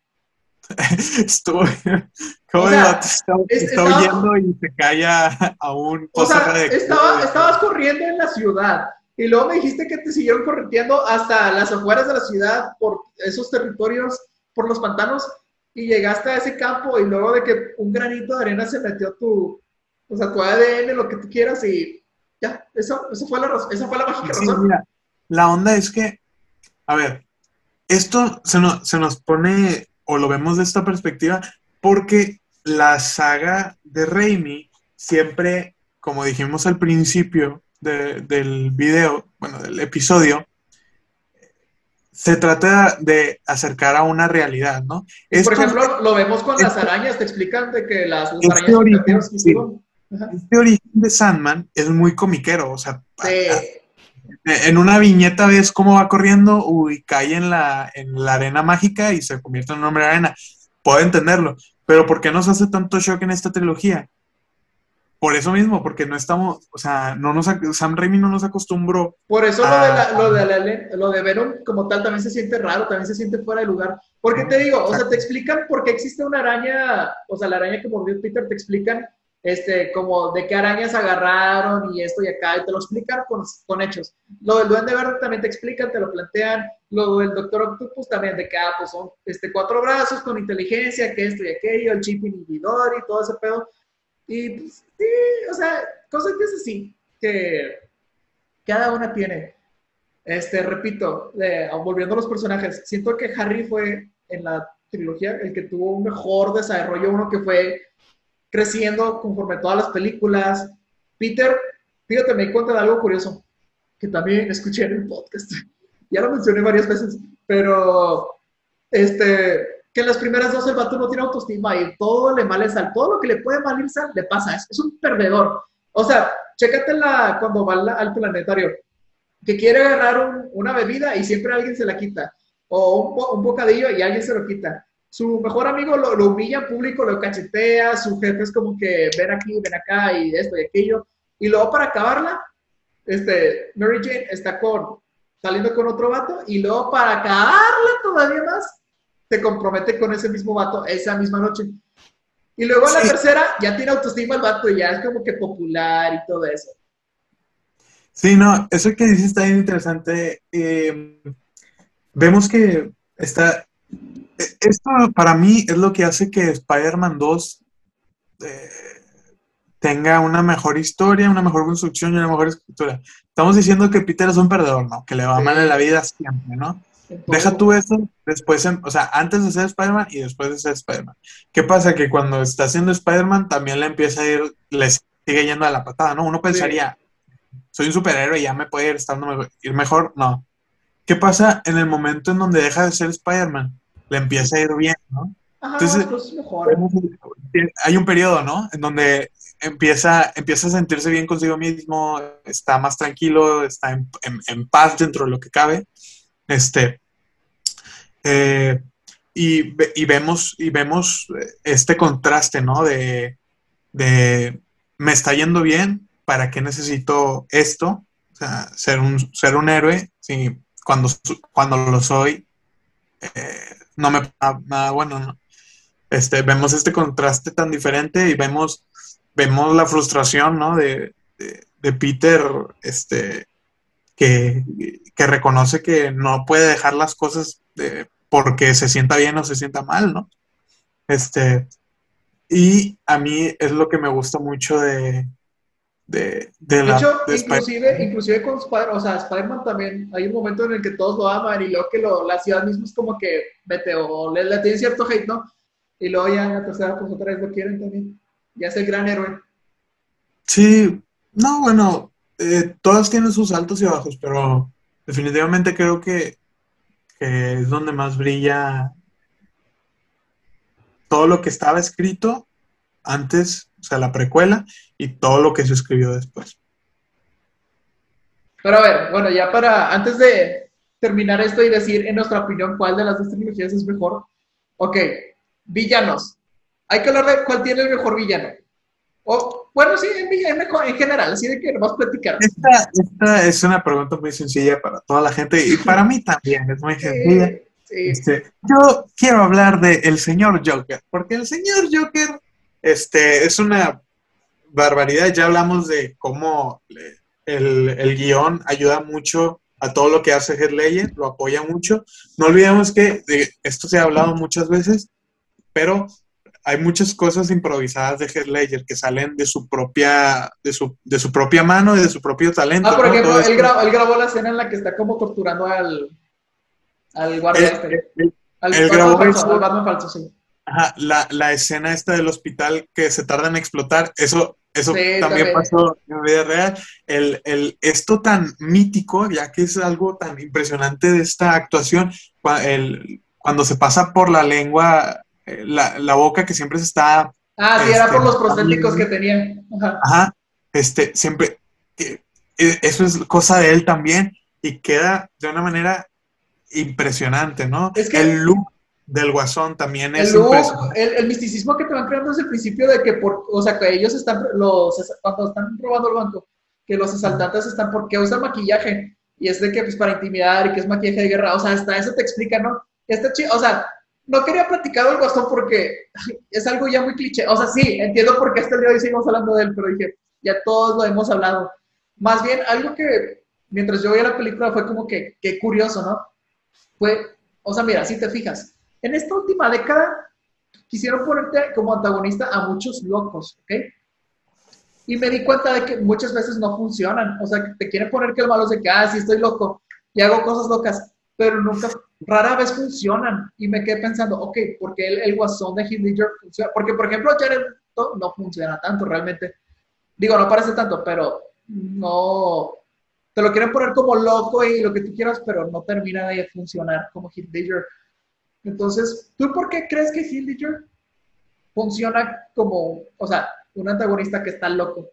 [SPEAKER 2] Estuvo,
[SPEAKER 1] O
[SPEAKER 2] como el vato
[SPEAKER 1] sea,
[SPEAKER 2] está,
[SPEAKER 1] es,
[SPEAKER 2] está
[SPEAKER 1] estabas,
[SPEAKER 2] huyendo y se cae a, a un
[SPEAKER 1] o
[SPEAKER 2] pozo
[SPEAKER 1] sea,
[SPEAKER 2] radiactivo
[SPEAKER 1] estaba,
[SPEAKER 2] y todo.
[SPEAKER 1] estabas corriendo en la ciudad Y luego me dijiste que te siguieron correteando hasta las afueras de la ciudad, por esos territorios, por los pantanos, y llegaste a ese campo y luego de que un granito de arena se metió a tu, o sea, tu A D N, lo que tú quieras, y ya, eso, eso fue la, esa fue la mágica
[SPEAKER 2] Sí,
[SPEAKER 1] razón.
[SPEAKER 2] mira, la onda es que, a ver, esto se nos, se nos pone, o lo vemos de esta perspectiva, porque la saga de Raimi siempre, como dijimos al principio de- del video, bueno, del episodio, se trata de acercar a una realidad, ¿no?
[SPEAKER 1] Y por
[SPEAKER 2] Esto,
[SPEAKER 1] ejemplo, lo vemos con las
[SPEAKER 2] este,
[SPEAKER 1] arañas, te explican de que las, las
[SPEAKER 2] este
[SPEAKER 1] arañas
[SPEAKER 2] origen,
[SPEAKER 1] superhéroes que
[SPEAKER 2] sí,
[SPEAKER 1] hicieron. Ajá.
[SPEAKER 2] este origen de Sandman es muy comiquero, o sea, a- a-
[SPEAKER 1] Sí.
[SPEAKER 2] en una viñeta ves cómo va corriendo, uy, cae en la, en la arena mágica y se convierte en un hombre de arena. Puedo entenderlo, pero ¿por qué nos hace tanto shock en esta trilogía? Por eso mismo, porque no estamos, o sea, no nos, ac- Sam Raimi no nos acostumbró
[SPEAKER 1] Por eso lo de,
[SPEAKER 2] a...
[SPEAKER 1] la, lo, de la, lo de Venom como tal también se siente raro, también se siente fuera de lugar. Porque te digo, o sea, te explican por qué existe una araña, o sea, la araña que mordió Peter, te explican este, como de qué arañas agarraron y esto y acá, y te lo explican con, con hechos. Lo del Duende Verde también te explican, te lo plantean. Lo del Doctor Octopus también, de que ah, pues son este, cuatro brazos con inteligencia, que esto y aquello, el chip inhibidor y todo ese pedo. Y pues, sí, o sea, cosas que es así, que cada una tiene. Este, repito, eh, volviendo a los personajes, siento que Harry fue en la trilogía el que tuvo un mejor desarrollo, uno que fue creciendo conforme todas las películas. Peter, fíjate, me di cuenta de algo curioso, que también escuché en el podcast. Ya lo mencioné varias veces, pero este, que en las primeras dos el vato no tiene autoestima y todo le male sal, todo lo que le puede malir sal le pasa, es, es un perdedor. O sea, chécatela cuando va al, al planetario, que quiere agarrar un, una bebida y siempre alguien se la quita, o un, un bocadillo y alguien se lo quita. Su mejor amigo lo, lo humilla en público, lo cachetea, su jefe es como que ven aquí, ven acá y esto y aquello. Y luego para acabarla, este, Mary Jane está con, saliendo con otro vato y luego para acabarla todavía más, se compromete con ese mismo vato esa misma noche. Y luego en la
[SPEAKER 2] Sí,
[SPEAKER 1] tercera ya tiene autoestima el vato y ya es como que popular y todo eso.
[SPEAKER 2] sí, no, eso que dices está bien interesante. Eh, vemos que está... e- Esto para mí es lo que hace que Spider-Man dos eh, tenga una mejor historia, una mejor construcción y una mejor escritura. Estamos diciendo que Peter es un perdedor, ¿no? Que le va mal en la
[SPEAKER 1] Sí,
[SPEAKER 2] vida siempre, ¿no?
[SPEAKER 1] en
[SPEAKER 2] Deja
[SPEAKER 1] todo.
[SPEAKER 2] tú eso después, en- o sea, antes de ser Spider-Man y después de ser Spider-Man. ¿Qué pasa? Que cuando está haciendo Spider-Man también le empieza a ir, le sigue yendo a la patada, ¿no? Uno
[SPEAKER 1] Sí.
[SPEAKER 2] pensaría, soy un superhéroe y ya me puede ir, estando mejor, ir mejor. No. ¿Qué pasa en el momento en donde deja de ser Spider-Man? Le empieza a ir bien, ¿no?
[SPEAKER 1] Ajá,
[SPEAKER 2] Entonces,
[SPEAKER 1] las cosas mejoran.
[SPEAKER 2] hay un periodo, ¿no? En donde empieza, empieza a sentirse bien consigo mismo, está más tranquilo, está en, en, en paz dentro de lo que cabe. Este, eh, y, y, vemos, y vemos este contraste, ¿no? De, de me está yendo bien, ¿para qué necesito esto? O sea, ser un, ser un héroe, sí, cuando, cuando lo soy, eh, no me nada bueno, ¿no? Este, vemos este contraste tan diferente y vemos, vemos la frustración, ¿no? De, de, de Peter, este, que, que, reconoce que no puede dejar las cosas de, porque se sienta bien o se sienta mal, ¿no? Este, y a mí es lo que me gusta mucho de, de, de
[SPEAKER 1] De
[SPEAKER 2] la
[SPEAKER 1] hecho,
[SPEAKER 2] de
[SPEAKER 1] inclusive,
[SPEAKER 2] Spider-Man.
[SPEAKER 1] inclusive con Spider, o sea, Spider-Man también, hay un momento en el que todos lo aman y luego que lo, la ciudad misma es como que vete o le, le tiene cierto hate, ¿no? Y luego ya en la tercera, pues otra vez lo quieren también. Ya es el gran héroe.
[SPEAKER 2] Sí, no, bueno, eh, todas tienen sus altos y bajos, pero definitivamente creo que, que es donde más brilla todo lo que estaba escrito antes, o sea, la precuela, y todo lo que se escribió después.
[SPEAKER 1] Pero a ver, bueno, ya para, antes de terminar esto y decir en nuestra opinión cuál de las dos trilogías es mejor, ok, villanos. Hay que hablar de cuál tiene el mejor villano. O, bueno, sí, en, en, mejor, en general, así de que nomás platicar.
[SPEAKER 2] Esta, esta es una pregunta muy sencilla para toda la gente y para mí también es muy sencilla.
[SPEAKER 1] Sí, sí.
[SPEAKER 2] Este, yo quiero hablar de el señor Joker, porque el señor Joker este, es una barbaridad. Ya hablamos de cómo le, el, el guión ayuda mucho a todo lo que hace Heath Ledger, lo apoya mucho. No olvidemos que de esto se ha hablado muchas veces, pero hay muchas cosas improvisadas de Heath Ledger que salen de su propia, de su, de su propia mano y de su propio talento.
[SPEAKER 1] Ah, por
[SPEAKER 2] ¿no?
[SPEAKER 1] ejemplo,
[SPEAKER 2] Todo
[SPEAKER 1] él
[SPEAKER 2] esto-
[SPEAKER 1] grabó, él grabó la escena en la que está como torturando al, al guardia
[SPEAKER 2] él,
[SPEAKER 1] este.
[SPEAKER 2] él-
[SPEAKER 1] Al
[SPEAKER 2] él
[SPEAKER 1] Batman
[SPEAKER 2] grabó
[SPEAKER 1] falso,
[SPEAKER 2] eso.
[SPEAKER 1] al Batman falso, sí.
[SPEAKER 2] Ajá, la, la escena esta del hospital que se tarda en explotar, eso, eso
[SPEAKER 1] Sí,
[SPEAKER 2] también
[SPEAKER 1] también.
[SPEAKER 2] pasó en la vida real. El, el, esto tan mítico, ya que es algo tan impresionante de esta actuación, cua- el- cuando se pasa por la lengua, eh, la, la boca que siempre se está,
[SPEAKER 1] Ah, sí, era
[SPEAKER 2] este,
[SPEAKER 1] por los prostéticos que
[SPEAKER 2] moviendo.
[SPEAKER 1] tenía. Ajá.
[SPEAKER 2] Ajá, este, siempre, que- eh, eso es cosa de él también, y queda de una manera impresionante, ¿no?
[SPEAKER 1] Es
[SPEAKER 2] El
[SPEAKER 1] que
[SPEAKER 2] look del Guasón también
[SPEAKER 1] el
[SPEAKER 2] es
[SPEAKER 1] look,
[SPEAKER 2] impresionante.
[SPEAKER 1] el, el misticismo que te van creando desde el principio de que, por, o sea, que ellos están, los, cuando están robando el banco, que los asaltantes están, porque usan maquillaje? Y es de que, pues, para intimidar y que es maquillaje de guerra, o sea, hasta eso te explica, ¿no? Que está chido, o sea, no quería platicar del Guasón porque es algo ya muy cliché, o sea, sí, entiendo por qué hasta el día de hoy seguimos hablando de él, pero dije, ya todos lo hemos hablado. Más bien, algo que, mientras yo veía la película, fue como que, qué curioso, ¿no? Fue, o sea, mira, si te fijas, en esta última década quisieron ponerte como antagonista a muchos locos, ¿ok? Y me di cuenta de que muchas veces no funcionan. O sea, que te quieren poner que el malo es de que, ah, sí estoy loco y hago cosas locas, pero nunca, rara vez funcionan. Y me quedé pensando, ok, ¿por qué el, el guasón de Heath Ledger funciona? Porque, por ejemplo, Jared Leto no funciona tanto realmente. Digo, no parece tanto, pero no. Te lo quieren poner como loco y lo que tú quieras, pero no termina de funcionar como Heath Ledger. Entonces, ¿tú por qué crees que Heath Ledger funciona como, o sea, un antagonista que está loco?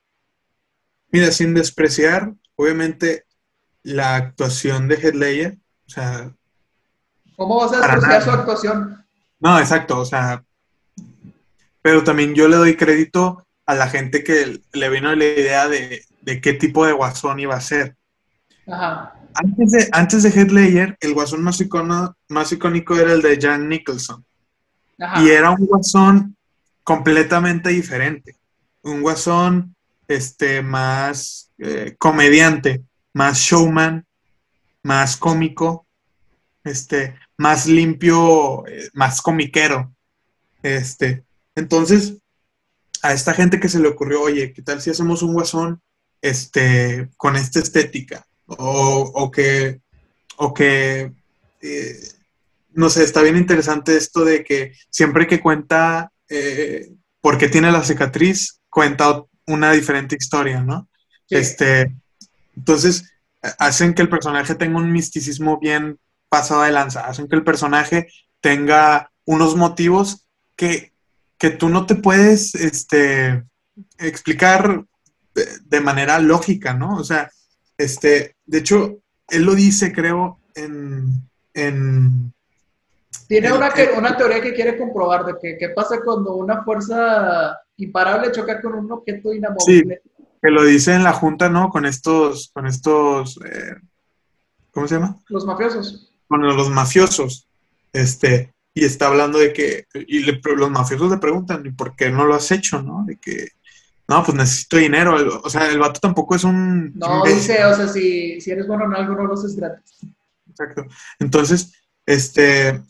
[SPEAKER 2] Mira, sin despreciar, obviamente, la actuación de Heath Ledger, o sea,
[SPEAKER 1] ¿Cómo vas a
[SPEAKER 2] para
[SPEAKER 1] despreciar su
[SPEAKER 2] nada.
[SPEAKER 1] actuación?
[SPEAKER 2] No, exacto, o sea, pero también yo le doy crédito a la gente que le vino la idea de, de qué tipo de guasón iba a ser.
[SPEAKER 1] Ajá,
[SPEAKER 2] Antes de, antes de Heath Ledger, el guasón más, icono, más icónico era el de Jack Nicholson. Y
[SPEAKER 1] ajá.
[SPEAKER 2] era un guasón completamente diferente. Un guasón este, más eh, comediante, más showman, más cómico, este, más limpio, eh, más comiquero. Este. Entonces, a esta gente que se le ocurrió, oye, ¿qué tal si hacemos un guasón este, con esta estética? O, o que, o que eh, no sé, está bien interesante esto de que siempre que cuenta eh, por qué tiene la cicatriz, cuenta una diferente historia, ¿no?
[SPEAKER 1] Sí.
[SPEAKER 2] Este, entonces, hacen que el personaje tenga un misticismo bien pasado de lanza, hacen que el personaje tenga unos motivos que, que tú no te puedes este, explicar de, de manera lógica, ¿no? O sea, este, de hecho, él lo dice, creo, en, en
[SPEAKER 1] Tiene
[SPEAKER 2] el,
[SPEAKER 1] una,
[SPEAKER 2] el-
[SPEAKER 1] que, una teoría que quiere comprobar de que qué pasa cuando una fuerza imparable choca con un objeto
[SPEAKER 2] sí,
[SPEAKER 1] inamovible.
[SPEAKER 2] que lo dice en la junta, ¿no? Con estos, con estos, eh, ¿cómo se llama?
[SPEAKER 1] Los mafiosos.
[SPEAKER 2] Con los mafiosos, este, y está hablando de que, y le- los mafiosos le preguntan, ¿y por qué no lo has hecho, no? De que, no, pues necesito dinero, el- o sea, el vato tampoco es un
[SPEAKER 1] No,
[SPEAKER 2] imbécil,
[SPEAKER 1] dice, o sea, si, si eres bueno en algo, no lo haces gratis.
[SPEAKER 2] exacto. Entonces, este,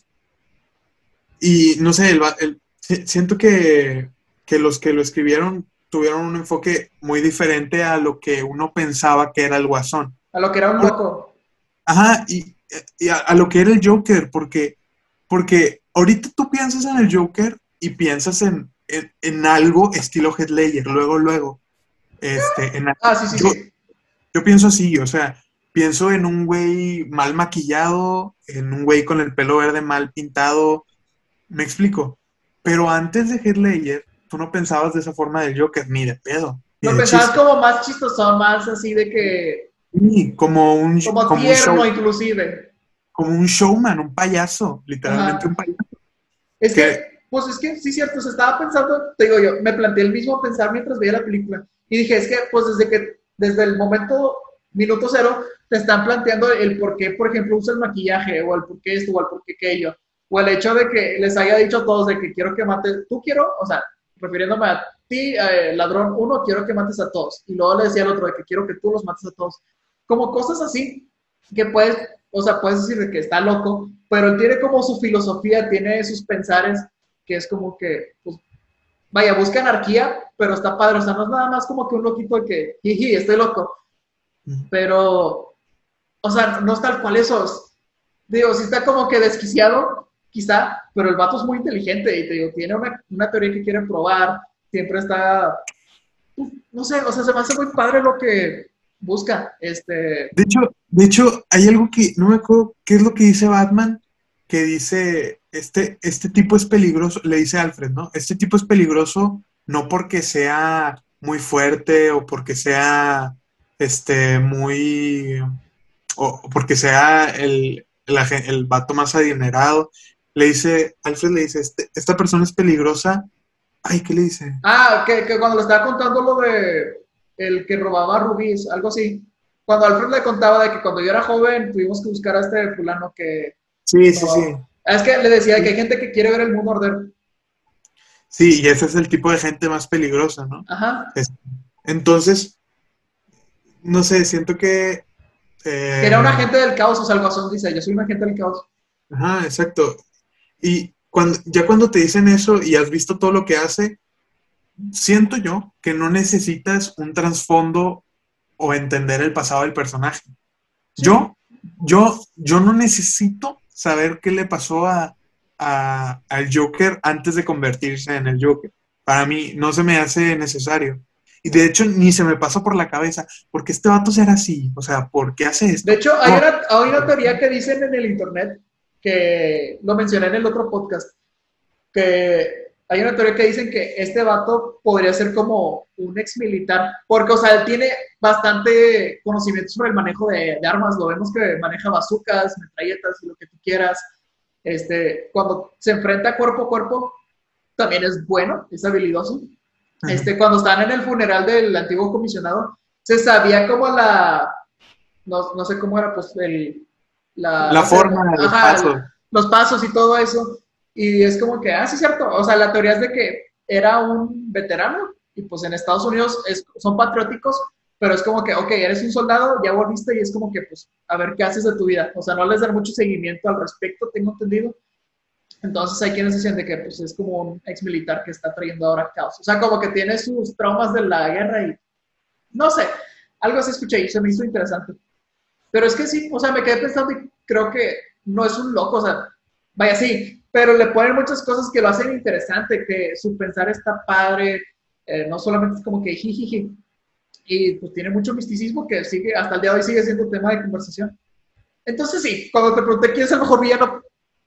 [SPEAKER 2] y no sé, el, va- el- si- siento que, que los que lo escribieron tuvieron un enfoque muy diferente a lo que uno pensaba que era el Guasón.
[SPEAKER 1] A lo que era un loco.
[SPEAKER 2] Ajá, y, y a, a lo que era el Joker, porque, porque ahorita tú piensas en el Joker y piensas en, en, en algo estilo Heath Ledger, luego, luego. Este, en,
[SPEAKER 1] Ah, sí, sí,
[SPEAKER 2] yo,
[SPEAKER 1] sí.
[SPEAKER 2] yo pienso así, o sea, pienso en un güey mal maquillado, en un güey con el pelo verde mal pintado, me explico. Pero antes de Heath Ledger, tú no pensabas de esa forma del Joker, ni de pedo, ni
[SPEAKER 1] Lo
[SPEAKER 2] de
[SPEAKER 1] pensabas
[SPEAKER 2] chiste.
[SPEAKER 1] como más chistoso, más así de que,
[SPEAKER 2] Sí, como un,
[SPEAKER 1] como
[SPEAKER 2] como un
[SPEAKER 1] tierno
[SPEAKER 2] show,
[SPEAKER 1] inclusive.
[SPEAKER 2] como un showman, un payaso, literalmente un
[SPEAKER 1] Ajá.
[SPEAKER 2] payaso.
[SPEAKER 1] Es
[SPEAKER 2] Que
[SPEAKER 1] que, pues es que sí, cierto, se estaba pensando, te digo yo, me planteé el mismo pensar mientras veía la película. Y dije, es que, pues desde que, desde el momento, minuto cero, te están planteando el por qué, por ejemplo, usa el maquillaje, o el por qué esto, o el por qué aquello. O el hecho de que les haya dicho a todos de que quiero que mate, tú quiero, o sea, refiriéndome a ti, eh, ladrón uno, quiero que mates a todos. Y luego le decía al otro de que quiero que tú los mates a todos. Como cosas así que puedes, o sea, puedes decir de que está loco, pero él tiene como su filosofía, tiene sus pensares, que es como que, pues, vaya, busca anarquía, pero está padre. O sea, no es nada más como que un loquito de que, jiji, estoy loco. Pero, o sea, no es tal cual eso. Digo, sí está como que desquiciado, quizá, pero el vato es muy inteligente y te digo, tiene una, una teoría que quiere probar, siempre está, no sé, o sea, se me hace muy padre lo que busca, este...
[SPEAKER 2] De hecho, de hecho, hay algo que no me acuerdo qué es lo que dice Batman, que dice, este, este tipo es peligroso, le dice Alfred, ¿no? Este tipo es peligroso no porque sea muy fuerte o porque sea, este, muy, o porque sea el, el, agen- el vato más adinerado. Le dice, Alfred le dice, este, esta persona es peligrosa. Ay, ¿qué le dice?
[SPEAKER 1] Ah, que, que cuando le estaba contando lo de el que robaba rubíes, algo así, cuando Alfred le contaba de que cuando yo era joven tuvimos que buscar a este fulano que...
[SPEAKER 2] Sí, sí, sí.
[SPEAKER 1] No, es que le decía que hay gente que quiere ver el mundo arder.
[SPEAKER 2] Sí, y ese es el tipo de gente más peligrosa, ¿no?
[SPEAKER 1] Ajá.
[SPEAKER 2] Es- entonces, no sé, siento que...
[SPEAKER 1] Que era un
[SPEAKER 2] eh,
[SPEAKER 1] agente del caos, o sea, el Guasón dice, yo soy un agente del caos.
[SPEAKER 2] ajá, exacto. Y cuando, ya cuando te dicen eso y has visto todo lo que hace, siento yo que no necesitas un trasfondo o entender el pasado del personaje.
[SPEAKER 1] Sí.
[SPEAKER 2] Yo, yo, yo no necesito saber qué le pasó a, a- al Joker antes de convertirse en el Joker. Para mí no se me hace necesario. Y de hecho ni se me pasó por la cabeza, porque este vato será así, o sea, ¿por qué hace
[SPEAKER 1] De
[SPEAKER 2] esto?
[SPEAKER 1] hecho, hay
[SPEAKER 2] Oh,
[SPEAKER 1] una, hay una teoría que dicen en el internet, que lo mencioné en el otro podcast, que hay una teoría que dicen que este vato podría ser como un ex militar, porque, o sea, él tiene bastante conocimiento sobre el manejo de, de armas, lo vemos que maneja bazucas, metralletas y lo que tú quieras. Este, cuando se enfrenta cuerpo a cuerpo, también es bueno, es habilidoso.
[SPEAKER 2] ajá.
[SPEAKER 1] Este, cuando estaban en el funeral del antiguo comisionado, se sabía como la, no, no sé cómo era, pues, el, la,
[SPEAKER 2] La
[SPEAKER 1] la
[SPEAKER 2] forma, los
[SPEAKER 1] ajá,
[SPEAKER 2] pasos.
[SPEAKER 1] el- los pasos y todo eso. Y es como que, ah, sí, es cierto. O sea, la teoría es de que era un veterano y pues en Estados Unidos es, son patrióticos, pero es como que, ok, eres un soldado, ya volviste y es como que, pues, a ver qué haces de tu vida. O sea, no les dan mucho seguimiento al respecto, tengo entendido. Entonces hay quienes dicen de que pues es como un ex militar que está trayendo ahora caos. O sea, como que tiene sus traumas de la guerra y no sé, algo así escuché y se me hizo interesante. Pero es que sí, o sea, me quedé pensando y creo que no es un loco, o sea, vaya sí, pero le ponen muchas cosas que lo hacen interesante, que su pensar está padre, eh, no solamente es como que jijiji, y pues tiene mucho misticismo que sigue, hasta el día de hoy sigue siendo tema de conversación. Entonces sí, cuando te pregunté quién es el mejor villano,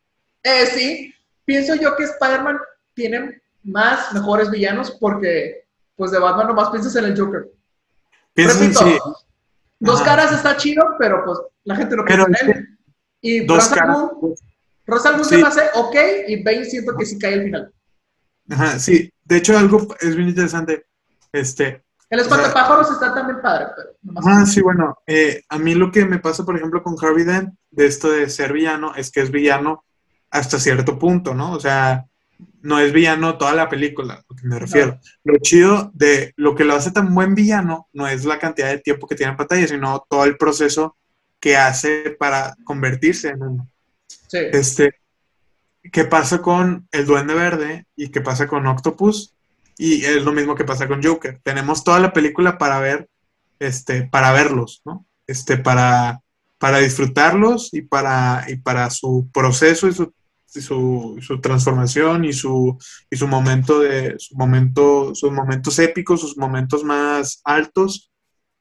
[SPEAKER 1] eh, sí, pienso yo que Spider-Man tiene más mejores villanos porque pues de Batman nomás piensas en el Joker.
[SPEAKER 2] Piensas en sí.
[SPEAKER 1] Repito, Dos
[SPEAKER 2] Ajá.
[SPEAKER 1] Caras está chido, pero pues la gente no
[SPEAKER 2] Pero
[SPEAKER 1] piensa
[SPEAKER 2] es
[SPEAKER 1] en
[SPEAKER 2] que
[SPEAKER 1] él. Y
[SPEAKER 2] dos
[SPEAKER 1] Ra's al
[SPEAKER 2] caras.
[SPEAKER 1] Ghul,
[SPEAKER 2] Pues,
[SPEAKER 1] Ra's al Ghul se
[SPEAKER 2] sí,
[SPEAKER 1] me hace ok y Bane siento que sí cae al final.
[SPEAKER 2] ajá, sí. De hecho, algo es bien interesante. Este,
[SPEAKER 1] El
[SPEAKER 2] o sea,
[SPEAKER 1] Espantapájaros está también padre, pero nomás
[SPEAKER 2] ajá,
[SPEAKER 1] así.
[SPEAKER 2] sí, bueno, eh, a mí lo que me pasa, por ejemplo, con Harvey Dent, de esto de ser villano, es que es villano hasta cierto punto, ¿no? O sea, no es villano toda la película, a lo que me
[SPEAKER 1] No,
[SPEAKER 2] refiero. Lo chido de lo que lo hace tan buen villano no es la cantidad de tiempo que tiene en pantalla, sino todo el proceso que hace para convertirse en uno.
[SPEAKER 1] sí.
[SPEAKER 2] Este, ¿qué pasa con el Duende Verde y qué pasa con Octopus? Y es lo mismo que pasa con Joker. Tenemos toda la película para ver, este, para verlos, ¿no? Este, para, para disfrutarlos y para, y para su proceso y su, y su, su transformación y su, y su momento de, su momento, sus momentos épicos, sus momentos más altos,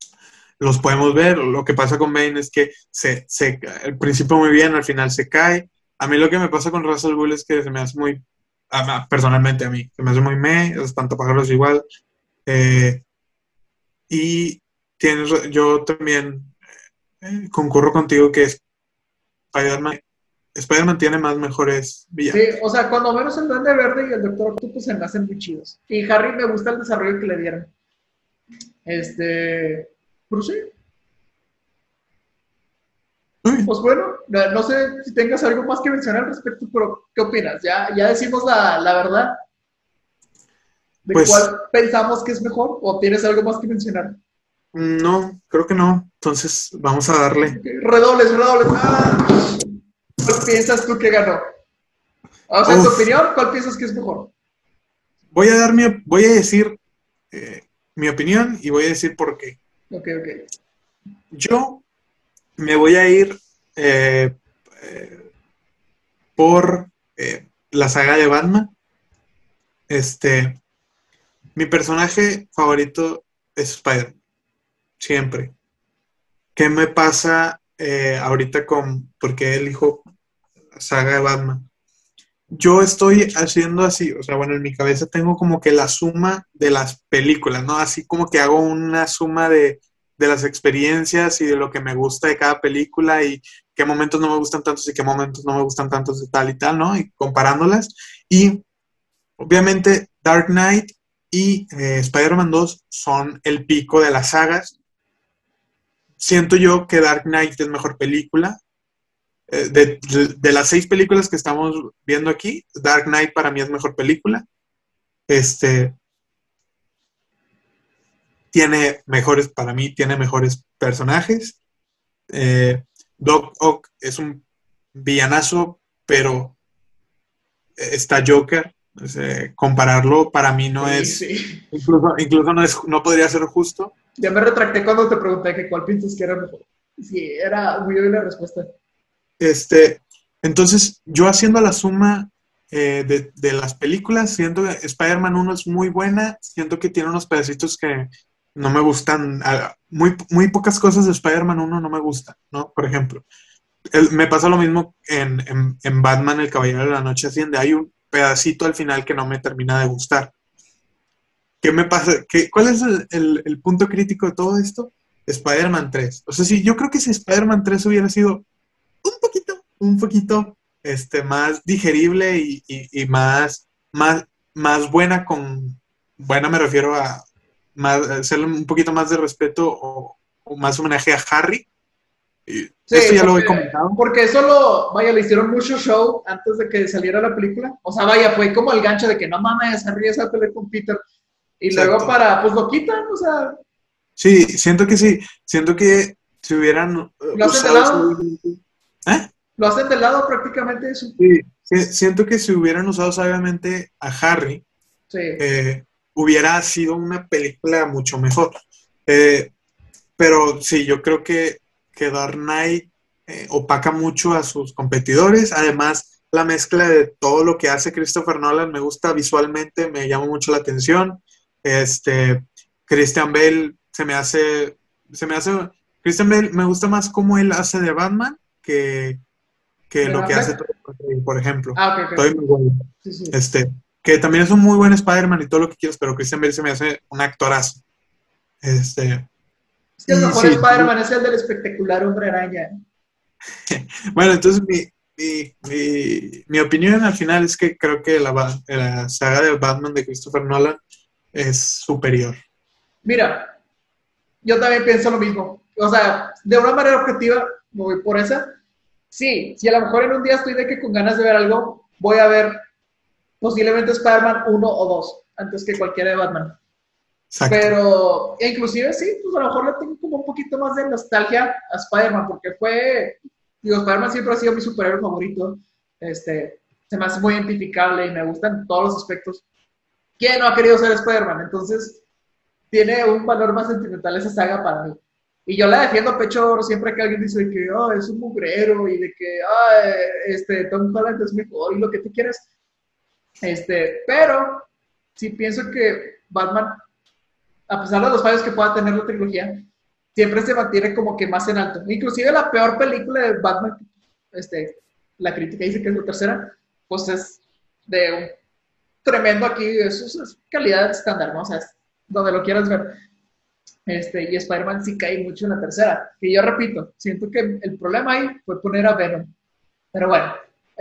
[SPEAKER 2] los podemos ver. Lo que pasa con Bane es que se, se, al principio muy bien, al final se cae. A mí lo que me pasa con Russell Bull es que se me hace muy, a- personalmente a mí, se me hace muy meh, Espantapájaros igual. Eh, y tienes, yo también eh, concurro contigo que Spider-Man, Spider-Man tiene más mejores
[SPEAKER 1] Sí,
[SPEAKER 2] villanos.
[SPEAKER 1] o sea, cuando menos el Duende Verde y el Doctor Octopus se me hacen muy chidos. Y Harry me gusta el desarrollo que le dieron. Este, pero sí,
[SPEAKER 2] Muy bien.
[SPEAKER 1] pues bueno, no, no sé si tengas algo más que mencionar al respecto, pero ¿qué opinas? Ya, ya decimos la, la verdad. ¿De
[SPEAKER 2] Pues,
[SPEAKER 1] cuál pensamos que es mejor? ¿O tienes algo más que mencionar?
[SPEAKER 2] no, creo que no. Entonces, vamos a darle.
[SPEAKER 1] Okay. Redobles, redobles. ¡Ah! ¿Cuál piensas tú que ganó? O sea, en tu
[SPEAKER 2] Uf,
[SPEAKER 1] opinión, ¿cuál piensas que es mejor?
[SPEAKER 2] voy a dar mi, voy a decir eh, mi opinión y voy a decir por qué.
[SPEAKER 1] Ok, ok.
[SPEAKER 2] Yo me voy a ir eh, eh, por eh, la saga de Batman. Este, mi personaje favorito es Spider-Man, siempre. ¿Qué me pasa eh, ahorita con por qué elijo la saga de Batman? Yo estoy haciendo así, o sea, bueno, en mi cabeza tengo como que la suma de las películas, ¿no? Así como que hago una suma de, de las experiencias y de lo que me gusta de cada película y qué momentos no me gustan tantos y qué momentos no me gustan tantos de tal y tal, ¿no? Y comparándolas. Y obviamente Dark Knight y eh, Spider-Man dos son el pico de las sagas. Siento yo que Dark Knight es mejor película. Eh, de, de, de las seis películas que estamos viendo aquí, Dark Knight para mí es mejor película. Este, tiene mejores, para mí, tiene mejores personajes. Eh, Doc Ock es un villanazo, pero está Joker. O sea, compararlo para mí no
[SPEAKER 1] Sí,
[SPEAKER 2] es,
[SPEAKER 1] sí.
[SPEAKER 2] incluso, incluso no, es, no podría ser justo.
[SPEAKER 1] Ya me retracté cuando te pregunté que cuál piensas que era mejor. Sí, era muy obvia la respuesta.
[SPEAKER 2] Este, entonces, yo haciendo la suma eh, de, de, las películas, siento que Spider-Man uno es muy buena, siento que tiene unos pedacitos que no me gustan, muy, muy pocas cosas de Spider-Man uno no me gustan, ¿no? Por ejemplo, el, me pasa lo mismo en, en, en, Batman, El Caballero de la Noche Asciende, hay un pedacito al final que no me termina de gustar. ¿Qué me pasa? ¿Qué, ¿Cuál es el, el, el punto crítico de todo esto? Spider-Man tres. O sea, sí, yo creo que si Spider-Man tres hubiera sido un poquito, un poquito este, más digerible y, y, y más, más, más buena con, buena me refiero a más, hacerle un poquito más de respeto o, o más homenaje a Harry. Y
[SPEAKER 1] Sí,
[SPEAKER 2] esto ya lo he
[SPEAKER 1] porque,
[SPEAKER 2] comentado.
[SPEAKER 1] porque eso lo, vaya, le hicieron mucho show antes de que saliera la película. O sea, vaya, fue como el gancho de que no mames, Harry es a pelear con Peter. Y luego
[SPEAKER 2] Exacto.
[SPEAKER 1] para, pues lo quitan, o sea.
[SPEAKER 2] Sí, siento que sí, siento que si hubieran uh,
[SPEAKER 1] Lo hacen de
[SPEAKER 2] usado
[SPEAKER 1] lado.
[SPEAKER 2] suavemente, ¿eh?
[SPEAKER 1] Lo hacen de lado prácticamente eso.
[SPEAKER 2] Sí, sí, siento que si hubieran usado suavemente a Harry,
[SPEAKER 1] Sí.
[SPEAKER 2] eh, hubiera sido una película mucho mejor. Eh, pero sí, yo creo que, que Dark Knight eh, opaca mucho a sus competidores. Además, la mezcla de todo lo que hace Christopher Nolan me gusta visualmente, me llama mucho la atención. Este, Christian Bale se me hace, se me hace, Christian Bale me gusta más cómo él hace de Batman que, que
[SPEAKER 1] ¿Ben
[SPEAKER 2] lo que hace
[SPEAKER 1] Affleck?
[SPEAKER 2] Tobey Maguire, por ejemplo.
[SPEAKER 1] Ah, ok,
[SPEAKER 2] Tobey
[SPEAKER 1] ok.
[SPEAKER 2] Maguire.
[SPEAKER 1] Sí, sí.
[SPEAKER 2] Este, que también es un muy buen Spider-Man y todo lo que quieras, pero Christian Bale se me hace un actorazo. Este,
[SPEAKER 1] Es que el
[SPEAKER 2] y
[SPEAKER 1] mejor
[SPEAKER 2] sí,
[SPEAKER 1] Spider-Man es el del espectacular Hombre Araña.
[SPEAKER 2] bueno, entonces mi, mi, mi, mi opinión al final es que creo que la, la saga de Batman de Christopher Nolan es superior.
[SPEAKER 1] Mira, yo también pienso lo mismo. O sea, de una manera objetiva, me voy por esa. Sí, si a lo mejor en un día estoy de que con ganas de ver algo, voy a ver posiblemente Spider-Man uno o dos antes que cualquiera de Batman.
[SPEAKER 2] Exacto.
[SPEAKER 1] Pero, e inclusive sí, pues a lo mejor le tengo como un poquito más de nostalgia a Spider-Man, porque fue, digo, Spider-Man siempre ha sido mi superhéroe favorito. Este, se me hace muy identificable y me gustan todos los aspectos. ¿Quién no ha querido ser Spider-Man? Entonces, tiene un valor más sentimental esa saga para mí. Y yo la defiendo a pecho oro siempre que alguien dice que oh, es un mugrero y de que oh, este, Tom Holland es mejor y lo que tú quieras. Este, pero sí pienso que Batman, a pesar de los fallos que pueda tener la trilogía, siempre se mantiene como que más en alto. Inclusive la peor película de Batman, este, la crítica dice que es la tercera, pues es de un tremendo aquí, eso es calidad estándar, ¿no? O sea, es donde lo quieras ver. Este, y Spider-Man sí cae mucho en la tercera. Y yo repito, siento que el problema ahí fue poner a Venom. Pero bueno,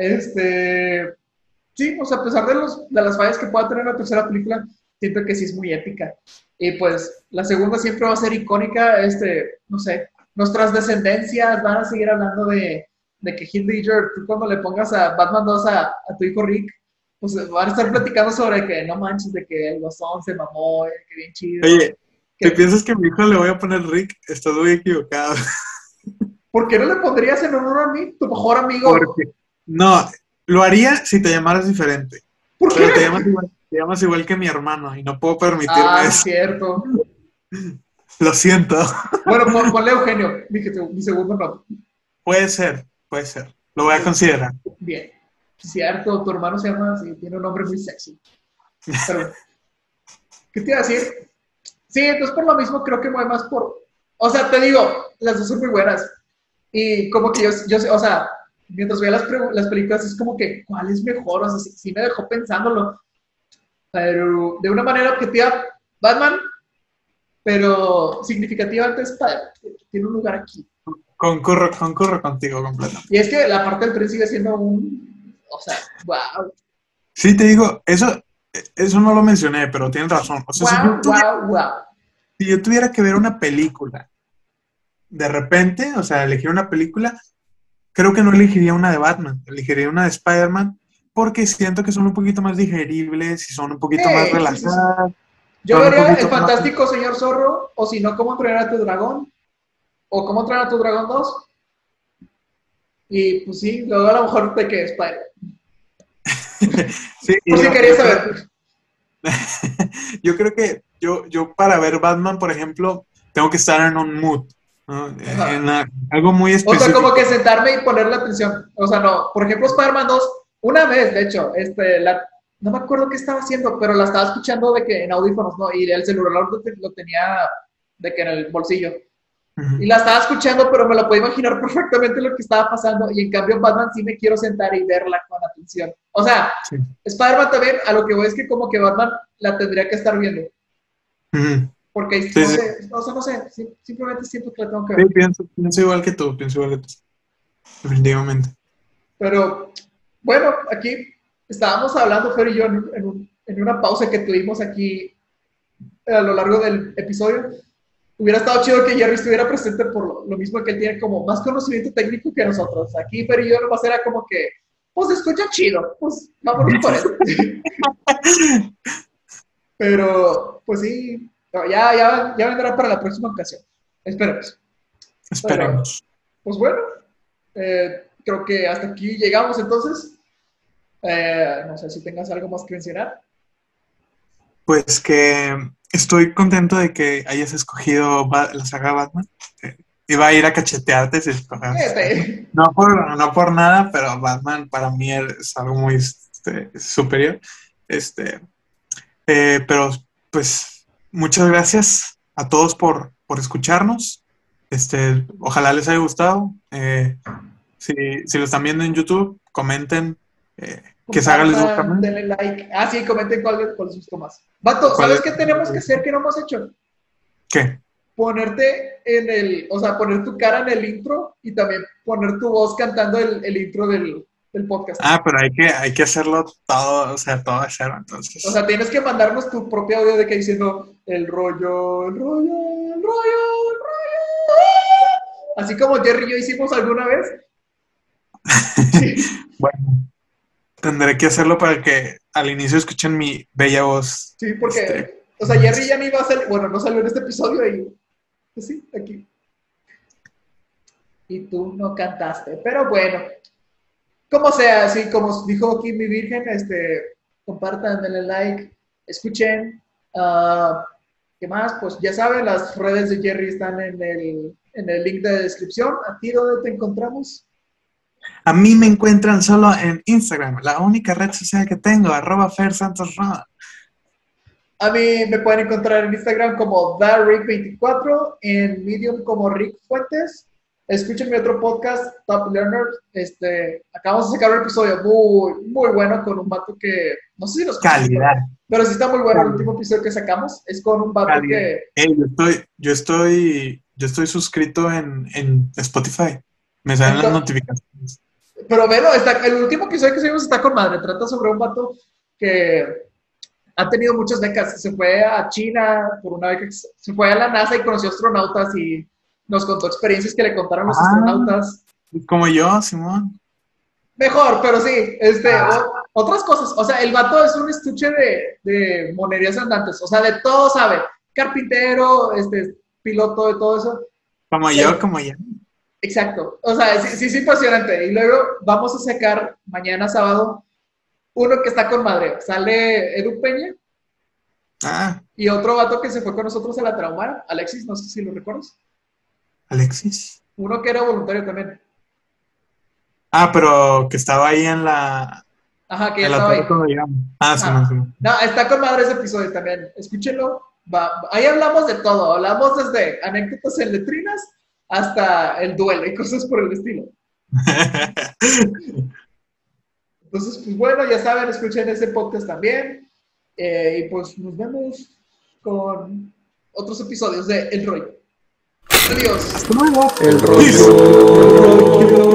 [SPEAKER 1] este, sí, o sea, a pesar de, los, de las fallas que pueda tener la tercera película, siento que sí es muy épica. Y pues la segunda siempre va a ser icónica, este, no sé, nuestras descendencias van a seguir hablando de, de que Heath Ledger, tú cuando le pongas a Batman dos a, a tu hijo Rick, pues van a estar platicando sobre que no manches, de que el Guasón se mamó, eh, que bien chido.
[SPEAKER 2] Oye,
[SPEAKER 1] que,
[SPEAKER 2] ¿te piensas que a mi hijo le voy a poner Rick? Estás muy equivocado.
[SPEAKER 1] ¿Por qué no le pondrías en honor a mí, tu mejor amigo?
[SPEAKER 2] Porque, no, lo haría si te llamaras diferente.
[SPEAKER 1] ¿Por qué?
[SPEAKER 2] Pero te llamas igual, te llamas igual que mi hermano y no puedo permitirme
[SPEAKER 1] Ah,
[SPEAKER 2] eso.
[SPEAKER 1] cierto.
[SPEAKER 2] Lo siento.
[SPEAKER 1] Bueno, pon, ponle Eugenio, mi, mi segundo nombre.
[SPEAKER 2] Puede ser, puede ser. Lo voy a considerar.
[SPEAKER 1] Bien. Cierto, tu hermano se llama, sí, tiene un nombre muy sexy. Pero, ¿qué te iba a decir? Sí, entonces por lo mismo creo que voy más por... O sea, te digo, las dos son muy buenas. Y como que yo, yo o sea, mientras veía las, las películas es como que, ¿cuál es mejor? O sea, sí, sí me dejó pensándolo. Pero de una manera objetiva, Batman, pero significativamente Spider-Man. Tiene un lugar aquí.
[SPEAKER 2] Concurro, concurro contigo completamente.
[SPEAKER 1] Y es que la parte del tren sigue siendo un... O sea, wow.
[SPEAKER 2] Sí, te digo, eso, eso no lo mencioné, pero tienes razón. O sea,
[SPEAKER 1] wow,
[SPEAKER 2] si yo tuviera,
[SPEAKER 1] wow, wow.
[SPEAKER 2] si yo tuviera que ver una película, de repente, o sea, elegir una película, creo que no elegiría una de Batman, elegiría una de Spider-Man, porque siento que son un poquito más digeribles y son un poquito
[SPEAKER 1] Sí,
[SPEAKER 2] más
[SPEAKER 1] sí, sí,
[SPEAKER 2] relajadas.
[SPEAKER 1] sí. Yo
[SPEAKER 2] Son un
[SPEAKER 1] vería El
[SPEAKER 2] poquito más...
[SPEAKER 1] Fantástico Señor Zorro, o si no, Cómo entrenar a tu dragón, o Cómo entrenar a tu dragón dos. Y pues sí, luego a lo mejor te que Spider.
[SPEAKER 2] Sí,
[SPEAKER 1] Por
[SPEAKER 2] y
[SPEAKER 1] si
[SPEAKER 2] yo,
[SPEAKER 1] querías
[SPEAKER 2] yo creo,
[SPEAKER 1] saber.
[SPEAKER 2] yo creo que yo, yo para ver Batman, por ejemplo, tengo que estar en un mood, ¿no? En
[SPEAKER 1] Ajá.
[SPEAKER 2] a- algo muy
[SPEAKER 1] O sea, como que
[SPEAKER 2] específico.
[SPEAKER 1] sentarme y ponerle atención. O sea, no. Por ejemplo, Spider-Man dos, una vez, de hecho, este, la, no me acuerdo qué estaba haciendo, pero la estaba escuchando de que en audífonos, ¿no? Y el celular lo, lo tenía de que en el bolsillo. Y
[SPEAKER 2] Ujú.
[SPEAKER 1] la estaba escuchando, pero me lo puedo imaginar perfectamente lo que estaba pasando. Y en cambio, en Batman sí me quiero sentar y verla con atención. O sea,
[SPEAKER 2] Sí.
[SPEAKER 1] Spider-Man también, a lo que voy es que como que Batman la tendría que estar viendo.
[SPEAKER 2] Ujú.
[SPEAKER 1] Porque
[SPEAKER 2] Sí,
[SPEAKER 1] no
[SPEAKER 2] sí.
[SPEAKER 1] sé, no sé, no sé. sim- simplemente siento que la tengo que
[SPEAKER 2] Sí,
[SPEAKER 1] ver.
[SPEAKER 2] pienso, pienso igual que tú, pienso igual que tú, definitivamente.
[SPEAKER 1] Pero bueno, aquí estábamos hablando, Fer y yo, en, un- en, un- en una pausa que tuvimos aquí a lo largo del episodio. Hubiera estado chido que Jerry estuviera presente por lo, lo mismo que él tiene como más conocimiento técnico que nosotros. Aquí Fer y yo nomás era como que, pues se escucha chido, pues vámonos por eso. Pero, pues sí, no, ya, ya, ya vendrá para la próxima ocasión. Esperemos. Pero,
[SPEAKER 2] Esperemos.
[SPEAKER 1] pues bueno, eh, creo que hasta aquí llegamos entonces. Eh, no sé si tengas algo más que mencionar.
[SPEAKER 2] Pues que estoy contento de que hayas escogido Ba- la saga Batman. Eh, iba a ir a cachetearte si escoges eso.
[SPEAKER 1] Fíjate.
[SPEAKER 2] No por, no por nada, pero Batman para mí es algo muy este, superior. Este, eh, pero pues muchas gracias a todos por, por escucharnos. Este, ojalá les haya gustado. Eh, si, si lo están viendo en YouTube, comenten eh, qué saga les gusta
[SPEAKER 1] Compartan,
[SPEAKER 2] más.
[SPEAKER 1] denle like. Ah, sí, comenten cuál, cuál les gustó más. Vato,
[SPEAKER 2] ¿Cuál
[SPEAKER 1] ¿sabes
[SPEAKER 2] es-
[SPEAKER 1] qué tenemos que hacer que no hemos hecho?
[SPEAKER 2] ¿Qué?
[SPEAKER 1] Ponerte en el, o sea, poner tu cara en el intro y también poner tu voz cantando el, el intro del, del podcast.
[SPEAKER 2] Ah, pero hay que, hay que hacerlo todo, o sea, todo de cero,
[SPEAKER 1] O
[SPEAKER 2] entonces.
[SPEAKER 1] sea, tienes que mandarnos tu propio audio de que diciendo el rollo, el rollo, el rollo, el rollo. Así como Jerry y yo hicimos alguna vez. Sí,
[SPEAKER 2] Bueno, tendré que hacerlo para que al inicio escuchen mi bella voz.
[SPEAKER 1] sí,
[SPEAKER 2] Este,
[SPEAKER 1] porque, o sea, Jerry ya ni iba a salir, bueno, no salió en este episodio y, pues sí, aquí. Y tú no cantaste, pero bueno. Como sea, así como dijo aquí mi virgen, este, compartan, denle like, escuchen. Uh, ¿Qué más? Pues ya saben, las redes de Jerry están en el, en el link de descripción. ¿A ti dónde te encontramos?
[SPEAKER 2] a mí me encuentran solo en Instagram, la única red social que tengo, arroba Fer Santos Ron.
[SPEAKER 1] A mí me pueden encontrar en Instagram como TheRick veinticuatro, en Medium como Rick Fuentes. Escuchen mi otro podcast, Top Learners. Este, acabamos de sacar un episodio muy, muy bueno con un vato que, no sé si lo escuchaste, pero,
[SPEAKER 2] Calidad.
[SPEAKER 1] pero sí está muy bueno. El
[SPEAKER 2] Calidad.
[SPEAKER 1] último episodio que sacamos es con un vato
[SPEAKER 2] Calidad.
[SPEAKER 1] que...
[SPEAKER 2] Hey, yo estoy, yo estoy, yo estoy suscrito en, en Spotify. Me salen las
[SPEAKER 1] Entonces,
[SPEAKER 2] notificaciones.
[SPEAKER 1] pero bueno, está, el último episodio que subimos está con madre. Trata sobre un vato que ha tenido muchas becas. Se fue a China por una beca, se fue a la NASA y conoció astronautas y nos contó experiencias que le contaron los
[SPEAKER 2] Ah,
[SPEAKER 1] astronautas.
[SPEAKER 2] como yo, Simón.
[SPEAKER 1] Mejor, pero sí, este,
[SPEAKER 2] Ah.
[SPEAKER 1] o- otras cosas. O sea, el vato es un estuche de, de monerías andantes. O sea, de todo sabe. Carpintero, este, piloto, de todo eso.
[SPEAKER 2] Como
[SPEAKER 1] Sí.
[SPEAKER 2] yo, como yo.
[SPEAKER 1] Exacto. O sea, sí, sí es impresionante. Y luego vamos a sacar mañana sábado uno que está con madre. Sale Edu Peña
[SPEAKER 2] Ah,
[SPEAKER 1] y otro vato que se fue con nosotros a la Traumara. Alexis, no sé si lo recuerdas.
[SPEAKER 2] Alexis.
[SPEAKER 1] Uno que era voluntario también.
[SPEAKER 2] Ah, pero que estaba ahí en la,
[SPEAKER 1] Ajá, que ya
[SPEAKER 2] en la
[SPEAKER 1] estaba ahí.
[SPEAKER 2] torre cuando llegamos. Ah, sí,
[SPEAKER 1] Ah,
[SPEAKER 2] más, sí, más.
[SPEAKER 1] no, está con madre ese episodio también. Escúchenlo. Va, ahí hablamos de todo. Hablamos desde anécdotas en letrinas hasta el duelo y cosas por el estilo. Entonces, pues bueno, ya saben, escuchen ese podcast también. Eh, y pues nos vemos con otros episodios de El Rollo. Adiós.
[SPEAKER 2] Hasta luego.
[SPEAKER 3] El rollo.